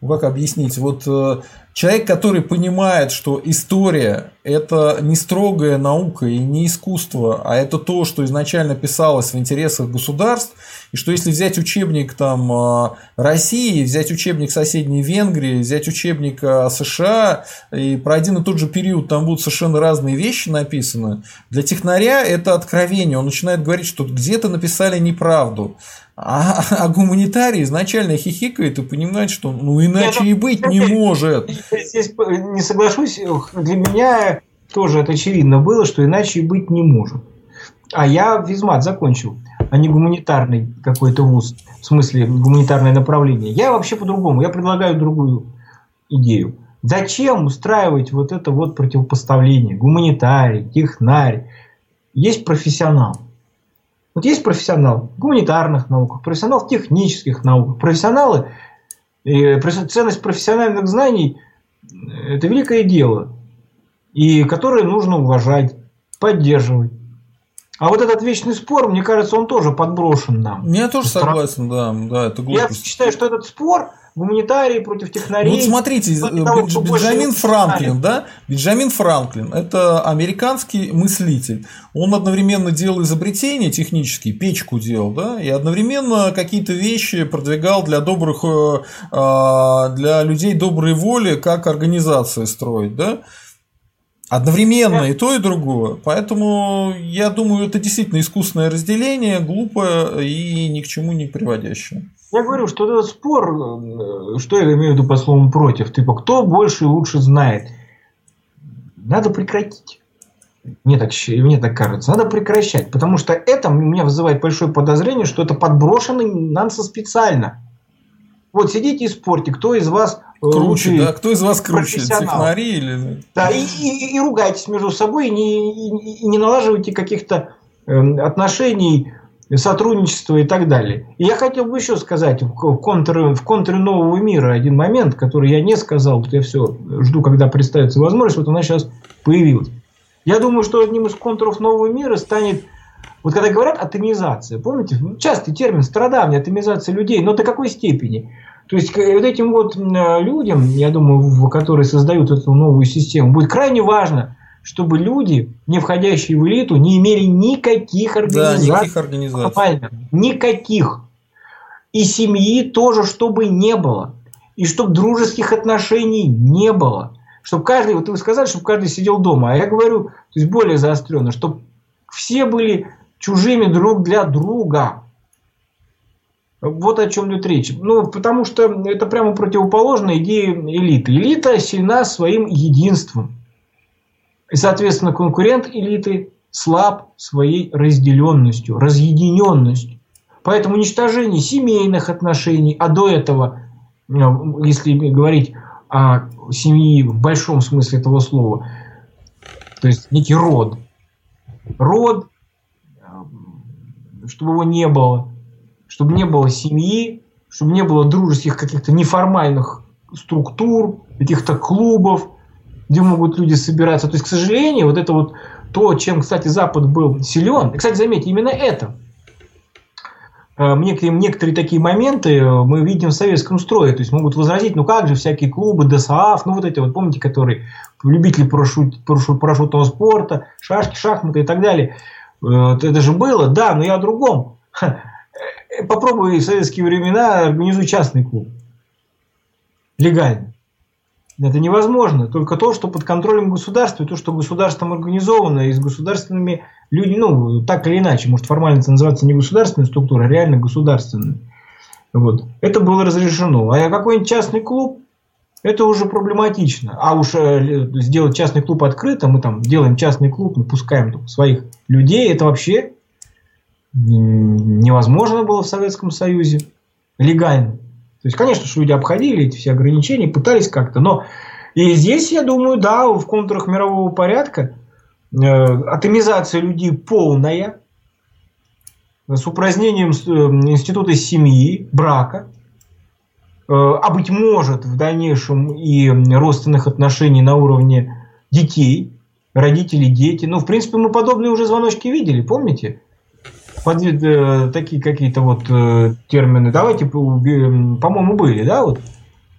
как объяснить, вот человек, который понимает, что история – это не строгая наука и не искусство, а это то, что изначально писалось в интересах государств, и что если взять учебник там, России, взять учебник соседней Венгрии, взять учебник США, и про один и тот же период там будут совершенно разные вещи написаны, для технаря это откровение, он начинает говорить, что где-то написали неправду. А, а гуманитарий изначально хихикает и понимает, что ну иначе и быть не может. Здесь не соглашусь, для меня тоже это очевидно было, что иначе и быть не может. А я физмат закончил, а не гуманитарный какой-то вуз, в смысле гуманитарное направление. Я вообще по-другому, я предлагаю другую идею. Зачем устраивать вот это вот противопоставление? Гуманитарий, технарь. Есть профессионал. Вот есть профессионал в гуманитарных науках, профессионал в технических науках. Профессионалы, э, ценность профессиональных знаний – это великое дело, и которое нужно уважать, поддерживать. А вот этот вечный спор, мне кажется, он тоже подброшен нам. Я тоже согласен, да, да, это глупость. Я считаю, что этот спор гуманитарии против технарей. Ну, вот смотрите, того, Бенджамин Франклин, да? Бенджамин Франклин – это американский мыслитель. Он одновременно делал изобретения технические, печку делал, да, и одновременно какие-то вещи продвигал для добрых, для людей доброй воли, как организации строить, да. Одновременно и то, и другое. Поэтому я думаю, это действительно искусственное разделение, глупое и ни к чему не приводящее. Я говорю, что этот спор, что я имею в виду по словам против, типа кто больше и лучше знает, надо прекратить. Мне так, мне так кажется, надо прекращать, потому что это у меня вызывает большое подозрение, что это подброшено нам со специально. Вот сидите и спорьте, кто из вас круче, да? Кто из вас круче, технари или... Да, и, и, и ругайтесь между собой, и не, и, и не налаживайте каких-то э, отношений, сотрудничества и так далее. И я хотел бы еще сказать в контуре, в контуре нового мира один момент, который я не сказал, вот я все жду, когда представится возможность, вот она сейчас появилась. Я думаю, что одним из контуров нового мира станет, вот когда говорят атомизация, помните, частый термин страдания, атомизация людей, но до какой степени? То есть вот этим вот людям, я думаю, которые создают эту новую систему, будет крайне важно, чтобы люди, не входящие в элиту, не имели никаких организаций. Да, никаких организаций. Никаких. И семьи тоже, чтобы не было. И чтобы дружеских отношений не было. Чтобы каждый, вот вы сказали, чтобы каждый сидел дома. А я говорю, то есть более заостренно, чтобы все были чужими друг для друга. Вот о чем идет речь. Ну, потому что это прямо противоположно идее элиты. Элита сильна своим единством. И, соответственно, конкурент элиты слаб своей разделенностью, разъединенностью. Поэтому уничтожение семейных отношений, а до этого, если говорить о семье в большом смысле этого слова, то есть некий род. Род, чтобы его не было, чтобы не было семьи, чтобы не было дружеских каких-то неформальных структур, каких-то клубов, где могут люди собираться. То есть, к сожалению, вот это вот то, чем, кстати, Запад был силен. И, кстати, заметьте, именно это. Некоторые, некоторые такие моменты мы видим в советском строе. То есть, могут возразить, ну как же, всякие клубы, ДОСААФ, ну вот эти вот, помните, которые любители парашют, парашют, парашютного спорта, шашки, шахматы и так далее. Это же было, да, но я о другом. Попробуй в советские времена организуй частный клуб. Легально. Это невозможно. Только то, что под контролем государства, и то, что государством организовано, и с государственными людьми, ну, так или иначе, может формально это называется не государственная структура, а реально государственная. Вот. Это было разрешено. А какой-нибудь частный клуб, это уже проблематично. А уж сделать частный клуб открыто, мы там делаем частный клуб, мы пускаем там своих людей, это вообще невозможно было в Советском Союзе легально. То есть, конечно, что люди обходили эти все ограничения, пытались как-то, но и здесь, я думаю, да, в контурах мирового порядка э, атомизация людей полная, с упразднением института семьи, брака, э, а быть может в дальнейшем и родственных отношений на уровне детей, родители, дети. Ну, в принципе, мы подобные уже звоночки видели, помните? Под, э, такие какие-то вот э, термины, давайте, по-моему, были, да, вот.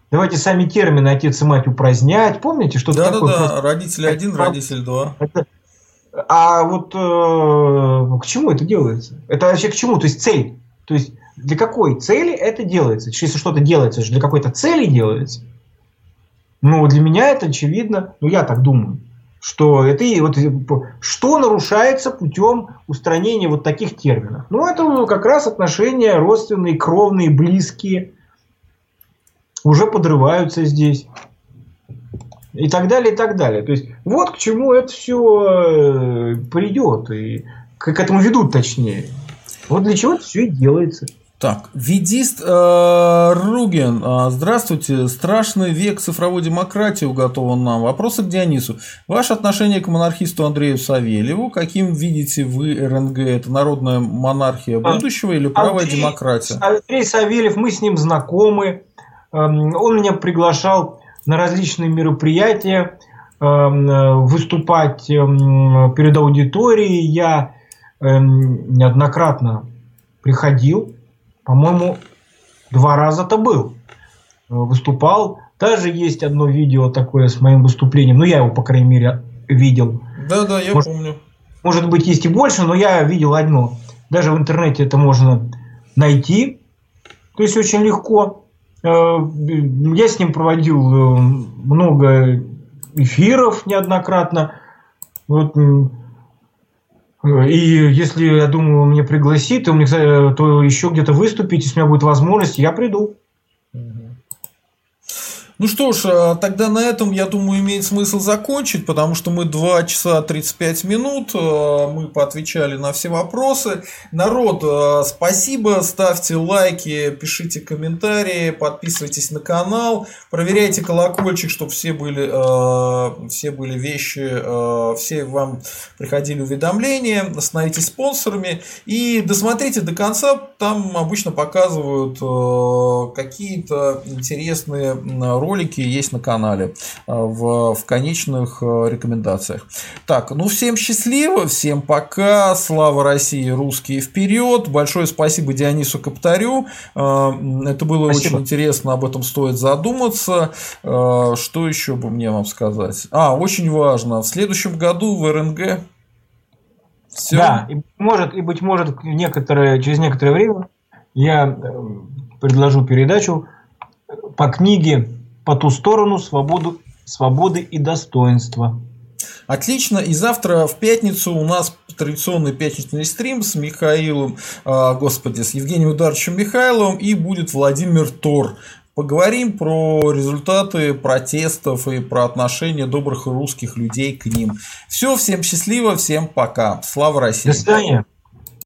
давайте сами термины отец и мать упразднять. Помните, что-то да, такое? Да, да, просто... родитель один, это, родитель два. Это... А вот э, к чему это делается? Это вообще к чему? То есть цель. То есть для какой цели это делается? Если что-то делается, для какой-то цели делается. Ну, для меня это очевидно, ну, я так думаю, что это и вот что нарушается путем устранения вот таких терминов. Ну, это как раз отношения родственные, кровные, близкие уже подрываются здесь. И так далее, и так далее. То есть, вот к чему это все придет. И к этому ведут, точнее. Вот для чего это все и делается. Так, ведист э, Руген, э, здравствуйте. Страшный век цифровой демократии уготован нам. Вопросы к Дионису. Ваше отношение к монархисту Андрею Савельеву? Каким видите вы РНГ? Это народная монархия будущего или правая Андрей, демократия? Андрей Савельев, мы с ним знакомы. Он меня приглашал на различные мероприятия выступать перед аудиторией. Я неоднократно приходил. По-моему, два раза-то был. Выступал. Даже есть одно видео такое с моим выступлением. Ну, я его, по крайней мере, видел. Да, да, я может, помню. Может быть, есть и больше, но я видел одно. Даже в интернете это можно найти. То есть, очень легко. Я с ним проводил много эфиров неоднократно. Вот. И если, я думаю, он меня пригласит, то, мне, то еще где-то выступить, если у меня будет возможность, я приду. Ну что ж, тогда на этом, я думаю, имеет смысл закончить, потому что мы два часа тридцать пять минут, мы поотвечали на все вопросы. Народ, спасибо, ставьте лайки, пишите комментарии, подписывайтесь на канал, проверяйте колокольчик, чтобы все были, все были вещи, все вам приходили уведомления, становитесь спонсорами и досмотрите до конца, там обычно показывают какие-то интересные ролики, ролики есть на канале в, в конечных рекомендациях. Так, ну всем счастливо, всем пока, слава России, русские вперед, большое спасибо Дионису Каптарю, это было спасибо. Очень интересно, об этом стоит задуматься. Что еще бы мне вам сказать? А, очень важно, в следующем году в РНГ все. Да, и, может, и быть может некоторое, через некоторое время я предложу передачу по книге «По ту сторону свободу, свободы и достоинства». Отлично. И завтра в пятницу у нас традиционный пятничный стрим с Михаилом, э, господи, с Евгением Ударовичем Михайловым, и будет Владимир Тор. Поговорим про результаты протестов и про отношение добрых русских людей к ним. Все, всем счастливо, всем пока. Слава России. До свидания.